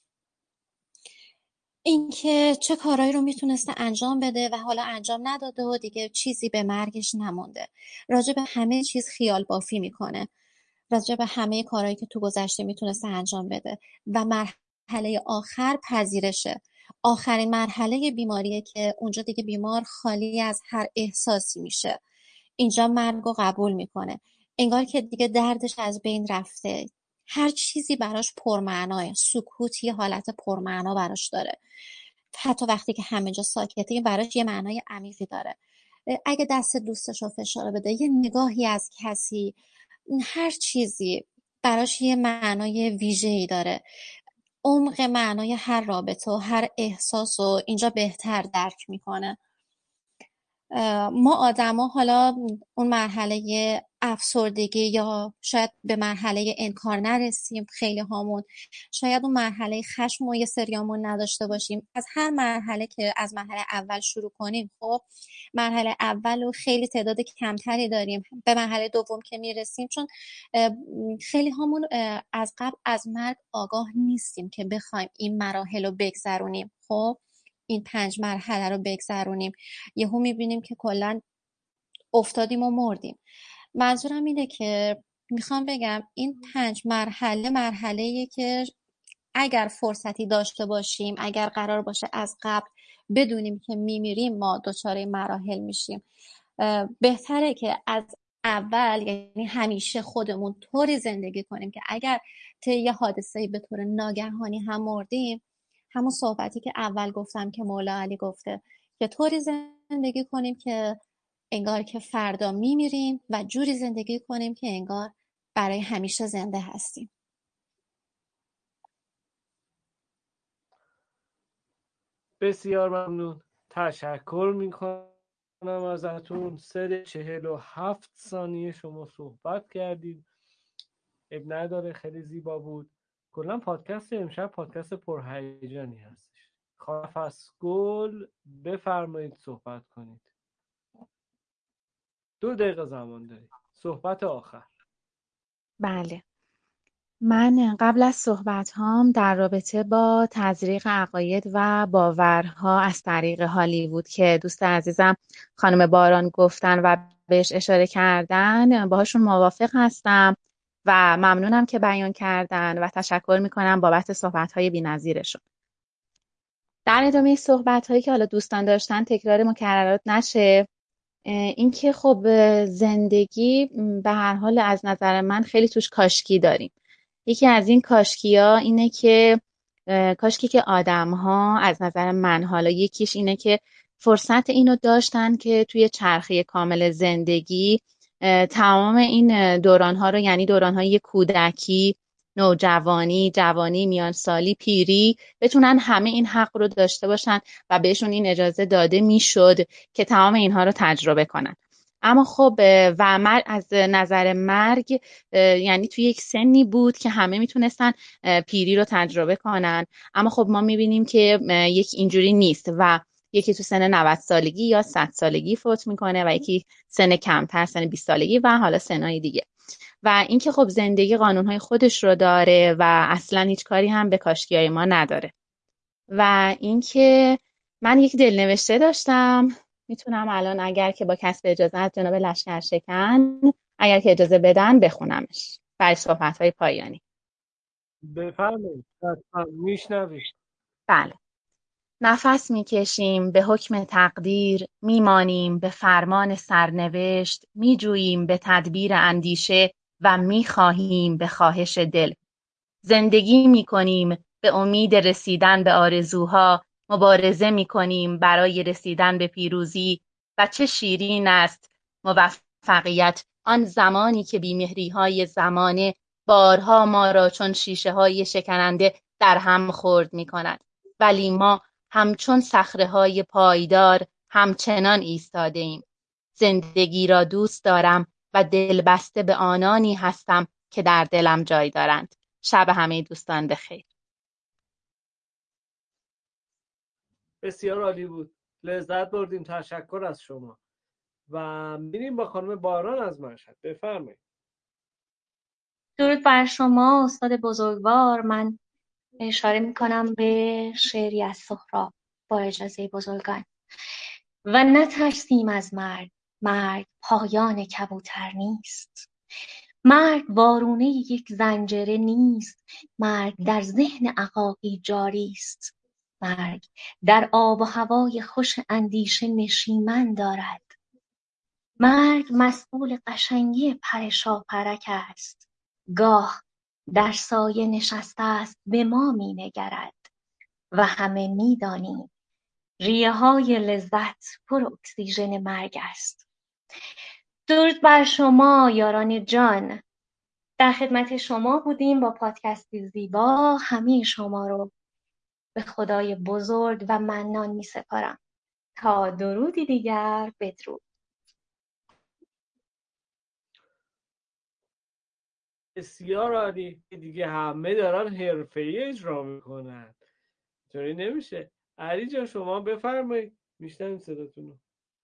اینکه چه کارهایی رو میتونسته انجام بده و حالا انجام نداده و دیگه چیزی به مرگش نمونده. راجع به همه چیز خیال بافی میکنه، راجع به همه کارهایی که تو گذشته میتونسته انجام بده. و مرحله آخر پذیرشه، آخرین مرحله بیماریه که اونجا دیگه بیمار خالی از هر احساسی میشه. اینجا مرگ رو قبول میکنه، انگار که دیگه دردش از بین رفته، هر چیزی براش پرمعناه، سکوت یه حالت پرمعنا براش داره، حتی وقتی که همه جا ساکته براش یه معنای عمیقی داره. اگه دست دوستش رو فشار بده، یه نگاهی از کسی، هر چیزی براش یه معنای ویژه‌ای داره. عمق معنای هر رابطه و هر احساس رو اینجا بهتر درک میکنه. ما آدما حالا اون مرحله افسردگی یا شاید به مرحله انکار نرسیم، خیلی هامون شاید اون مرحله خشم و یه سریامون نداشته باشیم. از هر مرحله که از مرحله اول شروع کنیم، خب مرحله اول رو خیلی تعداد کمتری داریم. به مرحله دوم که میرسیم، چون خیلی هامون از قبل از مرگ آگاه نیستیم که بخوایم این مراحل رو بگذرونیم، خب این پنج مرحله رو بگذرونیم، یهو میبینیم که کلا افتادیم و مردیم. منظورم اینه که میخوام بگم این پنج مرحله مرحله‌ایه که اگر فرصتی داشته باشیم، اگر قرار باشه از قبل بدونیم که میمیریم، ما دچار این مراحل میشیم. بهتره که از اول، یعنی همیشه خودمون طوری زندگی کنیم که اگر طی یه حادثه‌ای به طور ناگهانی هم مردیم، همون صحبتی که اول گفتم که مولا علی گفته، که طوری زندگی کنیم که انگار که فردا میمیریم و جوری زندگی کنیم که انگار برای همیشه زنده هستیم. بسیار ممنون، تشکر میکنم ازتون. سه چهل و هفت ثانیه شما صحبت کردید، اب نداره، خیلی زیبا بود. کلا پادکست امشب پادکست پرهیجانی هستش. خانم گل بفرمایید صحبت کنید. دو دقیقه زمان دارید، صحبت آخر. بله، من قبل از صحبت هام در رابطه با تزریق عقاید و باورها از طریق هالیوود که دوست عزیزم خانم باران گفتن و بهش اشاره کردن، باهاشون موافق هستم و ممنونم که بیان کردن و تشکر میکنم بابت صحبت‌های بی‌نظیرشون. در ادامه صحبت‌هایی که حالا دوستان داشتن تکرار مکررات نشه، این که خب زندگی به هر حال از نظر من خیلی توش کاشکی داریم. یکی از این کاشکی‌ها اینه که کاشکی که آدم‌ها از نظر من، حالا یکیش اینه که فرصت اینو داشتن که توی چرخه کامل زندگی تمام این دوران‌ها رو، یعنی دوران‌های کودکی، نوجوانی، جوانی، میانسالی، پیری، بتونن همه این حق رو داشته باشن و بهشون این اجازه داده میشد که تمام اینها رو تجربه کنن. اما خب و مرگ از نظر مرگ یعنی توی یک سنی بود که همه میتونستن پیری رو تجربه کنن، اما خب ما میبینیم که یک اینجوری نیست و یکی تو سن نود سالگی یا صد سالگی فوت میکنه و یکی سن کمتر، سن بیست سالگی و حالا سنهای دیگه. و اینکه خب زندگی قانونهای خودش رو داره و اصلا هیچ کاری هم به کاشکیای ما نداره. و اینکه من یک دلنوشته داشتم، میتونم الان اگر که با کسب اجازه جناب لشکرشکن اگر که اجازه بدن بخونمش برای صحبت‌های پایانی. بفرمایید، میشنوید. بله. نفس میکشیم به حکم تقدیر، میمانیم به فرمان سرنوشت، میجوییم به تدبیر اندیشه و میخواهیم به خواهش دل. زندگی میکنیم به امید رسیدن به آرزوها، مبارزه میکنیم برای رسیدن به پیروزی و چه شیرین است موفقیت، آن زمانی که بیمهریهای زمانه بارها ما را چون شیشه های شکننده در هم خورد میکند، ولی ما همچون صخره‌های پایدار همچنان ایستاده ایم. زندگی را دوست دارم و دلبسته به آنانی هستم که در دلم جای دارند. شب همه دوستان بخیر. بسیار عالی بود، لذت بردیم، تشکر از شما. و میریم با خانم باران از مشهد. بفرمایید. درود بر شما استاد بزرگوار. من اشاره میکنم به شعری از سهراب با اجازه بزرگان. و نترسیم از مرگ، مرگ پایان کبوتر نیست. مرگ وارونه یک زنجره نیست. مرگ در ذهن عقاقی جاری است. مرگ در آب و هوای خوش اندیشه نشیمن دارد. مرگ مسئول قشنگی پر شاپرک است. گاه در سایه نشسته است به ما می نگرد و همه می دانیم ریه های لذت پر اکسیژن مرگ است. درود بر شما یاران جان. در خدمت شما بودیم با پادکستی زیبا. همه شما رو به خدای بزرگ و منان می سپارم. تا درودی دیگر، بدرود. بسیار عالی. دیگه همه دارن حرفه‌ای اجرا میکنن، چطوری نمیشه؟ علی جان شما بفرمایید، میشنویم صداتون رو.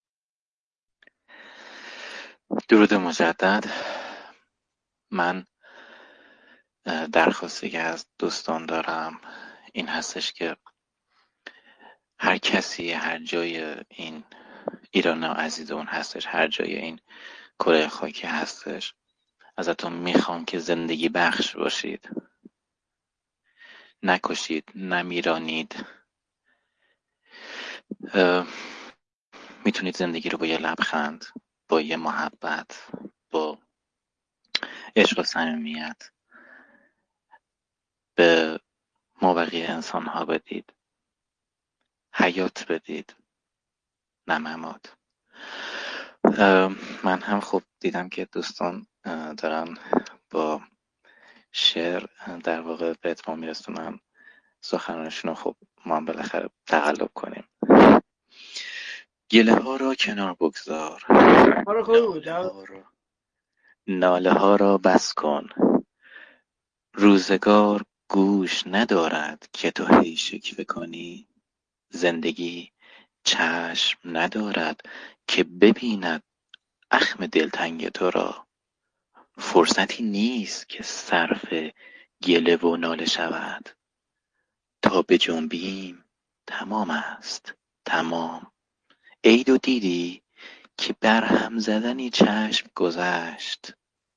درود مجدد. من درخواستی که از دوستان دارم این هستش که هر کسی هر جای این ایران عزیزمون هستش، هر جای این کره خاکی هستش، ازتون میخوام که زندگی بخش باشید، نکشید، نمیرانید. میتونید زندگی رو با یه لبخند، با یه محبت، با عشق و صمیمیت به ما بقیه انسان ها بدید، حیات بدید، نه ممات. من هم خب دیدم که دوستان دارن با شعر در واقع به اتمام میرسونن سخنرانشون رو، خب ما هم بالاخره تقلب کنیم. گله ها را کنار بگذار، ناله ها را ناله ها را بس کن، روزگار گوش ندارد که تو هی شکوه کنی، زندگی چشم ندارد که ببیند اخم دلتنگ تو را، فرصتی نیست که صرف گله و ناله شود، تا بجنبیم تمام است تمام. عید و دیدی که بر هم زدنی چشم گذشت.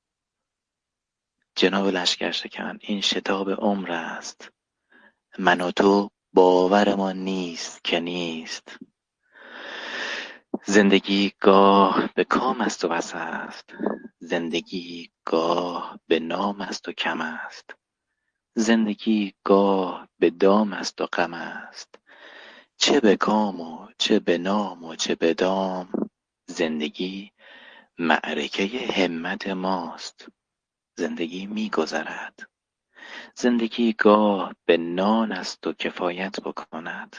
جناب لشکرشکن، این شتاب عمر است، من و تو باورمان نیست که نیست. زندگی گاه به کام است و بس است، زندگی گاه به نام است و کم است، زندگی گاه به دام است و غم است. چه به کام و چه به نام و چه به دام، زندگی معرکه همت ماست. زندگی می گذرد، زندگی گاه به نان است و کفایت بکند،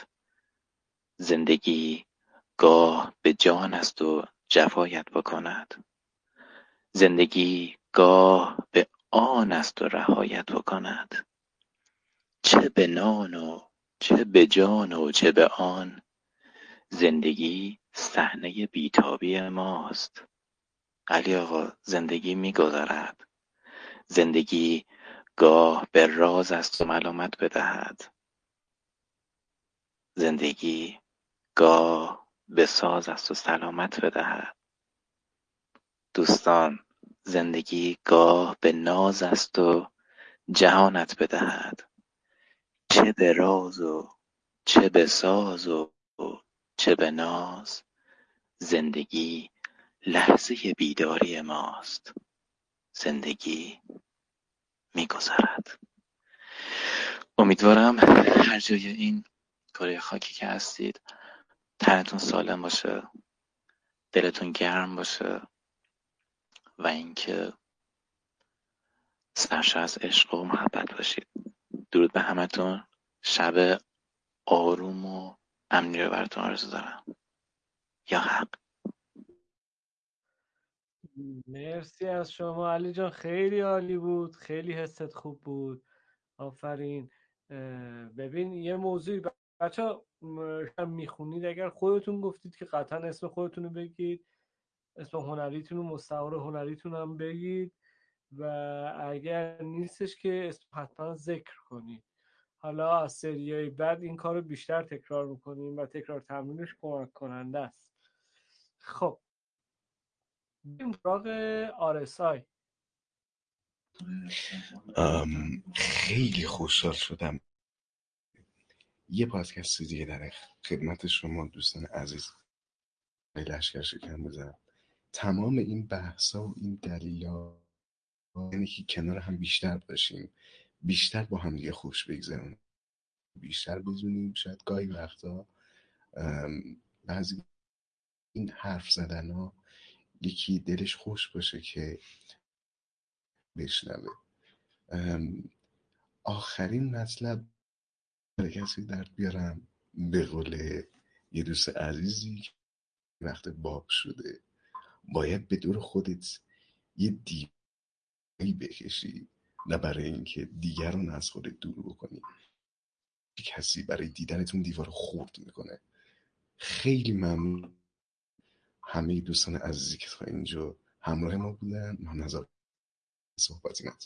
زندگی گاه به جان است و جفایت بکند، زندگی گاه به آن است و رهایت بکند. چه به نان و چه به جان و چه به آن، زندگی صحنه بیتابی ماست. علی آقا، زندگی می‌گذرد، زندگی گاه به راز است و ملامت بدهد، زندگی گاه به ساز است و سلامت بدهد. دوستان، زندگی گاه به ناز است و جهانت بدهد. چه به راز و چه به ساز و چه به ناز، زندگی لحظه بیداری ماست. زندگی می‌گذرد. امیدوارم هر جای این کره خاکی که هستید تنتون سالم باشه، دلتون گرم باشه و اینکه سرشار از عشق و محبت باشید. درود به همتون. شب آروم و امنی رو براتون آرزو دارم. یا حق. مرسی از شما علی جان، خیلی عالی بود، خیلی حست خوب بود، آفرین. ببین یه موضوعی بچه ها میخونید، اگر خودتون گفتید که قطعا اسم خودتون رو بگید، اسم هنریتون و مستعار هنریتون هم بگید، و اگر نیستش که اسم حتما ذکر کنید. حالا از سریای بعد این کار رو بیشتر تکرار میکنیم و تکرار تمرینش کمک کننده است. خب بریم سراغ آرسای. خیلی خوشحال شدم یه پادکست دیگه در خدمت شما دوستان عزیز لشکرشکن بزنم. تمام این بحثا و این دلیلا یعنی که کنار هم بیشتر باشیم، بیشتر با هم دیگه خوش بگذرونیم، بیشتر بدونیم. شاید گاهی وقتا بعضی این حرف زدن ها یکی دلش خوش باشه که بشنوه. آخرین مطلب برای کسی درد بیارم، به قول یه دوست عزیزی که وقت باب شده، باید به دور خودت یه دیواری بکشی، نه برای اینکه دیگران از خودت دور بکنی. کسی برای دیدنتون دیوار خورد میکنه. خیلی ممنون همه دوستان عزیزی که تا اینجا همراه ما بودن. من نظر صحبتی ندارم.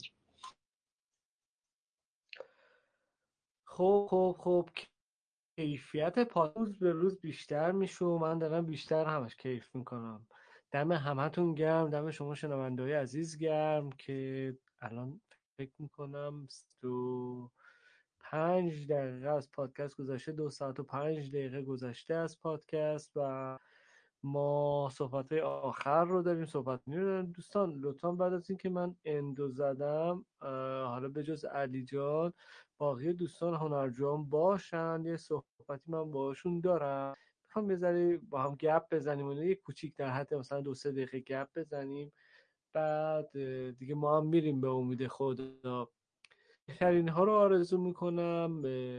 خب خب خب کیفیت پادکست روز به روز بیشتر میشه و من دارم بیشتر همش کیف میکنم. دم همتون گرم، دم شما شنونده‌های عزیز گرم که الان فکر میکنم دو پنج دقیقه از پادکست گذشته، دو ساعت و پنج دقیقه گذشته از پادکست و ما صحبت آخر رو داریم، صحبت رو داریم. دوستان لطفا بعد از این که من اندو زدم، حالا به جز علی جان باقی دوستان هنرجوان باشن، یه صحبتی من باشون دارم، میخوام بذاری با هم گپ بزنیم و یه کوچیک در حد مثلا دو سه دقیقه گپ بزنیم، بعد دیگه ما هم میریم به امید خدا. بهترین ها رو آرزو میکنم،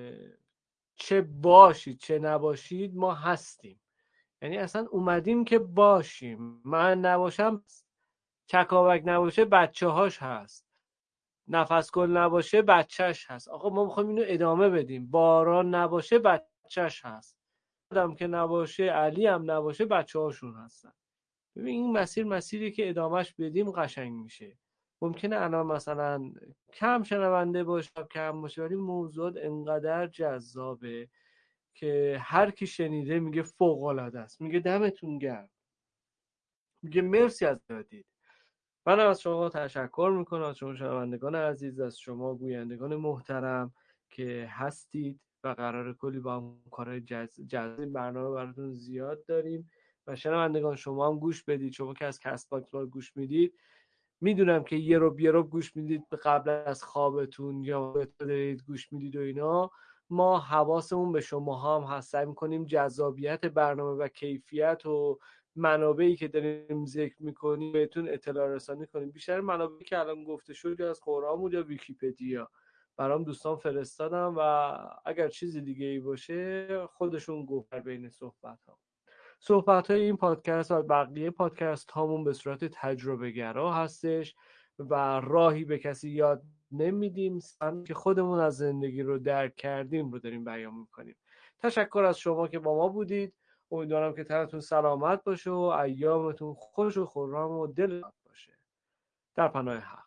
چه باشید چه نباشید ما هستیم، یعنی اصلا اومدیم که باشیم. من نباشم، چکاوک نباشه بچه هاش هست، نفس گل نباشه بچهش هست. آقا ما میخوایم اینو ادامه بدیم. باران نباشه بچهش هست، آدم که نباشه، علی هم نباشه بچه هاشون هستن. ببین این مسیر مسیری که ادامهش بدیم قشنگ میشه. ممکنه الان مثلا کم شنونده باشه، کم باشه، ولی موضوعات انقدر جذابه که هر کی شنیده میگه فوق العاده است، میگه دمتون گرم، میگه مرسی از دادید. من از شما تشکر میکنم، از شما شنوندگان عزیز، از شما گویندگان محترم که هستید و قرار کلی با هم کارهای جذاب برنامه براتون زیاد داریم و شنوندگان شما هم گوش بدید. شما که از کست باکس ما گوش میدید، میدونم که یه رو یه رو گوش میدید قبل از خوابتون یا دارید گوش میدید و اینا. ما حواسمون به شما هم هست، سعی میکنیم جذابیت برنامه و کیفیت و منابعی که داریم ذکر میکنیم بهتون اطلاع رسانی کنیم. بیشتر منابعی که الان گفته شد از قرآن بود یا ویکی‌پدیا، برام دوستان فرستادم و اگر چیزی دیگه ای باشه خودشون گفتن بین صحبت ها. صحبت های این پادکست و بقیه پادکست هامون به صورت تجربه گرا هستش و راهی به کسی یاد نمیدیم، که خودمون از زندگی رو درک کردیم رو داریم بیان میکنیم. تشکر از شما که با ما بودید. امیدوارم که تنتون سلامت باشه و ایامتون خوش و خرم و دل باشه. در پناه حق.